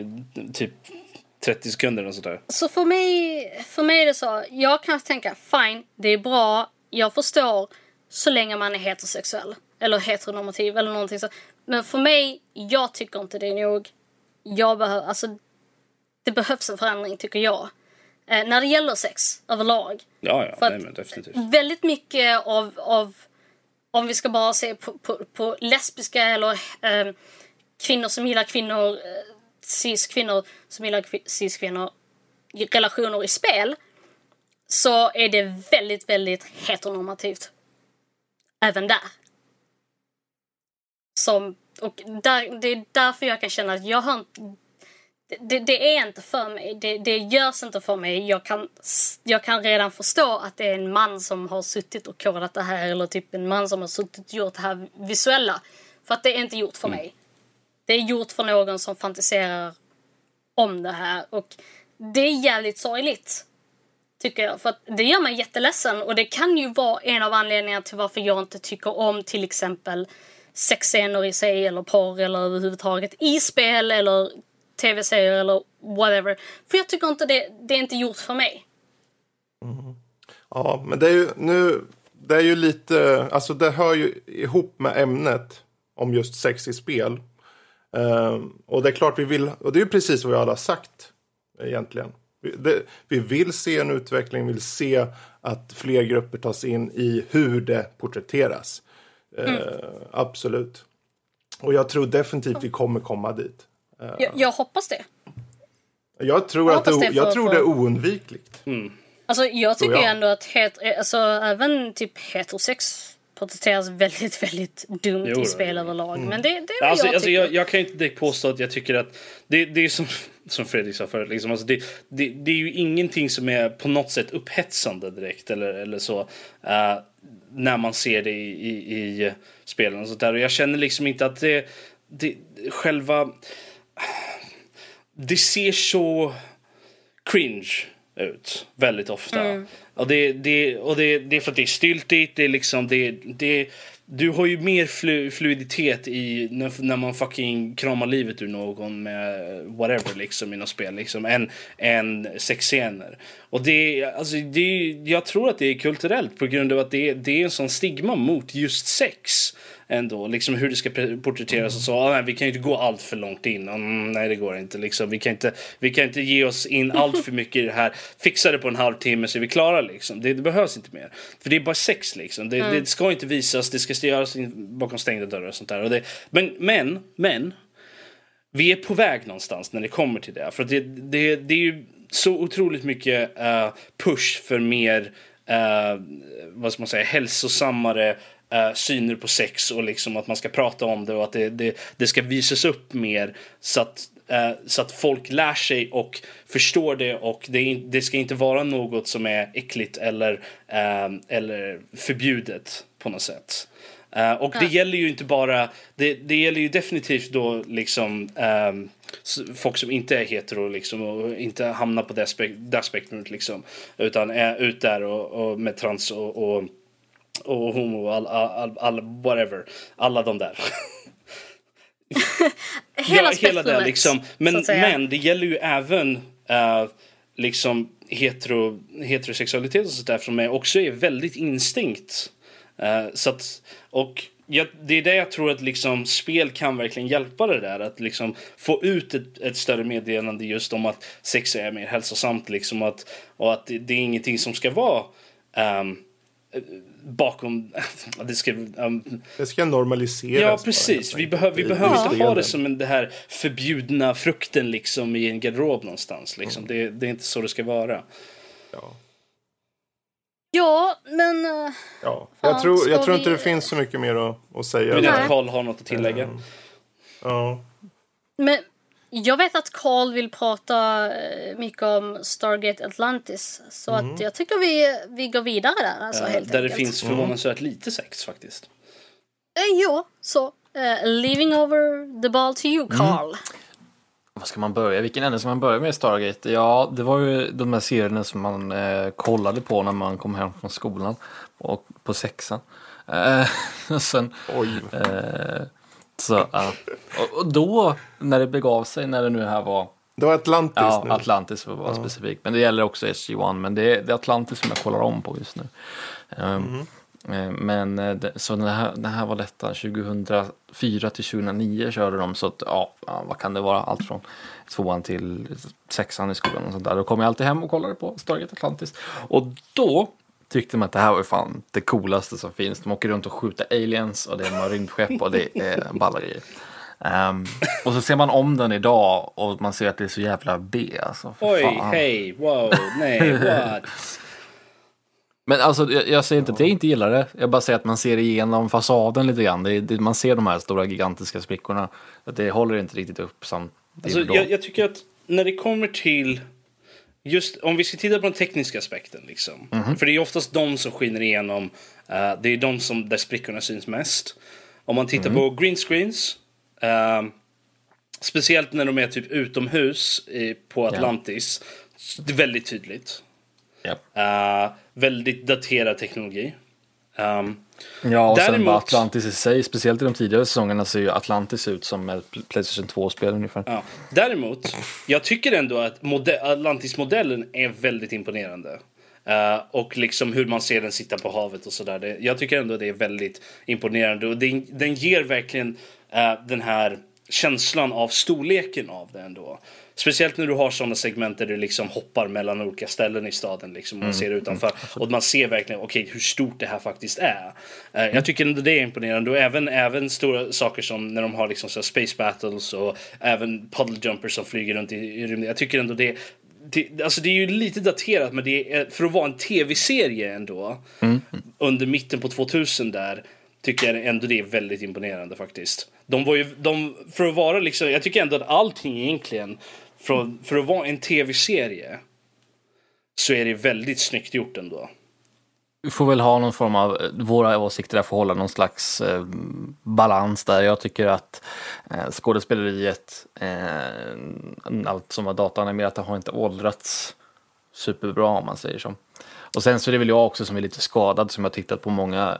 30 sekunder och sådär.
Så för mig är det så, jag kan tänka, fine, det är bra, jag förstår, så länge man är heterosexuell eller heteronormativ eller någonting så. Men för mig, jag tycker inte det är nog. Det behövs en förändring, tycker jag. När det gäller sex överlag.
Ja, nej, men definitivt.
Väldigt mycket av om vi ska bara se på lesbiska eller kvinnor som gillar kvinnor, cis-kvinnor som gillar cis-kvinnor, relationer i spel, så är det väldigt, väldigt heteronormativt. Även där. Det är därför jag kan känna att jag har det är inte för mig. Det görs inte för mig. Jag kan redan förstå att det är en man som har suttit och kodat det här, eller typ en man som har suttit och gjort det här visuella. För att det är inte gjort för mig. Det är gjort för någon som fantiserar om det här. Och det är jävligt sorgligt, tycker jag. För att det gör mig jätteledsen. Och det kan ju vara en av anledningarna till varför jag inte tycker om till exempel sexscener i sig, eller porr, eller överhuvudtaget i spel, eller tv-serier, eller whatever. För jag tycker inte det är inte gjort för mig.
Ja, men det är ju lite, alltså det hör ju ihop med ämnet om just sex i spel. Och det är klart vi vill, och det är ju precis vad jag alla har sagt egentligen. Vi vill se en utveckling, vill se att fler grupper tas in i hur det porträtteras. Absolut. Och jag tror definitivt vi kommer komma dit.
Jag hoppas det.
Jag tror det är oundvikligt.
Alltså jag tycker ändå att även typ heterosex porträtteras väldigt, väldigt dumt i spel överlag. Men det är
jag kan ju inte direkt påstå att jag tycker att det är som Fredrik sa förut liksom, alltså det är ju ingenting som är på något sätt upphetsande direkt eller så när man ser det i spelen och sånt där. Och jag känner liksom inte att det själva det ser så cringe ut väldigt ofta. Och det är för att det är styltigt, det är liksom du har ju mer fluiditet i när man fucking kramar livet ur någon med whatever liksom i något spel liksom än sexscener. Och jag tror att det är kulturellt på grund av att det är en sån stigma mot just sex ändå, liksom hur det ska porträtteras och så. Nej, vi kan ju inte gå allt för långt in. Nej, det går inte liksom. Vi kan inte ge oss in allt för mycket i det här. Fixa det på en halvtimme så är vi klara liksom. Det behövs inte mer. För det är bara sex liksom. Det ska inte visas, det ska göras bakom stängda dörrar och sånt där. Och men vi är på väg någonstans när det kommer till det. För det är ju så otroligt mycket push för mer vad ska man säga, hälsosammare syner på sex, och liksom att man ska prata om det och att det ska visas upp mer så att folk lär sig och förstår det, och det ska inte vara något som är äckligt eller förbjudet på något sätt. Och det gäller ju inte bara det gäller ju definitivt då liksom folk som inte är hetero liksom, och inte hamnar på det spektrumet liksom, utan är ut där och med trans och homo och all whatever, alla de där. hela det liksom. Men det gäller ju även liksom heterosexualitet och sånt där, som också är väldigt instinkt. Så att, och det är det jag tror att liksom spel kan verkligen hjälpa det där, att liksom få ut ett större meddelande just om att sex är mer hälsosamt liksom, och att det är ingenting som ska vara bakom
det ska normaliseras.
Ja, precis. Bara, vi behöver inte ha det som det här förbjudna frukten liksom i en garderob någonstans liksom. Det är inte så det ska vara.
Ja, men
jag tror inte det finns så mycket mer att säga.
Men att Carl har något att tillägga.
Men jag vet att Carl vill prata mycket om Stargate Atlantis, så att jag tycker vi går vidare där, alltså, helt
där
enkelt.
Det finns förvånansvärt lite sex faktiskt.
Så leaving over the ball to you, Carl.
Vad ska man börja? Vilken ände ska man börja med Stargate? Ja, det var ju de här serierna som man kollade på när man kom hem från skolan och på sexan. Och sen, och då, när det begav sig, när det nu här var...
Det var Atlantis nu.
Ja, Atlantis för att vara specifik. Men det gäller också SG-1, men det är Atlantis som jag kollar om på just nu. Men så den här var detta 2004 till 2009 körde de, så att vad kan det vara, allt från 2:an till 6:an i skolan och sånt där. Då kom jag alltid hem och kollade på Stargate Atlantis, och då tyckte man att det här var fan det coolaste som finns. De åker runt och skjuter aliens, och det är rymdskepp, och det är ballerier. Och så ser man om den idag och man ser att det är så jävla B alltså.
Oj, hej, wow, nej, what?
Men alltså, jag säger inte att jag inte gillar det. Jag bara säger att man ser igenom fasaden lite grann. Man ser de här stora gigantiska sprickorna. Att det håller inte riktigt upp som det
alltså, jag tycker att när det kommer till just om vi ska titta på den tekniska aspekten liksom. För det är oftast de som skiner igenom. Det är de som där sprickorna syns mest. Om man tittar på green screens, speciellt när de är typ utomhus på Atlantis, det är väldigt tydligt. Väldigt daterad teknologi.
Och sen bara Atlantis i sig, speciellt i de tidigare säsongerna, ser ju Atlantis ut som ett PlayStation 2-spel ungefär.
Däremot, jag tycker ändå att Atlantis-modellen är väldigt imponerande. Och liksom hur man ser den sitta på havet och sådär. Jag tycker ändå det är väldigt imponerande. Och den ger verkligen den här känslan av storleken av det ändå. Speciellt när du har sådana segment där du liksom hoppar mellan olika ställen i staden liksom, och man ser utanför. Och man ser verkligen hur stort det här faktiskt är. Jag tycker ändå det är imponerande. Och även stora saker som när de har liksom så space battles och även puddle jumpers som flyger runt i rymden. Jag tycker ändå alltså det är ju lite daterat, men det är, för att vara en tv-serie ändå under mitten på 2000 där, tycker jag ändå det är väldigt imponerande faktiskt. För att vara liksom, jag tycker ändå att allting egentligen för att vara en tv-serie så är det väldigt snyggt gjort ändå.
Vi får väl ha någon form av, våra åsikter där får hålla någon slags balans där. Jag tycker att skådespeleriet, allt som var dataanimerat, har inte åldrats superbra, om man säger så. Och sen så är det väl jag också som är lite skadad, som har tittat på många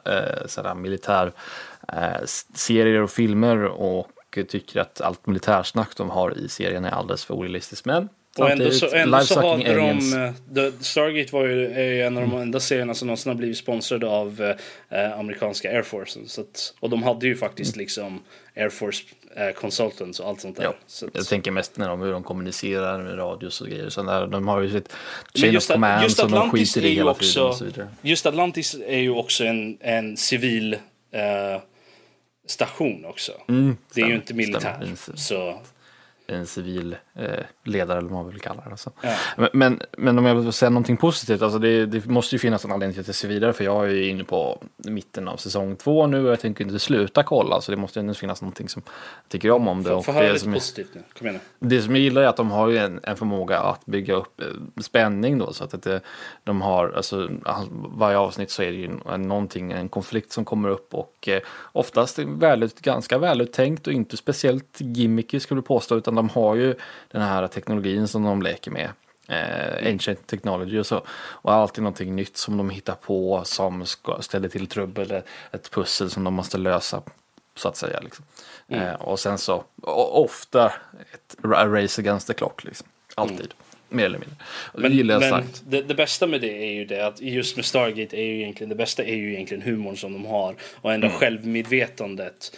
militärserier och filmer och tycker att allt militärsnack de har i serien är alldeles för orealistiskt. Men
och ändå så hade Stargate är ju en av de enda serierna som någonsin har blivit sponsrade av amerikanska Air Force. Och de hade ju faktiskt liksom Air Force consultants och allt sånt där.
Ja,
så
jag tänker mest hur de kommunicerar med radios och grejer. Så där, de har ju sitt chain of command som de skiter i hela tiden och så vidare.
Just Atlantis är ju också en civil station också. Det är ju inte militär. Så
en civil ledare eller vad man vill kalla det. Alltså. Ja. Men om jag vill säga någonting positivt, alltså det måste ju finnas en anledning till att jag ser vidare, för jag är ju inne på mitten av säsong 2 nu och jag tänker inte sluta kolla, så det måste ju finnas någonting som jag tycker om det.
Får höra lite positivt nu, kom igen nu.
Det som jag gillar är att de har ju en förmåga att bygga upp spänning då, så att de har, alltså varje avsnitt så är det ju en konflikt som kommer upp och oftast ganska väluttänkt och inte speciellt gimmicky skulle jag påstå, utan de har ju den här teknologin som de leker med. Ancient technology och så. Och alltid någonting nytt som de hittar på som ställer till trubbel, ett pussel som de måste lösa, så att säga. Liksom. Och sen så ofta ett race against the clock. Liksom. Alltid. Mer eller mindre.
Men det bästa med det är ju det att just med Stargate är ju egentligen det bästa är ju egentligen humorn som de har och ändå självmedvetandet.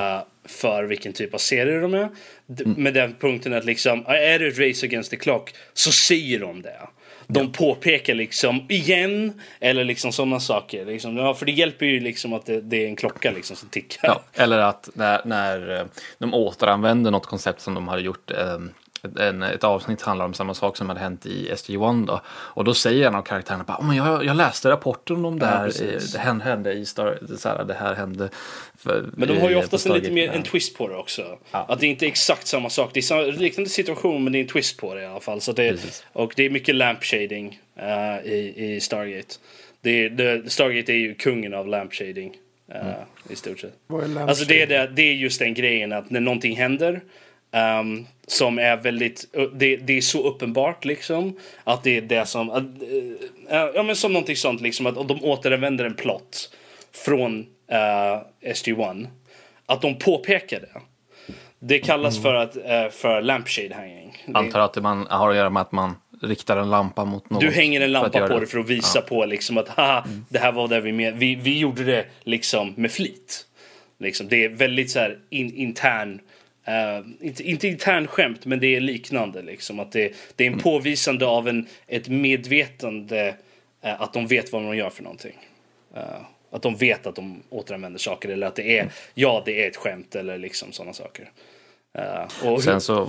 För vilken typ av serie de är. Med den punkten att liksom, är det ett race against the clock, så säger de det. De påpekar liksom igen, eller liksom sådana saker liksom, för det hjälper ju liksom att det är en klocka liksom som tickar.
Eller att när de återanvänder något koncept som de hade gjort, ett avsnitt handlar om samma sak som hade hänt i SG-1 då. Och då säger en av karaktärerna bara, men jag läste rapporten om det här, det hände i det här hände.
Men de har ju oftast lite mer en twist på det också. Att det inte är exakt samma sak. Det är en liknande situation, men det är en twist på det i alla fall. Så och det är mycket lampshading i Stargate. Stargate är ju kungen av lampshading i stort sett. Alltså det är just den grejen att när någonting händer som är väldigt det är så uppenbart liksom att det är det som men som någonting sånt liksom, att de återanvänder en plott från SG-1, att de påpekar det kallas för lampshade hanging.
Antar att man har att göra med att man riktar en lampa mot något.
Du hänger en lampa på det för att visa på liksom att det här var det vi gjorde det liksom med flit liksom. Det är väldigt så här intern inte intern skämt, men det är liknande liksom, att det är en påvisande av ett medvetande att de vet vad de gör för någonting, att de vet att de återanvänder saker, eller att det är det är ett skämt eller liksom sådana saker. Och
sen så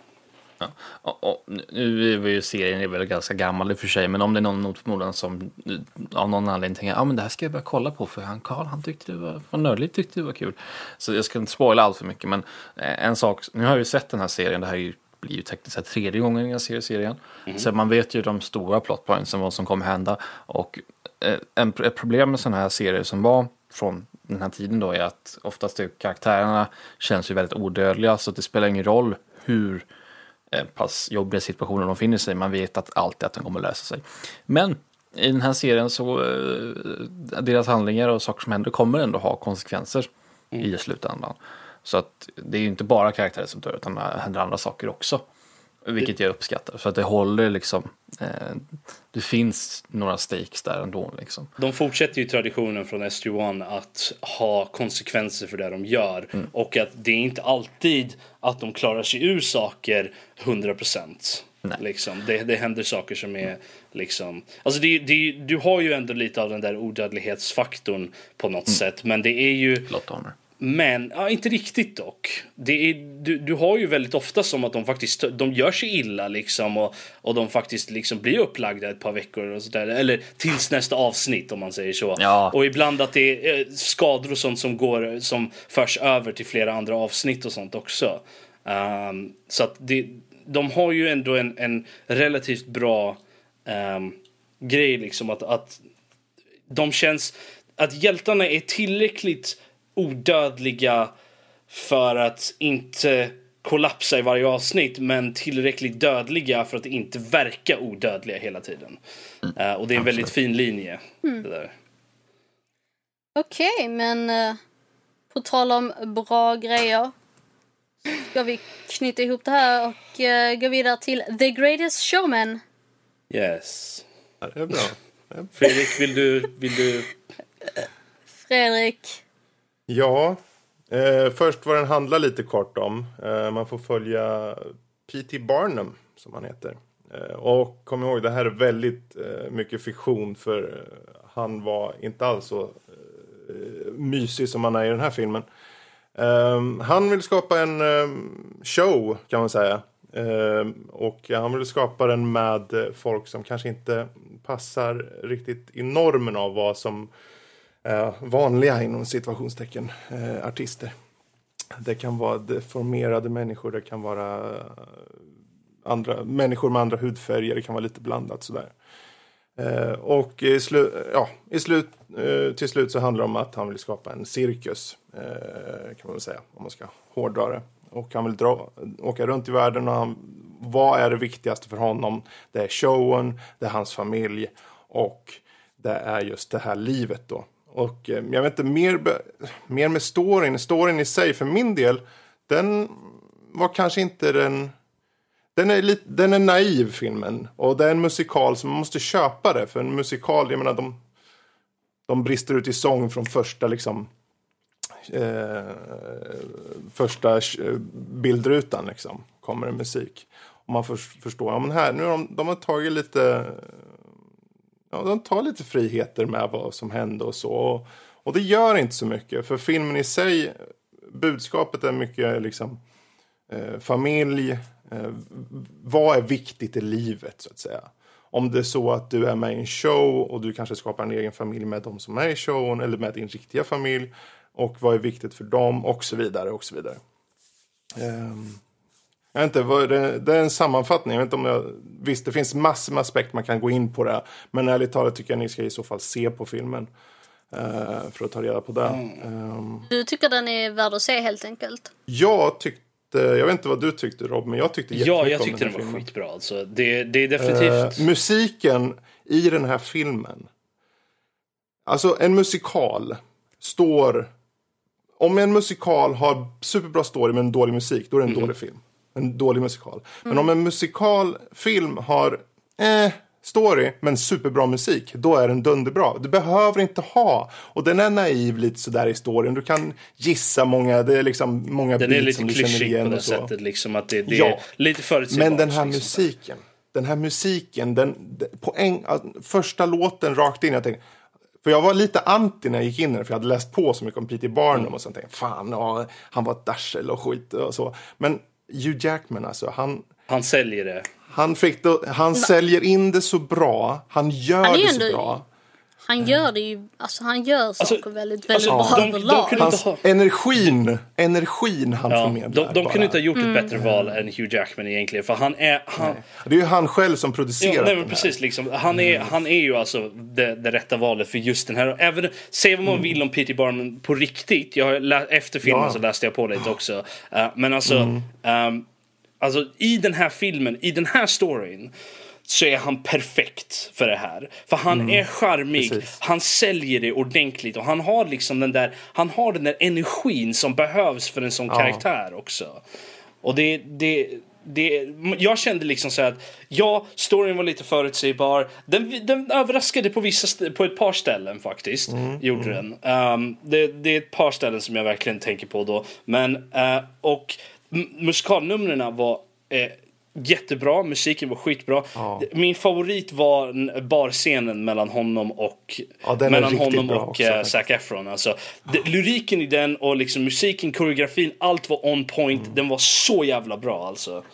och nu är ju serien är väl ganska gammal i och för sig, men om det är någon förmodan som av någon anledning tänker men det här ska jag börja kolla på, för han tyckte det var nördligt, tyckte det var kul, så jag ska inte spoila allt för mycket, men en sak, nu har jag ju sett den här serien, det här blir ju tekniskt sett 3:e gången jag ser serien, så man vet ju de stora plotpointsen, vad som kommer hända, och ett problem med sådana här serier som var från den här tiden då är att oftast karaktärerna känns ju väldigt odödliga, så det spelar ingen roll hur pass jobbiga situationer de finner sig. Man vet att alltid att de kommer lösa sig. Men i den här serien så deras handlingar och saker som händer kommer ändå ha konsekvenser i slutändan. Så att det är ju inte bara karaktärer som dör, utan det händer andra saker också. Vilket jag uppskattar. Så att det håller liksom, det finns några stakes där ändå liksom.
De fortsätter ju traditionen från SG-1 att ha konsekvenser för det de gör. Och att det är inte alltid att de klarar sig ur saker 100%. Liksom. Det händer saker som är liksom, alltså du har ju ändå lite av den där odödlighetsfaktorn på något sätt, men det är ju men inte riktigt dock. Du har ju väldigt ofta som att de faktiskt de gör sig illa liksom, och de faktiskt liksom blir upplagda ett par veckor och så där, eller tills nästa avsnitt om man säger så. Och ibland att det är skador och sånt som förs över till flera andra avsnitt och sånt också. Så att de har ju ändå en relativt bra grej liksom, att de känns att hjältarna är tillräckligt odödliga för att inte kollapsa i varje avsnitt, men tillräckligt dödliga för att inte verka odödliga hela tiden. Och det är en väldigt fin linje. Det där.
Okej, men på tal om bra grejer ska vi knyta ihop det här och gå vidare till The Greatest Showman.
Yes.
Det är bra.
Fredrik, vill du...
Fredrik.
Ja, först vad den handlar lite kort om. Man får följa P.T. Barnum, som han heter. Och kom ihåg, det här är väldigt mycket fiktion, för han var inte alls så mysig som han är i den här filmen. Han vill skapa en show, kan man säga. Och han vill skapa den med folk som kanske inte passar riktigt i normen av vad som är vanliga inom situationstecken artister. Det kan vara deformerade människor, det kan vara andra människor med andra hudfärger, det kan vara lite blandat sådär. Och till slut så handlar det om att han vill skapa en cirkus, kan man väl säga, om man ska hårdra det. Och han vill åka runt i världen och vad är det viktigaste för honom? Det är showen, det är hans familj och det är just det här livet då. Och jag vet inte, mer med storyn i sig för min del, den var kanske inte den är naiv, filmen, och det är en musikal som man måste köpa det, för en musikal, jag menar, de brister ut i sång från första liksom första bildrutan liksom, kommer det musik. Och man förstår, ja, men här nu de har tagit lite, ja, de tar lite friheter med vad som hände och så, och det gör inte så mycket, för filmen i sig, budskapet är mycket liksom familj, vad är viktigt i livet så att säga. Om det är så att du är med i en show och du kanske skapar en egen familj med de som är i showen eller med din riktiga familj, och vad är viktigt för dem och så vidare och så vidare. Jag vet inte, det är en sammanfattning. Jag vet inte visst, det finns massor med aspekter man kan gå in på det, men ärligt talat tycker jag ni ska i så fall se på filmen för att ta reda på det.
Du tycker den är värd att se helt enkelt?
Jag vet inte vad du tyckte, Rob, men jag tyckte jättemycket om den här filmen.
Ja, jag tyckte den var skitbra. Alltså. Det är definitivt...
musiken i den här filmen. Alltså, en musikal står... Om en musikal har superbra story men en dålig musik, då är det en dålig film. En dålig musikal. Men om en musikalfilm har story men superbra musik, då är den dunderbra. Du behöver inte ha, och den är naiv lite sådär i historien. Du kan gissa många, det är liksom många beats som du känner igen på det
sättet liksom, att det är lite förutsägbart.
Men den här musiken, första låten rakt in, jag tänkte, för jag var lite anti när jag gick in där, för jag hade läst på så mycket om P.T. Barnum och sånt. Tänkte, fan, han var ett darsel och skit och så. Men Hugh Jackman, alltså, han
säljer det.
Han säljer in det så bra. Han gör det så bra.
Han gör det ju, alltså han gör saker väldigt bra överlag. Energin han förmedlar.
De kunde inte ha gjort ett bättre val än Hugh Jackman egentligen, för han är
det är ju han själv som producerar.
Nej, men precis liksom, han är ju alltså det rätta valet för just den här. Även säg vad man vill om P.T. Barnum på riktigt. Efter filmen så läste jag på lite också. Men alltså alltså i den här filmen, i den här storyn, så är han perfekt för det här. För han är charmig, precis. Han säljer det ordentligt, och han har liksom den där energin som behövs för en sån karaktär också. Och jag kände liksom så att storyn var lite förutsägbar. Den överraskade på ett par ställen faktiskt. Gjorde den. Det är ett par ställen som jag verkligen tänker på då. Men och musikalnumren var jättebra, musiken var skitbra. Min favorit var barscenen mellan honom och Zac Efron. Alltså, lyriken i den och liksom musiken, koreografin, allt var on point. Den var så jävla bra alltså.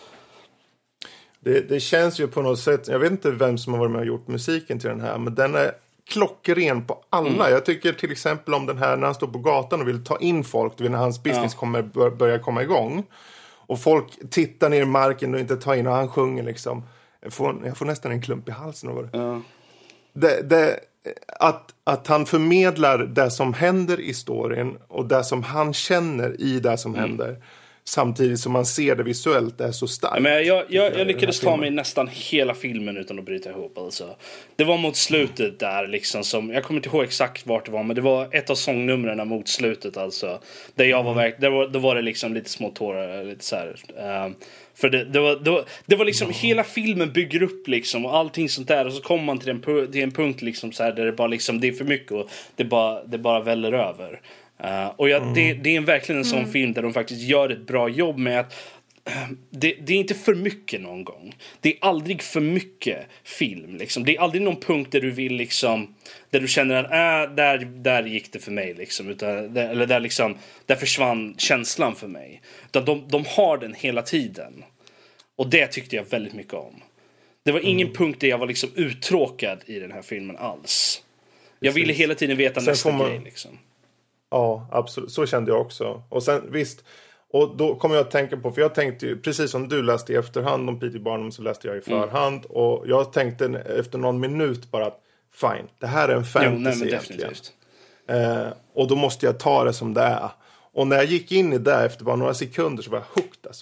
Det känns ju på något sätt, jag vet inte vem som har varit med och gjort musiken till den här, men den är klockren på alla. Jag tycker till exempel om den här när han står på gatan och vill ta in folk, när hans business börjar komma igång. Och folk tittar ner i marken och inte tar in, och han sjunger liksom. Jag får nästan en klump i halsen över det. Att han förmedlar det som händer i storyn och det som han känner i det som händer. Samtidigt som man ser det visuellt, det är så starkt.
Men jag lyckades ta mig nästan hela filmen utan att bryta ihop alltså. Det var mot slutet där liksom, som jag kommer inte ihåg exakt vart det var, men det var ett av sångnumren mot slutet alltså. Där jag var då var det liksom lite små tårar, lite så här. För det var liksom hela filmen bygger upp liksom, och allting sånt där, och så kommer man till en punkt liksom så här, där det bara liksom, det är för mycket och det bara väller över. Och det är verkligen en sån film där de faktiskt gör ett bra jobb med att det är inte för mycket någon gång. Det är aldrig för mycket film liksom. Det är aldrig någon punkt där du vill liksom, där du känner att där gick det för mig liksom, eller där liksom, där försvann känslan för mig. Utan de har den hela tiden. Och det tyckte jag väldigt mycket om. Det var ingen punkt där jag var liksom uttråkad i den här filmen alls. Jag ville hela tiden veta nästa grej liksom.
Ja, absolut. Så kände jag också. Och sen, visst, och då kommer jag att tänka på, för jag tänkte ju, precis som du läste i efterhand om P.T. Barnum, så läste jag i förhand. Och jag tänkte efter någon minut bara att, fine, det här är en fantasy egentligen. Och då måste jag ta det som det är. Och när jag gick in i det efter bara några sekunder så var jag hooked. Alltså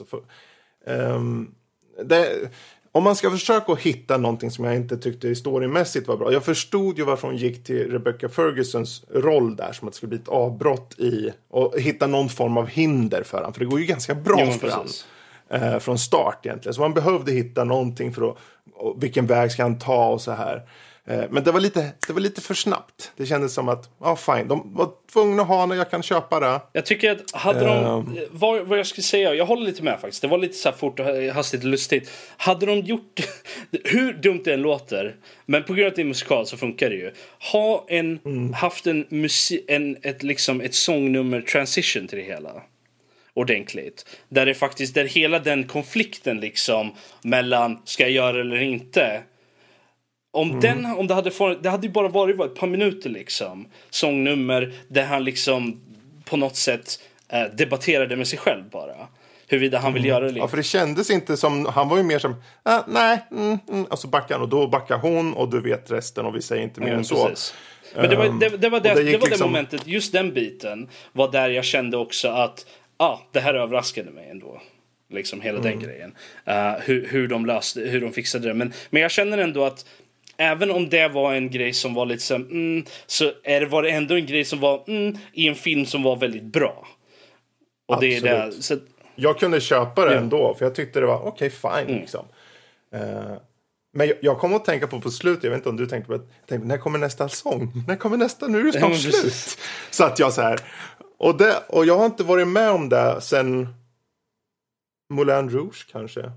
om man ska försöka hitta någonting som jag inte tyckte storymässigt var bra. Jag förstod ju varför hon gick till Rebecca Fergusons roll där. Som att det skulle bli ett avbrott i. Och hitta någon form av hinder för han. För det går ju ganska bra för han. Från start egentligen. Så man behövde hitta någonting för att. Vilken väg ska han ta och så här. Men det var lite för snabbt. Det kändes som att, fine. De var tvungna att ha när jag kan köpa det.
Jag tycker att hade de, vad jag skulle säga, jag håller lite med faktiskt. Det var lite så här fort och hastigt och lustigt. Hade de gjort, hur dumt det än låter, men på grund av att det är musikal så funkar det ju. Haft ett sångnummer transition till det hela. Ordentligt. Där hela den konflikten liksom mellan ska jag göra eller inte. Om det hade ju bara varit ett par minuter liksom sångnummer där han liksom på något sätt debatterade med sig själv bara huruvida han vill göra det.
Ja, för det kändes inte som, han var ju mer som och så backar han och då backar hon och du vet resten och vi säger inte mer än så.
Precis. Men det var det momentet, just den biten var där jag kände också att det här överraskade mig ändå. Liksom hela den grejen. Hur de fixade det. Men jag känner ändå att även om det var en grej som var lite så var det ändå en grej som var i en film som var väldigt bra. Och absolut. Det är det, så
jag kunde köpa det ändå, för jag tyckte det var okej, fine liksom. Men jag kom att tänka på slutet, jag vet inte om du tänkte på det, när kommer nästa sång? När kommer nästa? Nu är det snart slut. Så att jag så här, och jag har inte varit med om det sen Moulin Rouge kanske.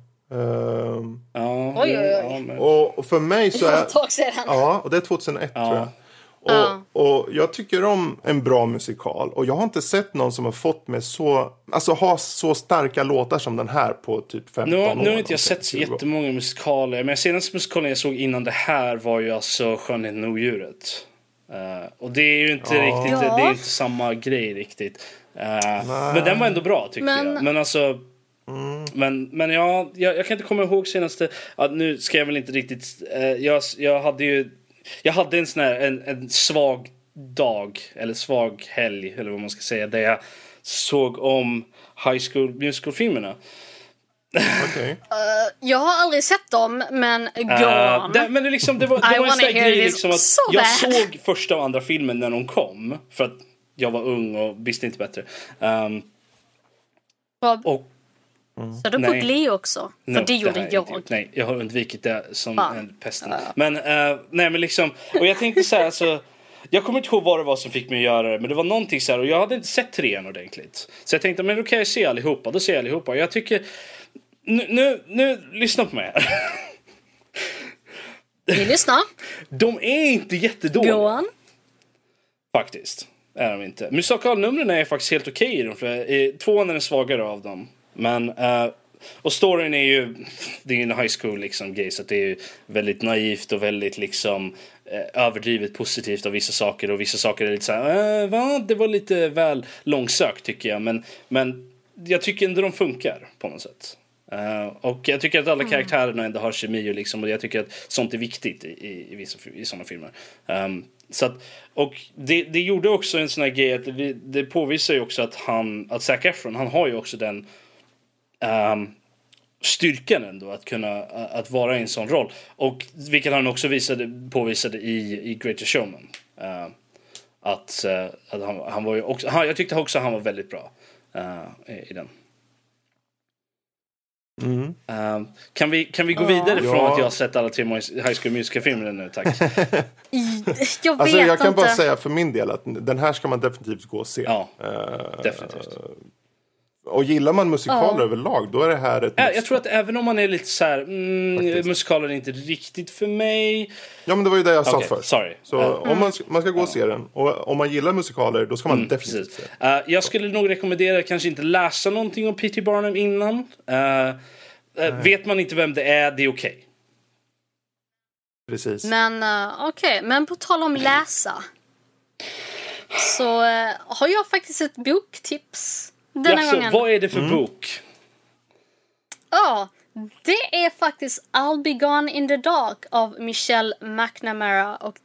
Och för mig så är och det är 2001 tror jag. Och jag tycker om en bra musikal. Och jag har inte sett någon som har fått mig ha så starka låtar som den här på typ 15 år.
Nu har inte jag sett så jättemånga musikaler. Men senaste musikalen jag såg innan det här var ju alltså Skönheten och odjuret. Och det är ju inte riktigt, det är inte samma grej riktigt. Men den var ändå bra tycker jag. Men alltså men jag kan inte komma ihåg senaste nu ska jag väl inte riktigt jag hade en sån här en svag dag eller svag helg eller vad man ska säga där jag såg om High School Musical-filmerna.
Okay.
Jag har aldrig sett dem, men go on.
Men det, liksom, det var en sån grej liksom att jag såg första och andra filmen när de kom för att jag var ung och visste inte bättre.
Så du på Glee också? För det gjorde jag.
Nej, jag har undvikit det som en pesten. Men liksom, och jag tänkte så här, alltså, jag kommer inte ihåg vad det var som fick mig att göra det, men det var någonting så här, och jag hade inte sett 3 ordentligt. Så jag tänkte, men då kan jag se allihopa. Då ser jag allihopa. Jag tycker, nu lyssna på mig här.
Vi lyssnar.
De är inte jättedåliga.
Go on.
Faktiskt, är de inte. Musikalnumren är faktiskt helt okej i dem. 2:an är den svagare av dem. Men och storyn är ju, det är ju en high school liksom grej, så att det är ju väldigt naivt och väldigt liksom överdrivet positivt av vissa saker, och vissa saker är lite så här, det var lite väl långsökt tycker jag, men jag tycker ändå de funkar på något sätt. Och jag tycker att alla karaktärerna ändå har kemi och liksom, och jag tycker att sånt är viktigt i sådana filmer. Så att, och det gjorde också en sån här grej att det påvisar ju också att Zac Efron, han har ju också den styrkan ändå att vara i en sån roll, och vilket han också påvisade i Greatest Showman, att han var ju också, jag tyckte också att han var väldigt bra i den. Kan vi gå vidare från att jag har sett alla 3 High School Musical-filmer nu, tack.
Jag kan bara säga för min del att den här ska man definitivt gå och se.
Ja, definitivt.
Och gillar man musikaler överlag, då är det här ett...
Jag tror att även om man är lite så här, musikaler är inte riktigt för mig.
Ja, men det var ju det jag sa först.
Sorry.
Så om man ska gå och se den, och om man gillar musikaler, då ska man definitivt se den.
Jag skulle nog rekommendera kanske inte läsa någonting om P.T. Barnum innan. Vet man inte vem det är okej.
Precis.
Men men på tal om läsa, så har jag faktiskt ett boktips denna gången.
Vad är det för bok?
Ja, det är faktiskt I'll Be Gone in the Dark av Michelle McNamara. Och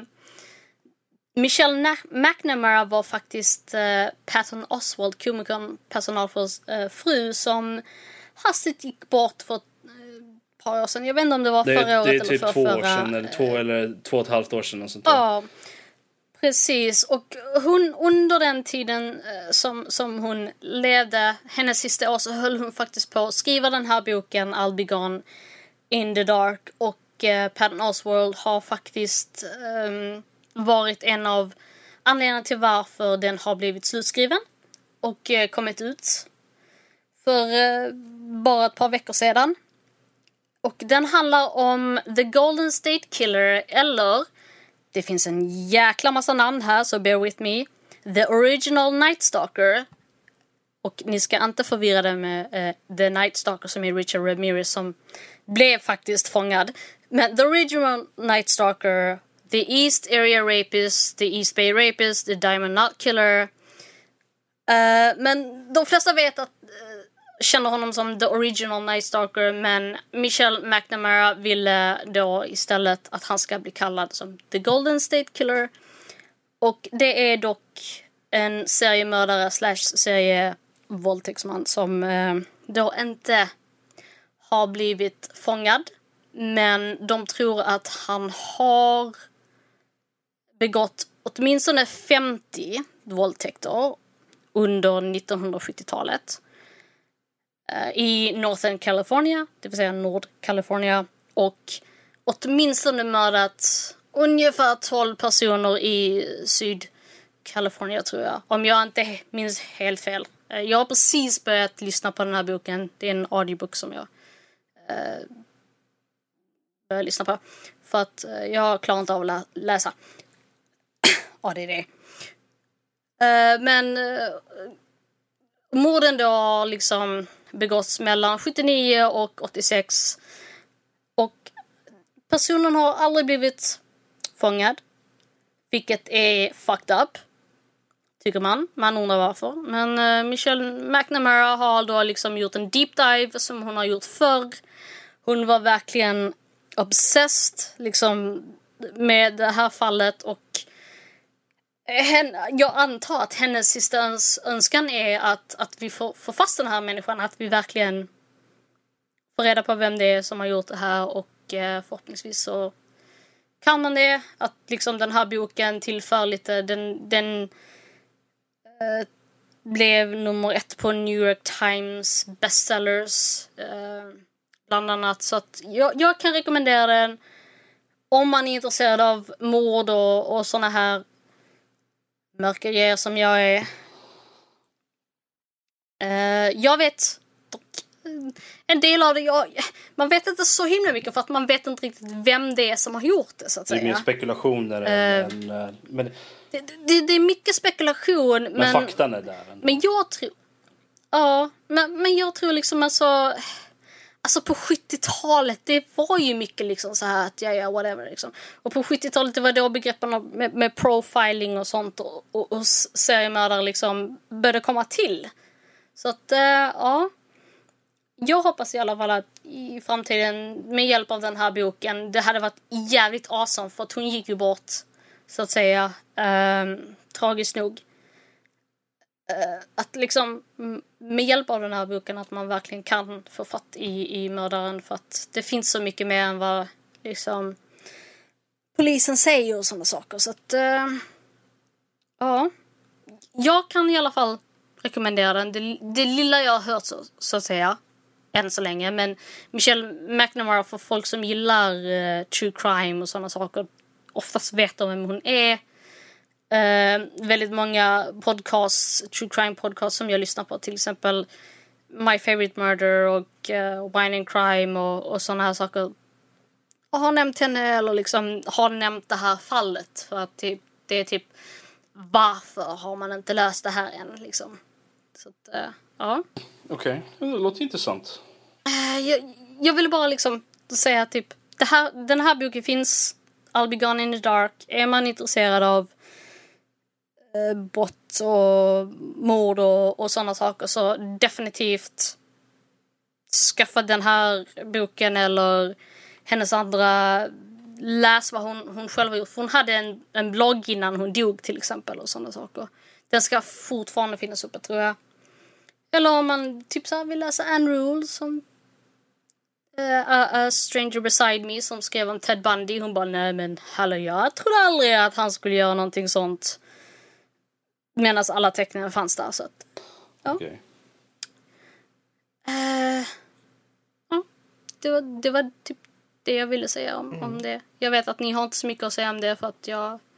Michelle McNamara var faktiskt Patton Oswalt, komikern Patton Oswalts fru, som hastigt gick bort för ett par år sedan. Jag vet inte om det var förra året eller
typ 2 år sedan, eller 2,5 år sedan och sånt där.
Ja, precis. Och hon, under den tiden som hon levde, hennes sista år, så höll hon faktiskt på att skriva den här boken I'll Be Gone in the Dark. Och Patton Oswalt har faktiskt varit en av anledningarna till varför den har blivit slutskriven och kommit ut för bara ett par veckor sedan. Och den handlar om The Golden State Killer, eller det finns en jäkla massa namn här, så bear with me. The Original Night Stalker. Och ni ska inte förvirra det med The Night Stalker som är Richard Ramirez, som blev faktiskt fångad. Men The Original Night Stalker, The East Area Rapist, The East Bay Rapist, The Diamond Knot Killer. Men de flesta vet att känner honom som The Original Night Stalker, men Michelle McNamara ville då istället att han ska bli kallad som The Golden State Killer. Och det är dock en seriemördare / serievåldtäktsman som då inte har blivit fångad, men de tror att han har begått åtminstone 50 våldtäkter under 1970-talet. I Northern California, det vill säga Nordkalifornia, och åtminstone mördat ungefär 12 personer i Sydkalifornien, tror jag. Om jag inte minns helt fel. Jag har precis börjat lyssna på den här boken. Det är en audiobook som jag börjar lyssna på. För att jag klarar inte av att läsa. Ja, det är det. Men morden då liksom begåtts mellan 79 och 86. Och personen har aldrig blivit fångad. Vilket är fucked up, tycker man. Man undrar varför. Men Michelle McNamara har då liksom gjort en deep dive som hon har gjort förr. Hon var verkligen obsessed liksom med det här fallet. Och jag antar att hennes sista önskan är att vi får fast den här människan. Att vi verkligen får reda på vem det är som har gjort det här. Och förhoppningsvis så kan man det. Att liksom den här boken tillför lite. Den blev nummer 1 på New York Times bestsellers. Bland annat. Så att jag kan rekommendera den. Om man är intresserad av mord och såna här mörkergrejer som jag är. Jag vet dock en del av det. Man vet inte så himla mycket, för att man vet inte riktigt vem det är som har gjort det, så att säga.
Det är mer spekulationer men
det är mycket spekulation. Men
faktan är där ändå.
Men jag tror... Ja, men jag tror liksom alltså på 70-talet, det var ju mycket liksom så här att ja, whatever liksom. Och på 70-talet, det var då begreppen med profiling och sånt och seriemördare liksom började komma till. Så att, ja. Jag hoppas i alla fall att i framtiden, med hjälp av den här boken, det hade varit jävligt awesome, för att hon gick ju bort, så att säga, tragiskt nog. Att liksom med hjälp av den här boken att man verkligen kan få fatt i mördaren, för att det finns så mycket mer än vad liksom polisen säger och sådana saker. Så att ja, jag kan i alla fall rekommendera den. Det lilla jag har hört, så att säga, än så länge. Men Michelle McNamara, för folk som gillar true crime och sådana saker, oftast vet de vem hon är. väldigt många podcasts, true crime podcasts som jag lyssnar på, till exempel My Favorite Murder och Wine and Crime och sådana här saker, och har nämnt henne eller liksom har nämnt det här fallet för att det är typ varför har man inte löst det här än liksom. Så att, ja.
Okej, det låter intressant.
Jag ville bara liksom säga typ den här boken finns, I'll Be Gone in the Dark. Är man intresserad av brott och mord och sådana saker, så definitivt skaffa den här boken eller hennes andra. Läs vad hon själv har gjort. Hon hade en blogg innan hon dog till exempel och sådana saker. Den ska fortfarande finnas uppe, tror jag. Eller om man typ så här vill läsa Anne Rule som A Stranger Beside Me som skrev om Ted Bundy. Hon bara, nej men hallå, jag trodde aldrig att han skulle göra någonting sånt. Medan alla teckningar fanns där. Så att, ja.
Okay.
Ja, det var typ det jag ville säga om det. Jag vet att ni har inte så mycket att säga om det för att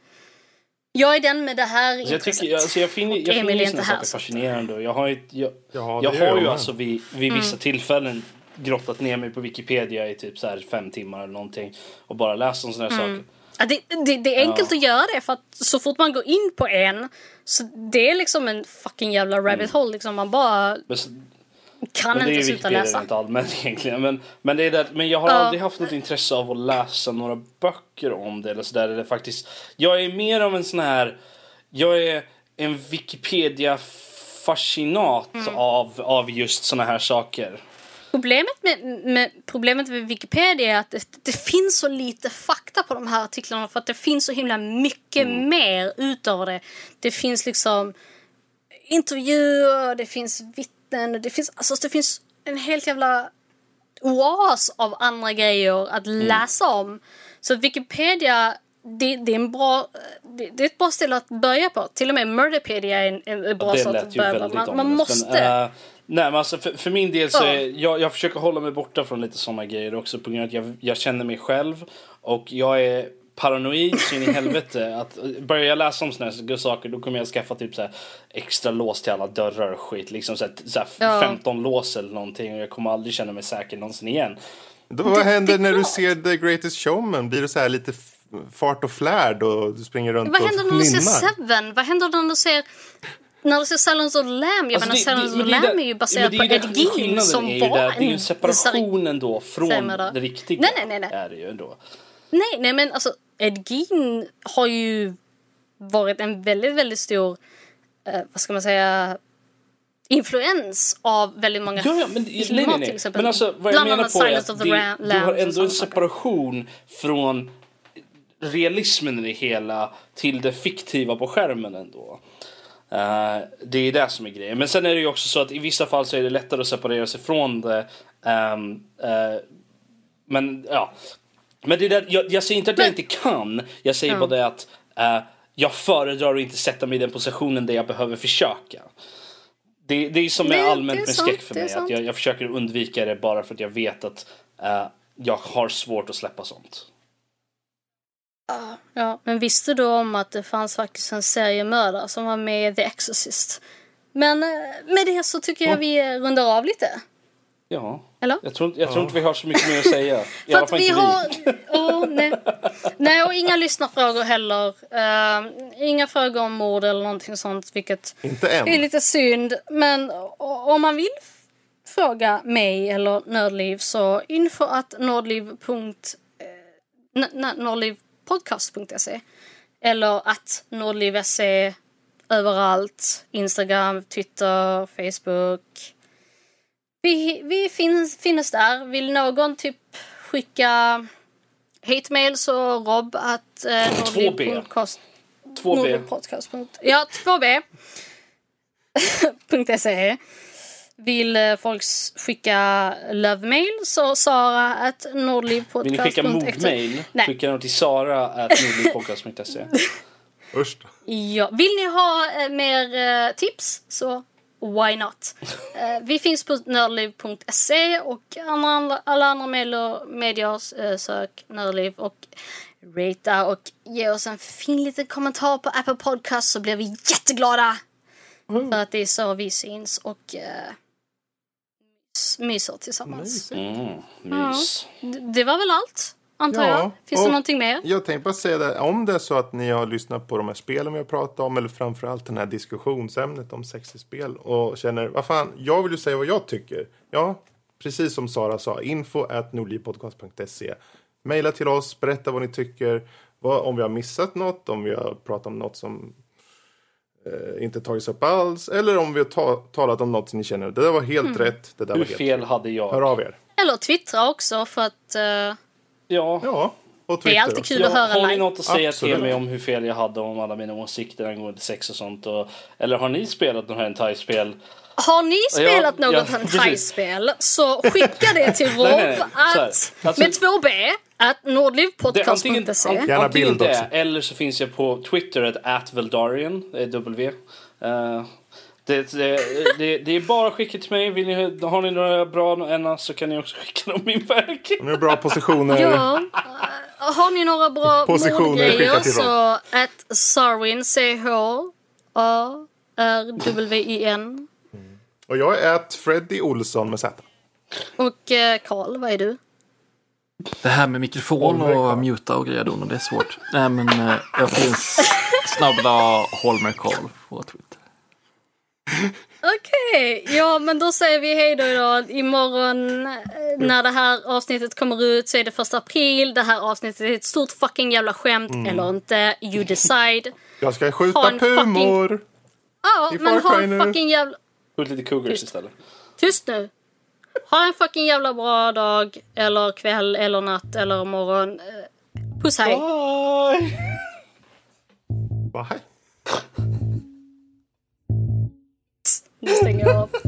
jag är den med det här intresset.
Jag finner såna saker fascinerande. Jag har ju alltså vid vissa tillfällen grottat ner mig på Wikipedia i typ så här 5 timmar eller någonting och bara läst om såna här saker.
Ja, det är enkelt att göra det, för att så fort man går in på en, så det är liksom en fucking jävla rabbit hole liksom, man bara kan inte sluta läsa.
Det är inte allmänt egentligen, men det är det, men jag har aldrig haft något intresse av att läsa några böcker om det eller så där. Det är faktiskt, jag är mer av en sån här, jag är en Wikipedia fascinat av just såna här saker.
Problemet med Wikipedia är att det finns så lite fakta på de här artiklarna, för att det finns så himla mycket mer utav det. Det finns liksom intervjuer, det finns vittnen, det finns en helt jävla oas av andra grejer att läsa om. Så Wikipedia, det är ett bra ställe att börja på. Till och med Murderpedia är en bra sätt att börja på. Man måste...
Nej, men alltså för min del så är jag försöker hålla mig borta från lite såna grejer också, på grund av att jag känner mig själv och jag är paranoid så in i helvete att börjar jag läsa om såna här saker, då kommer jag skaffa typ så här extra lås till alla dörrar och skit, liksom så här 15 lås eller någonting, och jag kommer aldrig känna mig säker någonsin igen.
Vad händer när du ser The Greatest Showman? Blir du så här lite fart och flärd och du springer runt och
nynnar? Vad händer när du ser Seven? Vad händer när du ser... När du ser Silence of the Lamb, jag menar Silence of the Lamb är ju baserat på Ed Gein som var
det är ju separationen då från det riktiga.
Nej.
Är det ju ändå.
Nej, men alltså Ed Gein har ju varit en väldigt, väldigt stor vad ska man säga, influens av väldigt många filmer till exempel.
Men alltså vad jag menar på är att du har ändå en separation från realismen i det hela till det fiktiva på skärmen ändå. Det är det som är grejen. Men sen är det ju också så att i vissa fall så är det lättare att separera sig från det. Men ja. Men det där, jag säger inte att jag inte kan. Jag säger bara det att jag föredrar att inte sätta mig i den positionen där jag behöver försöka. Det är som är allmänt med skräck för mig. Att jag försöker undvika det bara för att jag vet att jag har svårt att släppa sånt.
Ja, men visste du om att det fanns faktiskt en seriemördare som var med i The Exorcist? Men med det så tycker jag vi rundar av lite.
Ja.
Eller?
Jag tror inte vi har så mycket mer att säga.
För att vi har... nej, och inga lyssnarfrågor heller. Inga frågor om mord eller någonting sånt, vilket
inte än.
Är lite synd. Men om man vill fråga mig eller Nördliv, så nordlivpodcast.se eller att nordliv.se överallt. Instagram, Twitter, Facebook. Vi finns där. Vill någon typ skicka hate mail, så Rob att nordlivpodcast. 2B. Ja, 2B.se. Vill folk skicka love mail, så Sara att nordlivpodcast.se.
Vill ni skicka mordmail? Skicka dem till Sara att nordlivpodcast.se.
Ja, vill ni ha mer tips, så why not? Vi finns på nördliv.se och alla andra medier, sök Nördliv. Och ratea och ge oss en fin liten kommentar på Apple Podcast så blir vi jätteglada. För att det är så vi syns och myser tillsammans.
Mys.
Det var väl allt, antar jag. Finns det någonting mer?
Jag tänkte bara säga det. Om det är så att ni har lyssnat på de här spelen vi har pratat om, eller framförallt den här diskussionsämnet om sexy-spel och känner, vad fan, jag vill ju säga vad jag tycker. Ja, precis som Sara sa, info@nordlivpodcast.se. Maila till oss, berätta vad ni tycker, om vi har missat något, om vi har pratat om något som inte tagits upp alls, eller om vi har talat om något som ni känner, det där var helt rätt, det där
Hur
var helt
fel hade jag?
Hör av er.
Eller twittra också för att
Ja, och
det är alltid kul att höra
har ni
live.
något att säga
Absolut.
till mig om hur fel jag hade om alla mina åsikter angående sex och sånt? Eller har ni spelat någon hentai-spel?
Har ni spelat något hentai-spel så skicka det till Rob med 2B @nordlivpodcast.se.
Antingen det, eller så finns jag på Twitter @Veldarian, W. Det är bara att skicka till mig. Har ni några bra ämnen så kan ni också skicka dem min väg.
Några bra positioner.
Ja. Har ni några bra mordgrejer så @Sarwin CHARWIN.
Och jag är @Freddy Olsson med Z.
Och Karl, vad är du?
Det här med mikrofon och muta och grejer då, det är svårt. Nej, men jag finns snabbla Holmer Karl på Twitter.
Okej, ja men då säger vi hej då idag. Imorgon när det här avsnittet kommer ut så är det 1 april. Det här avsnittet är ett stort fucking jävla skämt eller inte. You decide.
Jag ska skjuta pumor.
Ja, men ha en fucking jävla...
Skjut lite cougars istället.
Tyst nu. Ha en fucking jävla bra dag eller kväll eller natt eller morgon. Puss, hej.
Bye.
Nu stänger jag av.